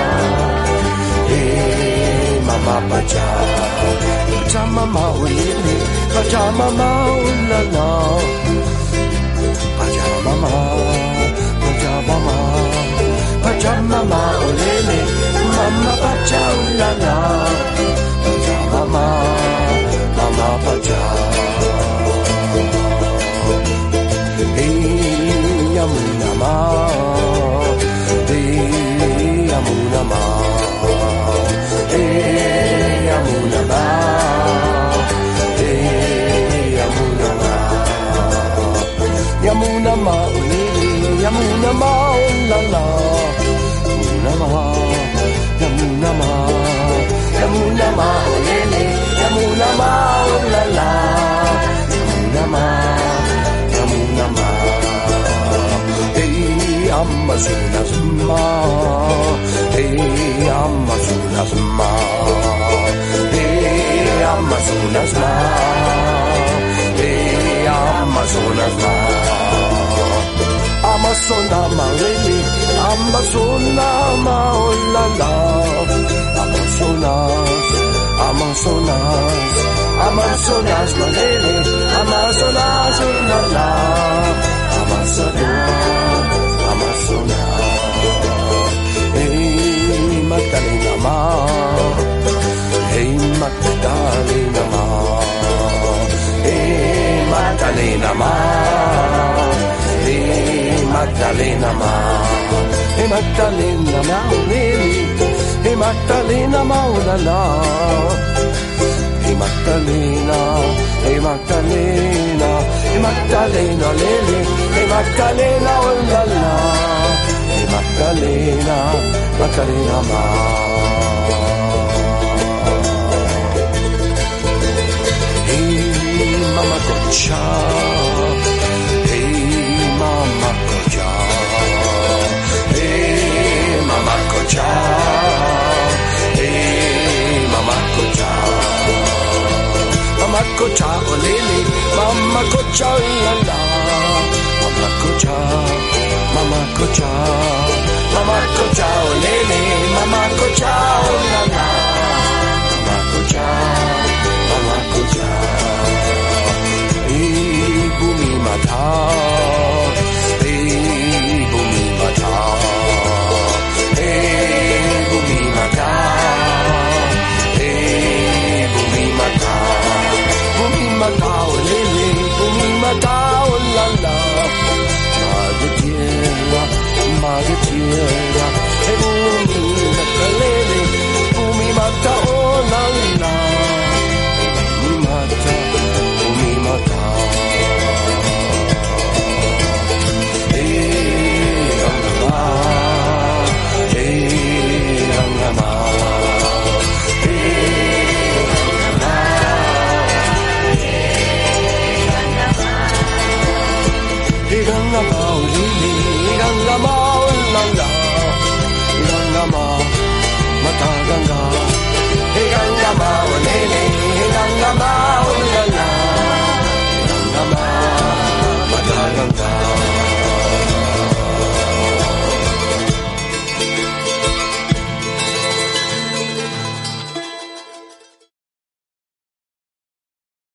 hey Mama Pacha, Pachamama, oh lili, Pachamama, oh la la, Pachamama. Pachamama, Pachamama, oh lele, Mama Pacha, oh la la, Pachamama, Mama Pacha. Hey Yamuna Ma, hey Yamuna Ma, hey Yamuna Ma, hey Yamuna Ma, Yamuna Ma, oh lele. Yamuna Ma, oh la la, Yamuna Ma, Yamuna Ma, Yamuna Ma, oh lele, Yamuna Ma, oh la la, Yamuna Ma, Yamuna Ma, hey Amazonas Ma, hey Amazonas Ma, hey Amazonas Ma, hey Amazonas Ma. Amazonama, lili, Amazonama, oh la la, Amazonas, Amazonas, Amazonas, no lili, Amazonas, oh la la, Amazonas, Amazonas, hey Magdalena Ma, hey Magdalena Ma, hey Magdalena Ma. Magdalena Ma, e Magdalena Ma, e Magdalena Ma, la la, e Magdalena, e Magdalena, e Magdalena, lele, e Magdalena, oh la la, e Magdalena, Magdalena Ma. E Mama Goccia. Mama Kocha, hey Mama Kocha, hey Mama Kocha, Mama Kocha, oh lili, Mama Kocha, la la, Mama Kocha, Mama Kocha, Mama Kocha, oh lili, Mama Kocha, oh la la.